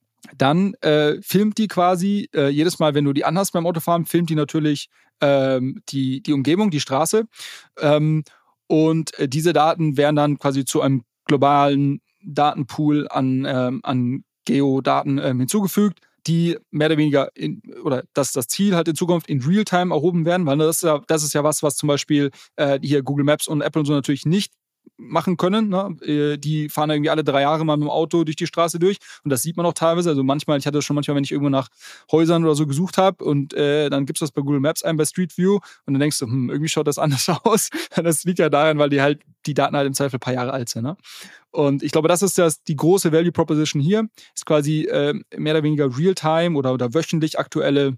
dann äh, filmt die quasi, äh, jedes Mal, wenn du die anhast beim Autofahren, filmt die natürlich ähm, die, die Umgebung, die Straße. Ähm, und äh, diese Daten werden dann quasi zu einem globalen Datenpool an, ähm, an Geodaten ähm, hinzugefügt, die mehr oder weniger, in, oder dass das Ziel halt in Zukunft in Realtime erhoben werden, weil das ist ja, das ist ja was, was zum Beispiel äh, hier Google Maps und Apple und so natürlich nicht machen können. Ne? Die fahren irgendwie alle drei Jahre mal mit dem Auto durch die Straße durch und das sieht man auch teilweise. Also manchmal, ich hatte das schon manchmal, wenn ich irgendwo nach Häusern oder so gesucht habe und äh, dann gibst du das bei Google Maps ein, bei Street View und dann denkst du, hm, irgendwie schaut das anders aus. Das liegt ja daran, weil die halt die Daten halt im Zweifel ein paar Jahre alt sind. Ne? Und ich glaube, das ist das, die große Value Proposition hier, ist quasi äh, mehr oder weniger Real-Time oder, oder wöchentlich aktuelle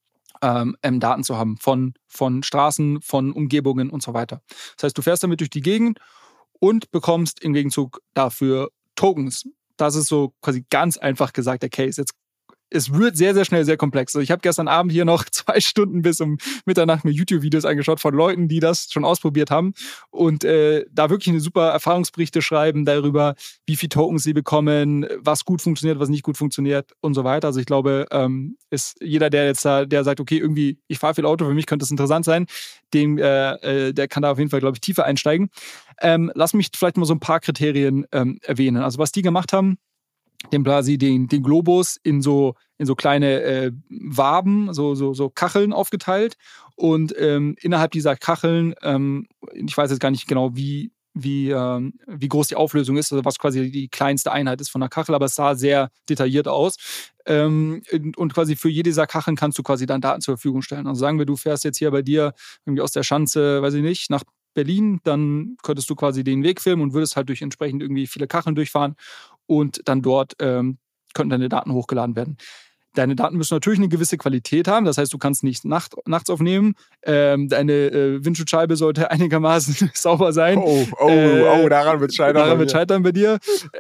Ähm, Daten zu haben von, von Straßen, von Umgebungen und so weiter. Das heißt, du fährst damit durch die Gegend und bekommst im Gegenzug dafür Tokens. Das ist so quasi ganz einfach gesagt der Case. Jetzt es wird sehr, sehr schnell sehr komplex. Also ich habe gestern Abend hier noch zwei Stunden bis um Mitternacht mir YouTube-Videos angeschaut von Leuten, die das schon ausprobiert haben und äh, da wirklich eine super Erfahrungsberichte schreiben darüber, wie viele Tokens sie bekommen, was gut funktioniert, was nicht gut funktioniert und so weiter. Also ich glaube, ähm, ist jeder, der jetzt da, der sagt, okay, irgendwie, ich fahre viel Auto, für mich könnte es interessant sein, dem, äh, äh, der kann da auf jeden Fall, glaube ich, tiefer einsteigen. Ähm, lass mich vielleicht mal so ein paar Kriterien ähm, erwähnen. Also was die gemacht haben, dem quasi den, den Globus in so, in so kleine äh, Waben, so, so, so Kacheln aufgeteilt. Und ähm, innerhalb dieser Kacheln, ähm, ich weiß jetzt gar nicht genau, wie, wie, ähm, wie groß die Auflösung ist, also was quasi die kleinste Einheit ist von der Kachel, aber es sah sehr detailliert aus. Ähm, und quasi für jede dieser Kacheln kannst du quasi dann Daten zur Verfügung stellen. Also sagen wir, du fährst jetzt hier bei dir irgendwie aus der Schanze, weiß ich nicht, nach Berlin, dann könntest du quasi den Weg filmen und würdest halt durch entsprechend irgendwie viele Kacheln durchfahren und dann dort ähm, könnten deine Daten hochgeladen werden. Deine Daten müssen natürlich eine gewisse Qualität haben, das heißt, du kannst nicht nacht, nachts aufnehmen. Ähm, deine äh, Windschutzscheibe sollte einigermaßen sauber sein. Oh, oh, äh, oh, daran wird scheitern. Daran wird scheitern bei dir.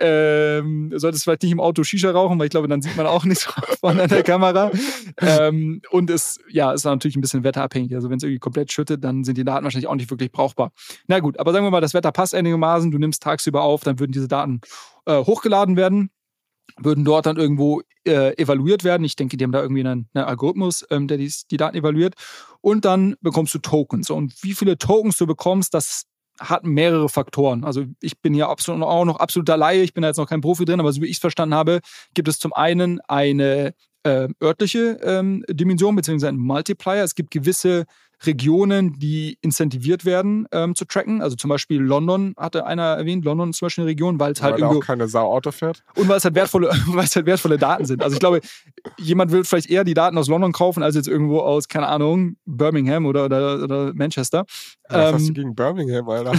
Ähm, du solltest vielleicht nicht im Auto Shisha rauchen, weil ich glaube, dann sieht man auch nichts von der Kamera. Ähm, und es ja, ist natürlich ein bisschen wetterabhängig. Also wenn es irgendwie komplett schüttet, dann sind die Daten wahrscheinlich auch nicht wirklich brauchbar. Na gut, aber sagen wir mal, das Wetter passt einigermaßen, du nimmst tagsüber auf, dann würden diese Daten äh, hochgeladen werden, würden dort dann irgendwo äh, evaluiert werden. Ich denke, die haben da irgendwie einen, einen Algorithmus, ähm, der die, die Daten evaluiert. Und dann bekommst du Tokens. Und wie viele Tokens du bekommst, das hat mehrere Faktoren. Also ich bin ja absolut, auch noch absoluter Laie, ich bin da jetzt noch kein Profi drin, aber so wie ich es verstanden habe, gibt es zum einen eine äh, örtliche ähm, Dimension, beziehungsweise einen Multiplier. Es gibt gewisse Regionen, die incentiviert werden, ähm, zu tracken. Also zum Beispiel London, hatte einer erwähnt. London ist zum Beispiel eine Region, weil es halt weil irgendwo... auch keine Sau Auto fährt. Und weil es halt wertvolle, weil es halt wertvolle Daten sind. Also ich glaube, jemand will vielleicht eher die Daten aus London kaufen, als jetzt irgendwo aus, keine Ahnung, Birmingham oder, oder, oder Manchester. Was ähm, hast du gegen Birmingham, Alter?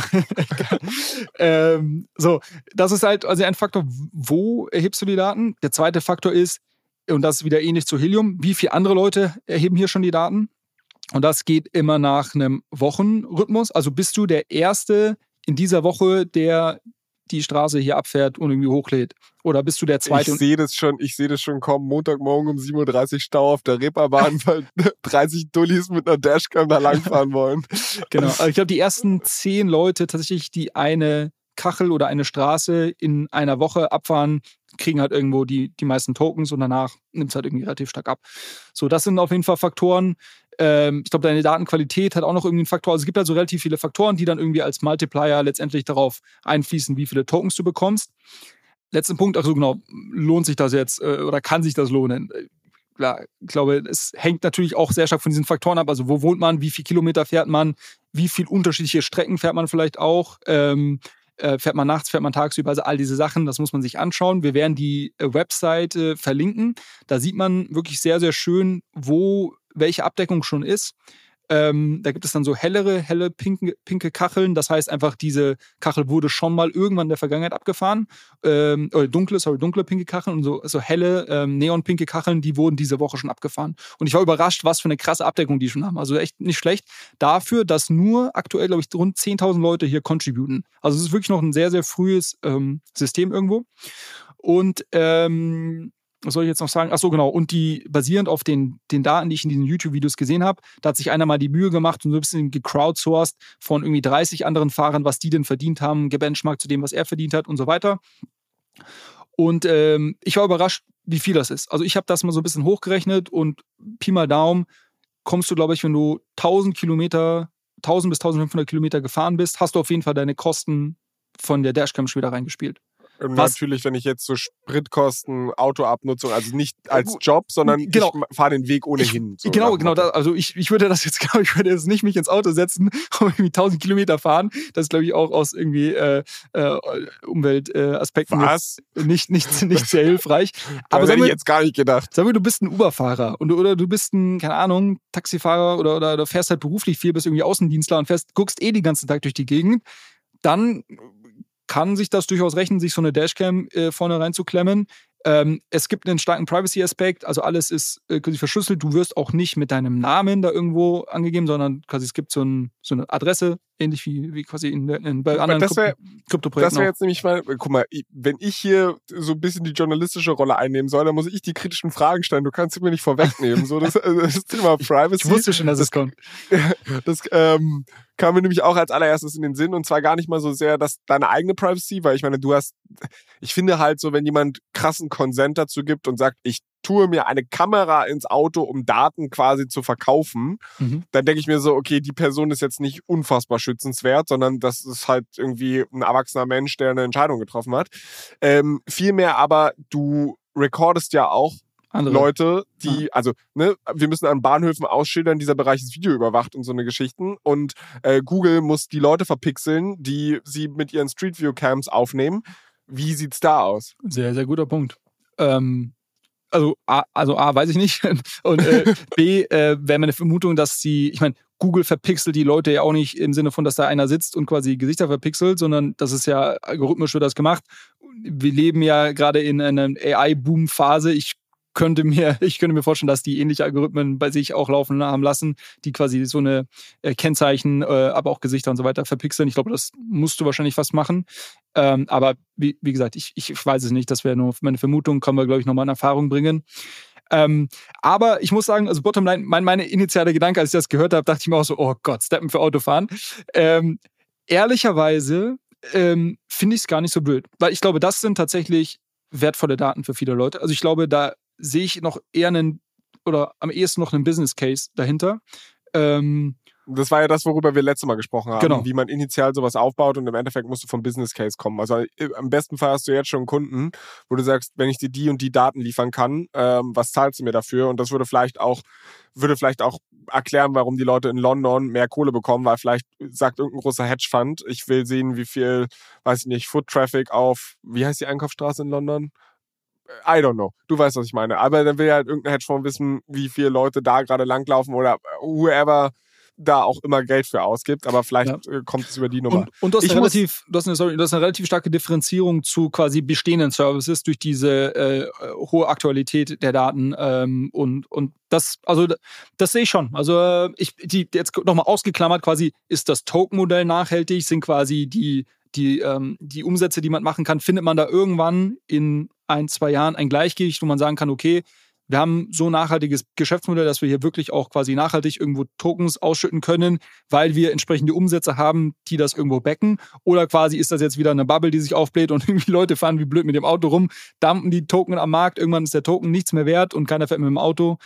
ähm, so, das ist halt also ein Faktor, wo erhebst du die Daten? Der zweite Faktor ist, und das ist wieder ähnlich zu Helium, wie viele andere Leute erheben hier schon die Daten? Und das geht immer nach einem Wochenrhythmus. Also bist du der Erste in dieser Woche, der die Straße hier abfährt und irgendwie hochlädt? Oder bist du der Zweite? Ich sehe das schon, ich sehe das schon kommen. Montagmorgen um sieben Uhr dreißig Stau auf der Reeperbahn, weil dreißig Dullis mit einer Dashcam da langfahren wollen. Genau. Also ich glaube, die ersten zehn Leute tatsächlich, die eine Kachel oder eine Straße in einer Woche abfahren, kriegen halt irgendwo die, die meisten Tokens und danach nimmt es halt irgendwie relativ stark ab. So, das sind auf jeden Fall Faktoren. Ähm, ich glaube, deine Datenqualität hat auch noch irgendwie einen Faktor. Also es gibt halt so relativ viele Faktoren, die dann irgendwie als Multiplier letztendlich darauf einfließen, wie viele Tokens du bekommst. Letzten Punkt, also genau, lohnt sich das jetzt äh, oder kann sich das lohnen? Klar, ich glaube, es hängt natürlich auch sehr stark von diesen Faktoren ab. Also wo wohnt man, wie viele Kilometer fährt man, wie viele unterschiedliche Strecken fährt man vielleicht auch, ähm, äh, fährt man nachts, fährt man tagsüber, also all diese Sachen, das muss man sich anschauen. Wir werden die äh, Webseite verlinken. Da sieht man wirklich sehr, sehr schön, wo welche Abdeckung schon ist. Ähm, da gibt es dann so hellere, helle, pinke, pinke Kacheln. Das heißt einfach, diese Kachel wurde schon mal irgendwann in der Vergangenheit abgefahren. Ähm, oder dunkle, sorry, dunkle pinke Kacheln und so, so helle, ähm, neonpinke Kacheln, die wurden diese Woche schon abgefahren. Und ich war überrascht, was für eine krasse Abdeckung die schon haben. Also echt nicht schlecht. Dafür, dass nur aktuell, glaube ich, rund zehntausend Leute hier contributen. Also es ist wirklich noch ein sehr, sehr frühes ähm, System irgendwo. Und ähm, was soll ich jetzt noch sagen? Ach so, genau. Und die basierend auf den, den Daten, die ich in diesen YouTube-Videos gesehen habe, da hat sich einer mal die Mühe gemacht und so ein bisschen gecrowdsourced von irgendwie dreißig anderen Fahrern, was die denn verdient haben, gebenchmarkt zu dem, was er verdient hat und so weiter. Und ähm, ich war überrascht, wie viel das ist. Also ich habe das mal so ein bisschen hochgerechnet und Pi mal Daumen kommst du, glaube ich, wenn du tausend Kilometer, tausend bis eintausendfünfhundert Kilometer gefahren bist, hast du auf jeden Fall deine Kosten von der Dashcam schon wieder reingespielt. Was? Natürlich, wenn ich jetzt so Spritkosten, Autoabnutzung, also nicht als Job, sondern genau. ich fahre den Weg ohnehin. Ich, so genau, genau. Das, also ich, ich würde das jetzt, glaube ich, würde jetzt nicht mich ins Auto setzen und irgendwie tausend Kilometer fahren. Das ist, glaube ich, auch aus irgendwie äh, äh, Umweltaspekten äh, nicht, nicht, nicht sehr hilfreich. Aber das hätte ich jetzt gar nicht gedacht. Sagen wir, du bist ein Uber-Fahrer und, oder du bist ein, keine Ahnung, Taxifahrer oder, oder du fährst halt beruflich viel, bist irgendwie Außendienstler und fährst, guckst eh den ganzen Tag durch die Gegend. Dann kann sich das durchaus rechnen, sich so eine Dashcam äh, vorne reinzuklemmen. Ähm, es gibt einen starken Privacy-Aspekt, also alles ist äh, quasi verschlüsselt. Du wirst auch nicht mit deinem Namen da irgendwo angegeben, sondern quasi es gibt so, ein, so eine Adresse, ähnlich wie, wie quasi in, in, bei anderen das wär, Kryptoprojekten. Das wäre jetzt nämlich mal, guck mal, wenn ich hier so ein bisschen die journalistische Rolle einnehmen soll, dann muss ich die kritischen Fragen stellen. Du kannst sie mir nicht vorwegnehmen. So, das, das Thema Privacy. Ich wusste schon, dass das, es kommt. Das ähm, kam mir nämlich auch als allererstes in den Sinn, und zwar gar nicht mal so sehr, dass deine eigene Privacy, weil ich meine, du hast, ich finde halt so, wenn jemand krassen Consent dazu gibt und sagt, ich tue mir eine Kamera ins Auto, um Daten quasi zu verkaufen, mhm. dann denke ich mir so, okay, die Person ist jetzt nicht unfassbar schützenswert, sondern das ist halt irgendwie ein erwachsener Mensch, der eine Entscheidung getroffen hat. Ähm, vielmehr aber, du recordest ja auch Andere. Leute, die, ja. also, ne, wir müssen an Bahnhöfen ausschildern, dieser Bereich ist videoüberwacht und so eine Geschichten, und äh, Google muss die Leute verpixeln, die sie mit ihren Street View Cams aufnehmen. Wie sieht's da aus? Sehr, sehr guter Punkt. Ähm, also, A, also A, weiß ich nicht. Und äh, B, äh, wäre meine Vermutung, dass sie, ich meine, Google verpixelt die Leute ja auch nicht im Sinne von, dass da einer sitzt und quasi Gesichter verpixelt, sondern das ist ja algorithmisch wird das gemacht. Wir leben ja gerade in einer A I-Boom-Phase. Ich könnte mir, ich könnte mir vorstellen, dass die ähnliche Algorithmen bei sich auch laufen haben lassen, die quasi so eine äh, Kennzeichen, äh, aber auch Gesichter und so weiter verpixeln. Ich glaube, das musst du wahrscheinlich fast machen. Ähm, aber wie, wie gesagt, ich, ich weiß es nicht. Das wäre nur meine Vermutung. Können wir, glaube ich, nochmal in Erfahrung bringen. Ähm, aber ich muss sagen, also Bottomline, mein meine initiale Gedanke, als ich das gehört habe, dachte ich mir auch so, oh Gott, Steppen für Autofahren. Ähm, ehrlicherweise ähm, finde ich es gar nicht so blöd. Weil ich glaube, das sind tatsächlich wertvolle Daten für viele Leute. Also ich glaube, da sehe ich noch eher einen, oder am ehesten noch einen Business Case dahinter. Ähm, das war ja das, worüber wir letztes Mal gesprochen haben, genau. Wie man initial sowas aufbaut, und im Endeffekt musst du vom Business Case kommen. Also im besten Fall hast du jetzt schon einen Kunden, wo du sagst, wenn ich dir die und die Daten liefern kann, ähm, was zahlst du mir dafür? Und das würde vielleicht auch, würde vielleicht auch erklären, warum die Leute in London mehr Kohle bekommen, weil vielleicht sagt irgendein großer Hedgefonds, ich will sehen, wie viel, weiß ich nicht, Foot Traffic auf, wie heißt die Einkaufsstraße in London? I don't know. Du weißt, was ich meine. Aber dann will halt irgendein Hedgefonds wissen, wie viele Leute da gerade langlaufen oder whoever da auch immer Geld für ausgibt. Aber vielleicht ja. kommt es über die Nummer. Und, und du, hast eine relativ, du, hast eine, sorry, du hast eine relativ starke Differenzierung zu quasi bestehenden Services durch diese äh, hohe Aktualität der Daten. Ähm, und, und das, also das sehe ich schon. Also ich, die jetzt nochmal ausgeklammert quasi, ist das Token-Modell nachhaltig? Sind quasi die Die, ähm, die Umsätze, die man machen kann, findet man da irgendwann in ein, zwei Jahren ein Gleichgewicht, wo man sagen kann, okay, wir haben so ein nachhaltiges Geschäftsmodell, dass wir hier wirklich auch quasi nachhaltig irgendwo Tokens ausschütten können, weil wir entsprechende Umsätze haben, die das irgendwo backen. Oder quasi ist das jetzt wieder eine Bubble, die sich aufbläht und irgendwie Leute fahren wie blöd mit dem Auto rum, dumpen die Token am Markt, irgendwann ist der Token nichts mehr wert und keiner fährt mit dem Auto.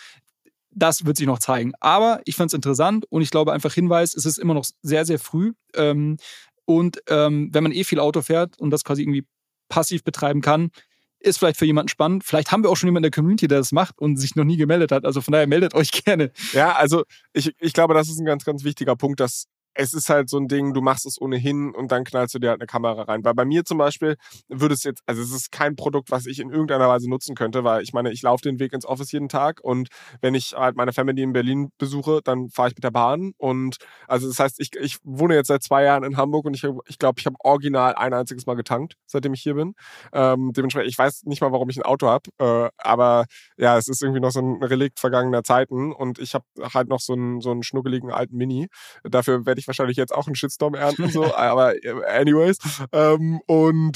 Das wird sich noch zeigen. Aber ich fand es interessant und ich glaube einfach Hinweis, es ist immer noch sehr, sehr früh. Ähm, Und ähm, wenn man eh viel Auto fährt und das quasi irgendwie passiv betreiben kann, ist vielleicht für jemanden spannend. Vielleicht haben wir auch schon jemanden in der Community, der das macht und sich noch nie gemeldet hat. Also von daher meldet euch gerne. Ja, also ich, ich glaube, das ist ein ganz, ganz wichtiger Punkt, dass es ist halt so ein Ding, du machst es ohnehin und dann knallst du dir halt eine Kamera rein. Weil bei mir zum Beispiel würde es jetzt, also es ist kein Produkt, was ich in irgendeiner Weise nutzen könnte, weil ich meine, ich laufe den Weg ins Office jeden Tag und wenn ich halt meine Family in Berlin besuche, dann fahre ich mit der Bahn und also das heißt, ich, ich wohne jetzt seit zwei Jahren in Hamburg und ich glaube, ich, glaub, ich habe original ein einziges Mal getankt, seitdem ich hier bin. Ähm, dementsprechend, ich weiß nicht mal, warum ich ein Auto habe, äh, aber ja, es ist irgendwie noch so ein Relikt vergangener Zeiten und ich habe halt noch so einen, so einen schnuckeligen alten Mini. Dafür werde ich wahrscheinlich jetzt auch einen Shitstorm ernten, so, aber anyways. Ähm, und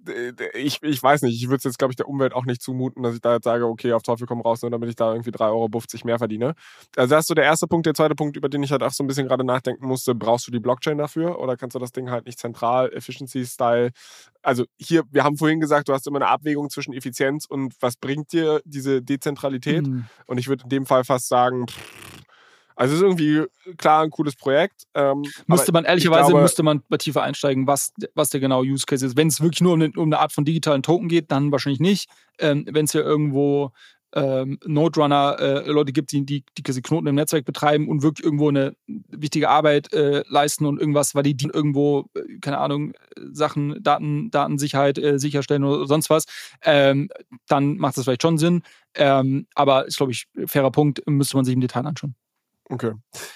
ich, ich weiß nicht, ich würde es jetzt, glaube ich, der Umwelt auch nicht zumuten, dass ich da jetzt sage, okay, auf Teufel komm raus, nur damit ich da irgendwie drei Euro fünfzig mehr verdiene. Also das ist so der erste Punkt. Der zweite Punkt, über den ich halt auch so ein bisschen gerade nachdenken musste, brauchst du die Blockchain dafür oder kannst du das Ding halt nicht zentral, Efficiency-Style? Also hier, wir haben vorhin gesagt, du hast immer eine Abwägung zwischen Effizienz und was bringt dir diese Dezentralität? Mhm. Und ich würde in dem Fall fast sagen, pff, also es ist irgendwie klar ein cooles Projekt. Ähm, müsste man ehrlicherweise glaube, müsste man tiefer einsteigen, was, was der genaue Use Case ist. Wenn es wirklich nur um eine, um eine Art von digitalen Token geht, dann wahrscheinlich nicht. Ähm, Wenn es ja irgendwo ähm, Node-Runner äh, Leute gibt, die, die, die quasi Knoten im Netzwerk betreiben und wirklich irgendwo eine wichtige Arbeit äh, leisten und irgendwas validieren, irgendwo, äh, keine Ahnung, Sachen, Daten, Datensicherheit äh, sicherstellen oder sonst was, ähm, dann macht das vielleicht schon Sinn. Ähm, aber ist, glaube ich, fairer Punkt, müsste man sich im Detail anschauen. Okay.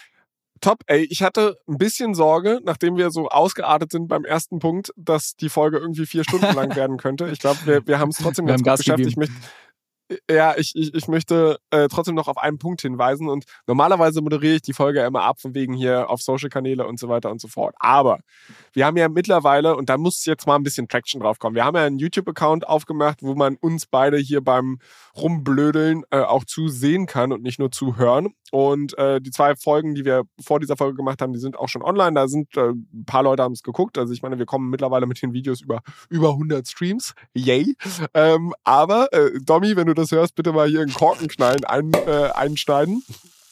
Top. Ey, ich hatte ein bisschen Sorge, nachdem wir so ausgeartet sind beim ersten Punkt, dass die Folge irgendwie vier Stunden lang werden könnte. Ich glaube, wir, wir haben es trotzdem wir ganz gut Gas geschafft. gegeben. Ich möchte Ja, ich, ich, ich möchte äh, trotzdem noch auf einen Punkt hinweisen und normalerweise moderiere ich die Folge immer ab, von wegen hier auf Social-Kanäle und so weiter und so fort. Aber wir haben ja mittlerweile, und da muss jetzt mal ein bisschen Traction drauf kommen, wir haben ja einen YouTube-Account aufgemacht, wo man uns beide hier beim Rumblödeln äh, auch zusehen kann und nicht nur zuhören. Und äh, die zwei Folgen, die wir vor dieser Folge gemacht haben, die sind auch schon online. Da sind äh, ein paar Leute haben es geguckt. Also ich meine, wir kommen mittlerweile mit den Videos über über hundert Streams. Yay. Ähm, aber äh, Domi, wenn du das hörst, bitte mal hier einen Korkenknallen ein, äh, einschneiden.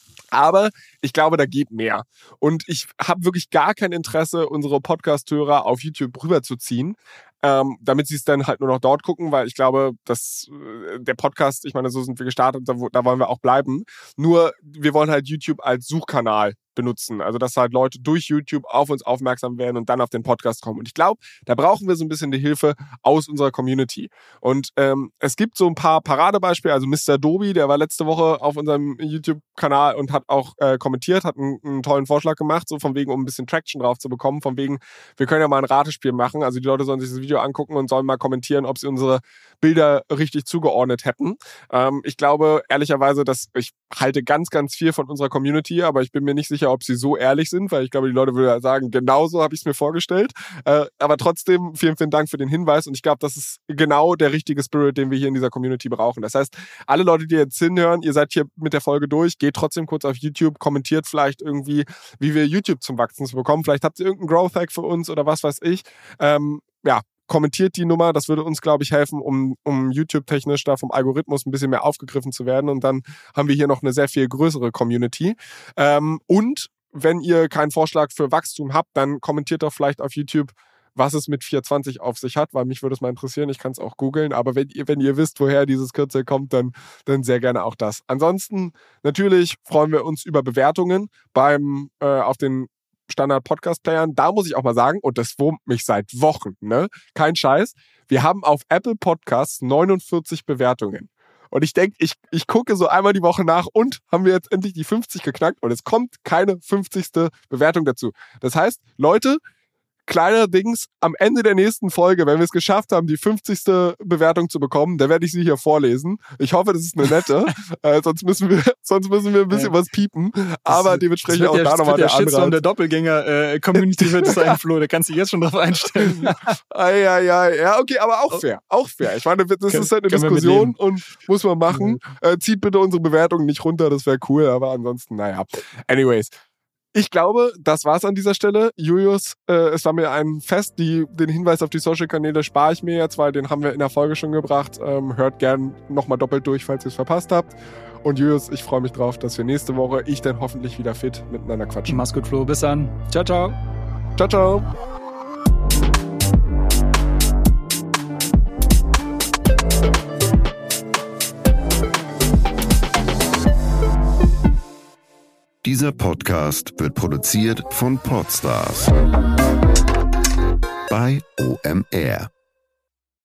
Aber ich glaube, da geht mehr. Und ich habe wirklich gar kein Interesse, unsere Podcast-Hörer auf YouTube rüberzuziehen, ähm, damit sie es dann halt nur noch dort gucken, weil ich glaube, dass äh, der Podcast, ich meine, so sind wir gestartet, da, da wollen wir auch bleiben. Nur, wir wollen halt YouTube als Suchkanal benutzen. Also, dass halt Leute durch YouTube auf uns aufmerksam werden und dann auf den Podcast kommen. Und ich glaube, da brauchen wir so ein bisschen die Hilfe aus unserer Community. Und ähm, es gibt so ein paar Paradebeispiele. Also Mister Dobi, der war letzte Woche auf unserem YouTube-Kanal und hat auch äh, kommentiert, hat einen, einen tollen Vorschlag gemacht, so von wegen, um ein bisschen Traction drauf zu bekommen, von wegen, wir können ja mal ein Ratespiel machen. Also die Leute sollen sich das Video angucken und sollen mal kommentieren, ob sie unsere Bilder richtig zugeordnet hätten. Ähm, ich glaube, ehrlicherweise, dass ich halte ganz, ganz viel von unserer Community, aber ich bin mir nicht sicher, ob sie so ehrlich sind, weil ich glaube, die Leute würden sagen, genau so habe ich es mir vorgestellt. Äh, aber trotzdem, vielen, vielen Dank für den Hinweis und ich glaube, das ist genau der richtige Spirit, den wir hier in dieser Community brauchen. Das heißt, alle Leute, die jetzt hinhören, ihr seid hier mit der Folge durch, geht trotzdem kurz auf YouTube, kommentiert vielleicht irgendwie, wie wir YouTube zum Wachsen zu bekommen. Vielleicht habt ihr irgendeinen Growth-Hack für uns oder was weiß ich. Ähm, ja, kommentiert die Nummer, das würde uns, glaube ich, helfen, um, um YouTube-technisch da vom Algorithmus ein bisschen mehr aufgegriffen zu werden und dann haben wir hier noch eine sehr viel größere Community. Ähm, und wenn ihr keinen Vorschlag für Wachstum habt, dann kommentiert doch vielleicht auf YouTube, was es mit vier zwanzig auf sich hat, weil mich würde es mal interessieren, ich kann es auch googeln, aber wenn ihr, wenn ihr wisst, woher dieses Kürzel kommt, dann, dann sehr gerne auch das. Ansonsten, natürlich freuen wir uns über Bewertungen beim äh, auf den Standard-Podcast-Playern. Da muss ich auch mal sagen, und das wurmt mich seit Wochen, ne? Kein Scheiß. Wir haben auf Apple Podcasts neunundvierzig Bewertungen. Und ich denke, ich, ich gucke so einmal die Woche nach und haben wir jetzt endlich die fünfzig geknackt und es kommt keine fünfzigste Bewertung dazu. Das heißt, Leute, kleiner Dings, am Ende der nächsten Folge, wenn wir es geschafft haben, die fünfzigste Bewertung zu bekommen, dann werde ich sie hier vorlesen. Ich hoffe, das ist eine nette, äh, sonst müssen wir sonst müssen wir ein bisschen ja. was piepen. Aber das, dementsprechend das auch der, da nochmal der, der Shitstorm der Doppelgänger-Community äh, wird es sein, Flo, da kannst du dich jetzt schon drauf einstellen. ah, ja, ja, ja, okay, aber auch fair, auch fair. Ich meine, das ist halt eine Diskussion und muss man machen. Äh, zieht bitte unsere Bewertungen nicht runter, das wäre cool, aber ansonsten, naja. Anyways. Ich glaube, das war's an dieser Stelle. Julius, äh, es war mir ein Fest. Die, den Hinweis auf die Social-Kanäle spare ich mir jetzt, weil den haben wir in der Folge schon gebracht. Ähm, hört gern nochmal doppelt durch, falls ihr es verpasst habt. Und Julius, ich freue mich drauf, dass wir nächste Woche, ich dann hoffentlich wieder fit miteinander quatschen. Mach's gut, Flo. Bis dann. Ciao, ciao. Ciao, ciao. Dieser Podcast wird produziert von Podstars bei O M R.